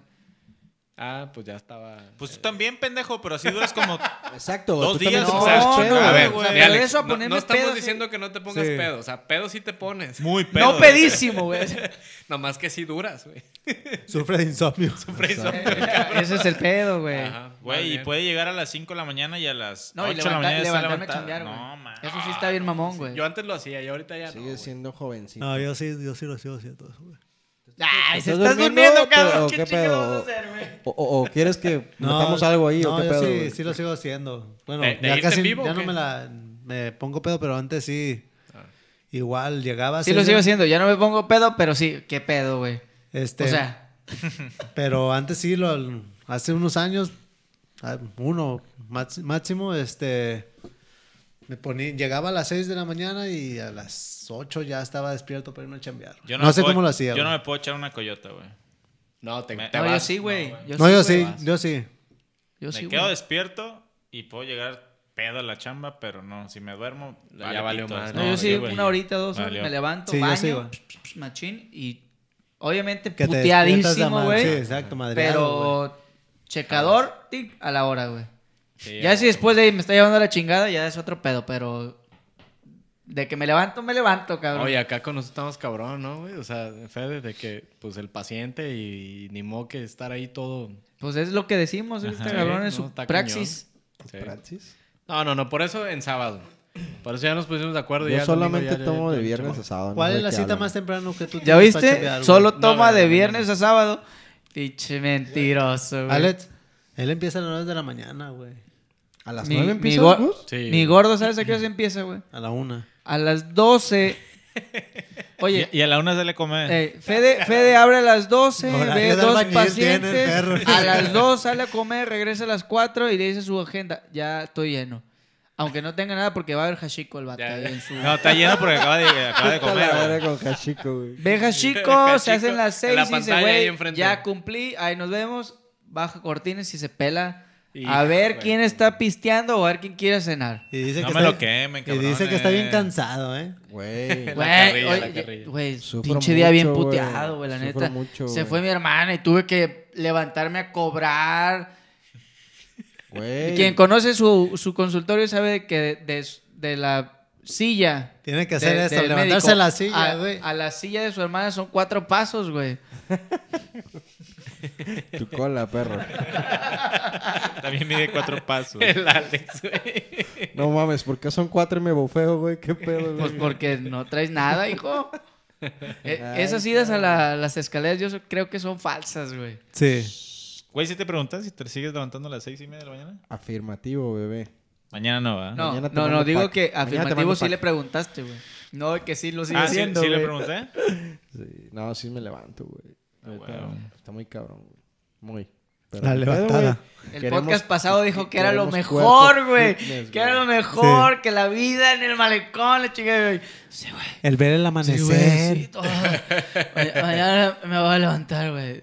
S4: Ah, pues ya estaba.
S5: Pues tú
S4: eh,
S5: también, pendejo, pero así duras como...
S1: Exacto,
S5: Dos
S1: tú también
S5: días,
S1: te
S5: o
S1: pones
S5: sea,
S1: pedo,
S5: a ver,
S1: güey.
S2: o sea,
S4: mi
S2: pero
S4: Alex,
S2: de eso a
S4: no-
S2: ponerme
S4: no, estamos
S2: pedo,
S4: diciendo
S2: sí.
S4: que no te pongas
S3: Sí.
S4: pedo. O sea, pedo sí te pones.
S5: Muy pedo.
S2: No pedísimo, güey.
S4: Nomás que sí duras, güey.
S3: Sufre de insomnio.
S4: Sufre insomnio.
S2: Ese es el pedo, güey.
S4: Ajá, más
S5: Güey, y
S4: bien.
S5: puede llegar a las cinco de la mañana y a las
S2: No, y
S5: ocho de la
S2: levanta-
S5: mañana ya está
S2: levantarme a
S5: levantado.
S2: chambear, güey.
S5: No, man.
S2: Eso sí está bien mamón, güey.
S4: Yo antes lo hacía y ahorita ya no.
S1: Sigue
S4: güey.
S1: siendo jovencito.
S3: No, yo sí, yo sí lo sigo haciendo eso, güey.
S2: Ay, se
S1: ¿Estás
S2: estás
S1: durmiendo,
S2: durmiendo, cabrón.
S1: o
S2: ¿Qué,
S1: qué
S2: chingados
S1: pedo?
S2: vas a hacer, güey?
S1: O, o- o quieres que
S3: No,
S1: metamos algo ahí
S3: no,
S1: o qué
S3: yo
S1: pedo,
S3: sí,
S1: güey?
S3: sí lo sigo haciendo. Bueno,
S4: ¿De- de
S3: ya
S4: irte
S3: casi
S4: en vivo
S3: ya
S4: o
S3: no
S4: qué?
S3: me la me pongo pedo, pero antes sí.
S4: Ah.
S3: Igual llegaba a
S2: Sí
S3: seis
S2: lo
S3: de-
S2: sigo haciendo. Ya no me pongo pedo, pero sí. ¿Qué pedo, güey?
S3: Este,
S2: O sea,
S3: pero antes sí lo hace unos años, ah, uno máx- máximo, este me ponía, llegaba a las seis de la mañana y a las ocho ya estaba despierto para irme a chambear.
S5: Yo
S3: no
S5: me
S3: sé
S5: puedo-
S3: cómo lo hacía.
S5: Yo no
S3: güey.
S5: me puedo echar una coyota, güey.
S4: No, te,
S5: Me-
S4: te
S2: no, yo
S4: vas.
S2: sí, güey.
S5: no,
S2: Yo
S3: No, yo
S2: güey.
S3: sí,
S4: vas.
S3: yo sí.
S2: Yo
S5: Me
S2: sí,
S5: quedo
S2: güey.
S5: despierto y puedo llegar pedo a la chamba, pero no, si me duermo,
S4: Ya
S5: vale
S4: valió
S5: pito.
S4: madre.
S2: No, yo sí,
S5: güey.
S2: una horita, dos horas,
S5: Valió.
S2: me levanto,
S3: Sí, yo
S2: baño,
S3: sí, güey.
S2: psh, psh, psh, machín, y obviamente
S3: Que te despiertas de
S2: puteadísimo,
S3: ma-
S2: güey.
S3: Sí, exacto, madreado, güey.
S2: pero checador, tic, a la hora, güey.
S4: Sí,
S2: Ya si después de ahí me está llevando a la chingada, ya es otro pedo, pero de que me levanto, me levanto, cabrón.
S4: Oye, acá con nosotros estamos cabrón, ¿no, güey? O sea, Fede, de que, pues, el paciente y, ni modo que estar ahí todo...
S2: Pues es lo que decimos, este
S4: Ajá.
S2: cabrón
S4: Sí,
S2: en su
S4: no, está
S2: praxis.
S4: Sí.
S1: ¿Praxis?
S4: No, no, no, por eso en sábado. Por eso ya nos pusimos de acuerdo. ya
S1: Yo
S4: el domingo
S1: solamente
S4: ya- ya-
S1: tomo de
S4: ya-
S1: viernes a sábado. no
S3: ¿Cuál
S1: sé
S3: es la
S1: qué
S3: cita
S1: hablan.
S3: más temprano que tú
S2: ¿Ya
S3: tienes para
S2: viste?
S3: chambear, güey?
S2: Solo
S4: No,
S2: toma
S4: de la
S2: de
S4: mañana.
S2: viernes a sábado. Pinche mentiroso, güey.
S3: Alex, él empieza a las nueve de la mañana, güey.
S1: ¿A las
S2: Mi-
S1: nueve
S2: mi
S1: empieza
S2: go-
S1: el bus?
S4: Sí.
S2: Mi gordo, ¿sabes a qué hora se empieza, güey?
S3: A la una.
S2: A las doce. Oye,
S5: Y, y a la una se le come.
S2: eh, Fede, Fede abre a las doce,
S3: Horario
S2: ve
S3: de
S2: dos
S3: albañil tiene el
S2: pacientes.
S3: perro.
S2: A las dos sale a comer, regresa a las cuatro y le dice su agenda. Ya estoy lleno. Aunque no tenga nada porque va a haber hashiko el vato
S4: Ya,
S2: ahí
S4: ya.
S2: en su...
S5: No, está lleno porque acaba de, acaba de
S1: Puta
S5: comer,
S1: la
S5: güey.
S1: verga con hashiko, güey.
S2: Ve hashiko,
S4: Hashiko,
S2: se hacen las
S4: en
S2: seis
S4: la
S2: y dice,
S4: pantalla ahí
S2: güey,
S4: enfrente.
S2: ya cumplí, ahí nos vemos. Baja cortines y se pela.
S4: Hijo,
S2: A ver
S4: güey.
S2: quién está pisteando o a ver quién quiere cenar.
S3: Y dice
S5: No
S3: que
S5: me
S3: está,
S5: lo quemen,
S3: Y dice
S5: cabrones.
S3: que está bien cansado, ¿eh?
S1: Güey.
S4: La
S2: Güey,
S4: carrilla,
S2: oye,
S4: la carrilla.
S2: güey,
S1: Sufro
S2: pinche día bien
S1: mucho, güey.
S2: puteado, güey, la
S1: Sufro
S2: neta.
S1: mucho,
S2: Se
S1: güey.
S2: fue mi hermana y tuve que levantarme a cobrar.
S1: Güey.
S2: Quien conoce su, su consultorio sabe que de, de- de la silla.
S3: Tiene que hacer
S2: de-
S3: esto,
S2: del
S3: levantarse
S2: médico
S3: a la silla,
S2: a-
S3: güey.
S2: A la silla de su hermana son cuatro pasos, güey.
S1: Tu cola, perro.
S5: También mide cuatro pasos.
S4: El Alex, güey.
S1: No mames, ¿por qué son cuatro y me bofeo, güey? ¿Qué pedo,
S2: Pues
S1: güey?
S2: porque no traes nada, hijo. Eh,
S1: Ay,
S2: esas idas a la- las escaleras yo so- creo que son falsas, güey.
S3: Sí.
S5: Güey, si te preguntas si te sigues levantando a las seis y media de la mañana.
S1: Afirmativo, bebé.
S5: Mañana no, ¿va?
S2: No,
S1: Mañana te
S2: no,
S1: mando
S2: no, digo
S1: pack.
S2: que
S1: Mañana te
S2: afirmativo
S1: mando
S2: sí
S1: pack.
S2: le preguntaste, güey. No, que sí lo sigue
S5: Ah, sí,
S2: haciendo,
S5: sí le
S2: güey.
S5: pregunté.
S1: Sí. No, sí me levanto, güey.
S5: Ah,
S1: Neta,
S5: bueno.
S1: Está muy cabrón, güey. Muy. Pero
S3: La
S1: ni pedo,
S3: levantada.
S1: güey.
S2: El
S1: Queremos-
S2: podcast pasado dijo que era lo
S1: queremos
S2: mejor,
S1: cuerpo
S2: güey.
S1: fitness,
S2: Que era
S1: güey.
S2: lo mejor, que la vida en el malecón, la chica, güey. Sí, güey.
S3: El ver el
S2: Sí,
S3: amanecer.
S2: güey, sí, todo. Ma- Mañana me voy a levantar, güey.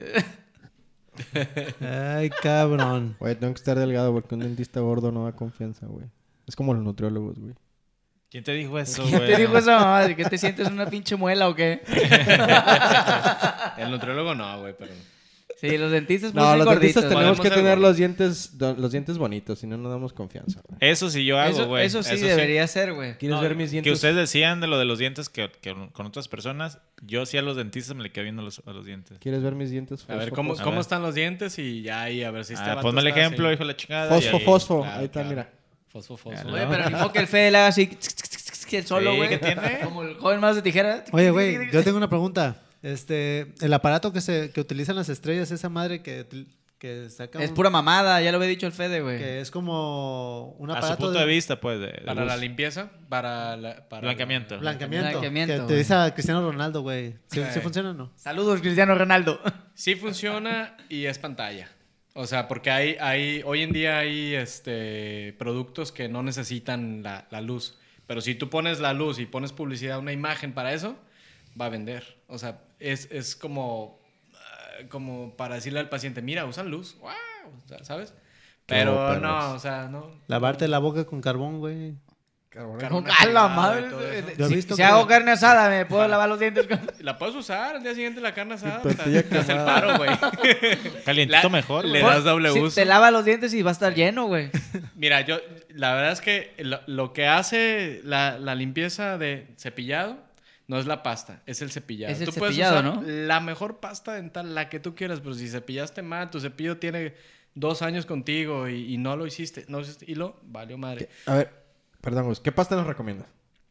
S3: Ay, cabrón.
S1: Güey, tengo que estar delgado porque un dentista gordo no da confianza, güey. Es como los nutriólogos, güey.
S5: ¿Quién te dijo eso,
S2: ¿Quién
S5: güey?
S2: te dijo esa mamá? ¿De qué te sientes una pinche muela o qué?
S4: El nutriólogo no, güey, pero...
S2: Sí, los dentistas pues,
S1: No,
S2: sí
S1: los dentistas
S2: gorditos.
S1: tenemos
S4: Podemos
S1: que
S4: ser
S1: tener
S4: gordos.
S1: los dientes, do- los dientes bonitos, si no, no damos confianza. güey.
S5: Eso sí yo hago,
S2: Eso,
S5: güey.
S2: eso sí debería ser, güey.
S1: ¿Quieres
S5: No,
S1: ver mis dientes?
S5: Que ustedes decían de lo de los dientes que, que con otras personas, yo sí a los dentistas me le quedo viendo los, a los dientes.
S1: ¿Quieres ver mis dientes?
S4: A ver,
S1: Fosfo,
S4: ¿cómo,
S1: fosfo.
S5: A
S4: cómo
S5: ver.
S4: están los dientes? Y ya ahí, a ver si este
S5: Ah,
S4: vato
S5: ponme el
S4: está
S5: ejemplo,
S4: así.
S5: hijo de la chingada.
S1: Fosfo,
S5: y ahí-
S1: fosfo.
S4: Claro,
S1: Ahí está,
S4: claro.
S1: mira.
S4: Fosfo, fosfo.
S5: Claro.
S2: Güey, pero ni modo que el Fede le haga así que el solo,
S5: Sí,
S2: güey.
S5: ¿qué tiene?
S2: Como el joven más de tijera.
S3: Oye, güey, yo tengo una pregunta. Este, el aparato que se que utilizan las estrellas, esa madre que, que saca
S2: Es
S3: un-
S2: pura mamada, ya lo había dicho el Fede, güey.
S3: que es como un
S5: A su
S3: aparato
S5: punto de vista, pues, de, de
S4: Para la
S5: luz.
S4: limpieza, para la... Para
S5: Blanqueamiento.
S4: la-
S3: blanqueamiento,
S2: Blanqueamiento,
S3: que
S2: güey.
S3: utiliza Cristiano Ronaldo, güey. ¿Sí, sí
S4: Eh.
S3: funciona o no?
S2: Saludos, Cristiano Ronaldo.
S4: Sí funciona y es pantalla. O sea, porque hay, hay, hoy en día hay este, productos que no necesitan la, la luz. Pero si tú pones la luz y pones publicidad, una imagen para eso, va a vender. O sea, es, es como, ah, como para decirle al paciente, mira, usan luz. ¡Wow! O sea, ¿sabes? Pero
S1: Qué perros.
S4: no, o sea, no.
S3: Lavarte la boca con carbón, güey.
S2: Con a la madre.
S4: todo eso.
S3: Yo he
S2: Si,
S3: visto
S2: si
S3: que-
S2: hago carne asada, ¿me puedo lavar los dientes con...?
S4: La puedes usar al día siguiente la carne asada.
S1: tortilla
S4: Te hace el
S1: quemada.
S4: paro, güey.
S5: Calientito
S4: La-
S5: mejor,
S4: le
S5: güey.
S4: das doble
S2: Si
S4: uso.
S2: te lava los dientes y va a estar lleno, güey.
S4: Mira, yo, la verdad es que lo, lo que hace la, la limpieza de cepillado no es la pasta, es el cepillado.
S2: Es el
S4: tú puedes
S2: cepillado,
S4: usar
S2: ¿no?
S4: la mejor pasta dental, la que tú quieras, pero si cepillaste mal, tu cepillo tiene dos años contigo y, y no lo hiciste, no hiciste, y lo valió madre.
S1: A ver, perdón, Gus, ¿qué pasta nos recomiendas?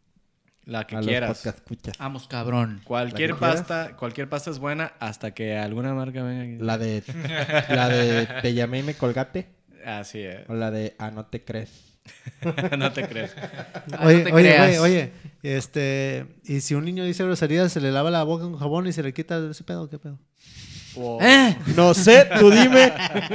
S4: La que
S1: A los
S4: quieras.
S1: podcast escuchas.
S2: Vamos, cabrón.
S4: Cualquier
S1: La que quieras.
S4: pasta, cualquier pasta es buena hasta que alguna marca venga aquí.
S1: La de, la de te llamé y me colgaste.
S4: Así es.
S1: O la de ah, no te crees.
S4: No te crees.
S2: Ah,
S3: Oye,
S2: no te
S3: oye,
S2: creas.
S3: oye, oye, este, y si un niño dice groserías, se le lava la boca con jabón y se le quita ese pedo, ¿qué pedo?
S4: O,
S2: ¿Eh?
S1: No sé, tú dime.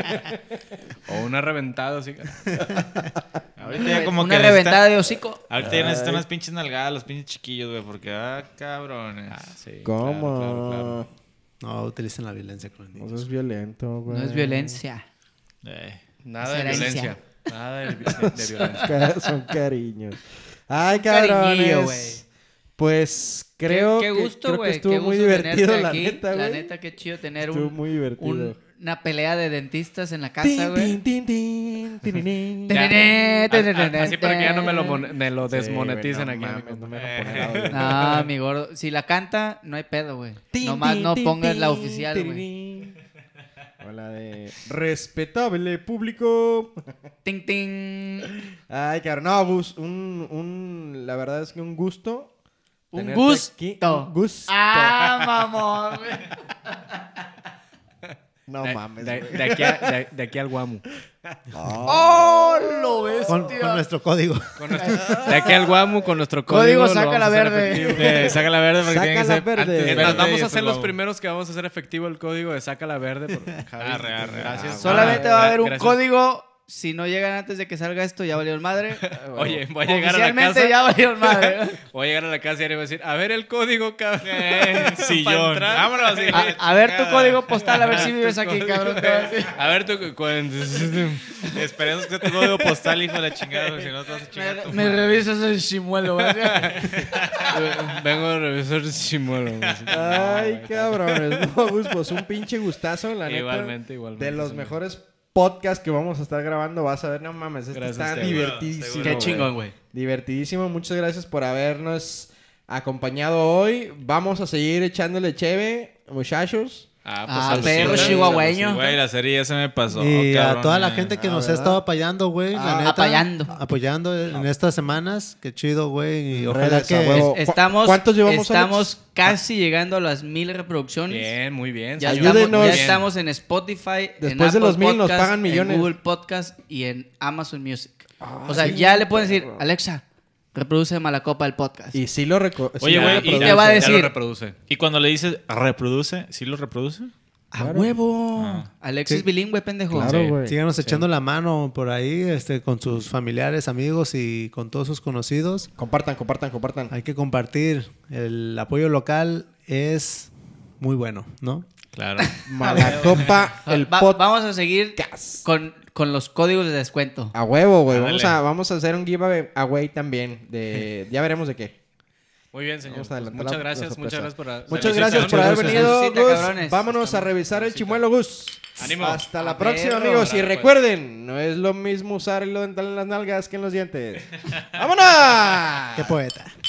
S4: o una reventada así.
S5: Ahorita ya como
S2: Una
S5: que
S2: reventada
S5: necesita-
S2: de hocico.
S5: Ahorita ya necesitan unas pinches nalgadas, los pinches chiquillos, güey, porque, ah, cabrones.
S4: Ah, sí,
S1: ¿Cómo?
S4: claro, claro, claro.
S3: No, utilicen la violencia con los niños.
S1: Eso es violento, güey.
S2: No es violencia.
S5: Eh.
S4: Nada
S2: Es
S4: de
S2: herencia.
S4: violencia. Nada de, de- de violencia.
S1: Ca- Son cariños. Ay,
S2: cariñillo,
S1: cabrones.
S2: güey.
S1: Pues creo,
S2: qué, qué
S1: que,
S2: gusto,
S1: creo que
S2: güey.
S1: estuvo
S2: Qué
S1: muy
S2: gusto
S1: divertido,
S2: tenerte
S1: la
S2: aquí.
S1: neta,
S2: La
S1: güey.
S2: neta, qué chido tener
S1: Estuvo
S2: un,
S1: muy divertido.
S2: un- una pelea de dentistas en la casa,
S1: Tin,
S2: güey.
S1: tin, tin, tin, tininín.
S4: Ya,
S2: Tenené,
S4: a-
S2: tenené,
S4: a- así para que ya no me lo, mon- me lo
S1: Sí,
S4: desmoneticen
S1: güey,
S4: aquí.
S1: no
S4: amigo.
S1: mames, no me dejan poner audio.
S2: No, mi gordo. Si la canta, no hay pedo, güey.
S1: Tin,
S2: Nomás
S1: tin,
S2: no
S1: tin,
S2: pongas la
S1: tin,
S2: oficial, güey.
S1: tirirín. O la de respetable público.
S2: Ting, ting.
S1: Ay, cabrón. No, Gus, un, un, la verdad es que un gusto.
S2: Un
S1: tenerte
S2: gusto.
S1: aquí. Un gusto.
S2: Ah, mamón, güey.
S1: No
S4: De,
S1: mames,
S4: de-
S1: güey.
S4: de aquí a- de- de aquí al Guamu.
S2: ¡Oh, lo ves,
S3: Con, con nuestro código.
S4: Con nuestro- de aquí al Guamu con nuestro
S2: Código
S4: código. lo
S2: saca
S4: vamos
S2: la
S4: a hacer
S2: verde.
S4: efectivo.
S5: Eh, saca la verde porque
S1: Saca
S5: tiene que
S1: la
S5: ser
S1: verde.
S5: antes
S1: Es
S4: Es
S5: verde
S4: más, vamos
S5: y
S4: a
S5: después
S4: ser los
S5: vamos.
S4: primeros que vamos a hacer efectivo el código de saca la verde. Por, Javi,
S5: Arre, arre,
S4: gracias.
S5: arre.
S2: Solamente
S4: Ah,
S2: va a haber un
S4: gracias.
S2: código. Si no llegan antes de que salga esto, ya valió el madre.
S4: Oye, voy a llegar a la
S2: Oficialmente
S4: casa.
S2: ya valió el madre.
S4: Voy a llegar a la casa y ahora voy a decir, a ver el código, cabrón.
S5: Eh,
S4: Pa'
S5: sillón.
S4: entrar.
S5: Vámonos. sí.
S2: A, a ver tu código postal, a ver si vives aquí,
S4: código.
S2: cabrón. te voy a decir.
S4: A ver tu... cu-
S5: Esperemos que sea tu código postal, hijo de la chingada, porque si no te vas a chingar tu
S2: Me, me
S5: madre.
S2: revisas el chimuelo, güey.
S4: Vengo a revisar el chimuelo.
S1: Ay, cabrones. No, Gus, pues un pinche gustazo, la neta.
S4: Igualmente, igualmente.
S1: De los
S4: sí.
S1: mejores podcasts que vamos a estar grabando. Vas a ver, no mames, este
S4: Gracias,
S1: está
S4: Teo.
S1: divertidísimo.
S5: Seguro,
S2: Qué
S1: güey.
S2: chingón, güey.
S1: Divertidísimo. Muchas gracias por habernos acompañado hoy. Vamos a seguir echándole cheve, muchachos.
S4: Ah,
S2: Ah,
S4: salud,
S2: perro
S4: salud,
S2: chihuahueño.
S4: salud.
S5: Güey, la serie ya se me pasó.
S3: Y a
S5: cabrón,
S3: toda la
S5: eh.
S3: gente que
S1: Ah,
S3: nos ha
S1: ¿verdad?
S3: estado apoyando, güey, la
S2: Ah,
S3: neta.
S2: apoyando.
S3: Apoyando en estas semanas. Qué chido, güey. Y ojalá
S1: Redes, a
S3: que...
S1: huevo.
S2: Es- estamos,
S1: ¿Cuántos llevamos,
S2: Estamos casi llegando a las mil reproducciones.
S4: Bien, muy bien.
S2: Ya,
S4: señor.
S2: estamos,
S1: Ayúdenos.
S2: ya
S4: Bien.
S2: estamos en Spotify,
S1: Después
S2: en
S1: de
S2: Apple
S1: los mil nos
S2: Podcast,
S1: pagan millones.
S2: en Google Podcast y en Amazon Music.
S1: Ah,
S2: o sea,
S1: sí,
S2: ya le pueden decir,
S1: perro.
S2: Alexa, reproduce Malacopa el podcast.
S1: Y sí lo reco- sí
S5: Oye,
S1: lo
S5: güey, y
S1: reproduce.
S2: te va a
S4: Ya
S2: decir-
S4: lo reproduce.
S5: Y cuando le dices reproduce, ¿sí lo reproduce?
S2: ¡A
S1: Claro.
S2: huevo!
S5: Ah.
S2: Alexis
S3: Sí.
S2: bilingüe, pendejo.
S1: Claro,
S4: Sí.
S1: güey.
S3: Síganos echando la mano por ahí, este, con sus familiares, amigos y con todos sus conocidos.
S1: Compartan, compartan, compartan.
S3: Hay que compartir. El apoyo local es muy bueno, ¿no?
S5: Claro.
S1: Malacopa, el
S2: Va-
S1: podcast.
S2: vamos a seguir con, con los códigos de descuento.
S1: A huevo, güey.
S5: Ándale.
S1: Vamos a, vamos a hacer un giveaway también. De, ya veremos de qué.
S4: Muy bien, señor.
S1: Vamos a
S4: Pues
S1: adelantar
S4: muchas
S1: la- la
S4: gracias,
S1: sorpresa.
S4: muchas gracias por la
S1: Muchas
S4: la
S1: gracias
S4: visita.
S1: por haber
S3: Muchas
S1: venido,
S2: Saludcita,
S1: Gus.
S2: cabrones.
S1: Vámonos a revisar el chimuelo, Gus.
S4: Ánimo.
S1: Hasta la
S2: A
S1: próxima,
S2: perro.
S1: amigos. Y
S4: Órale, pues.
S1: recuerden, no es lo mismo usar hilo dental en las nalgas que en los dientes. ¡Vámonos!
S3: Qué poeta.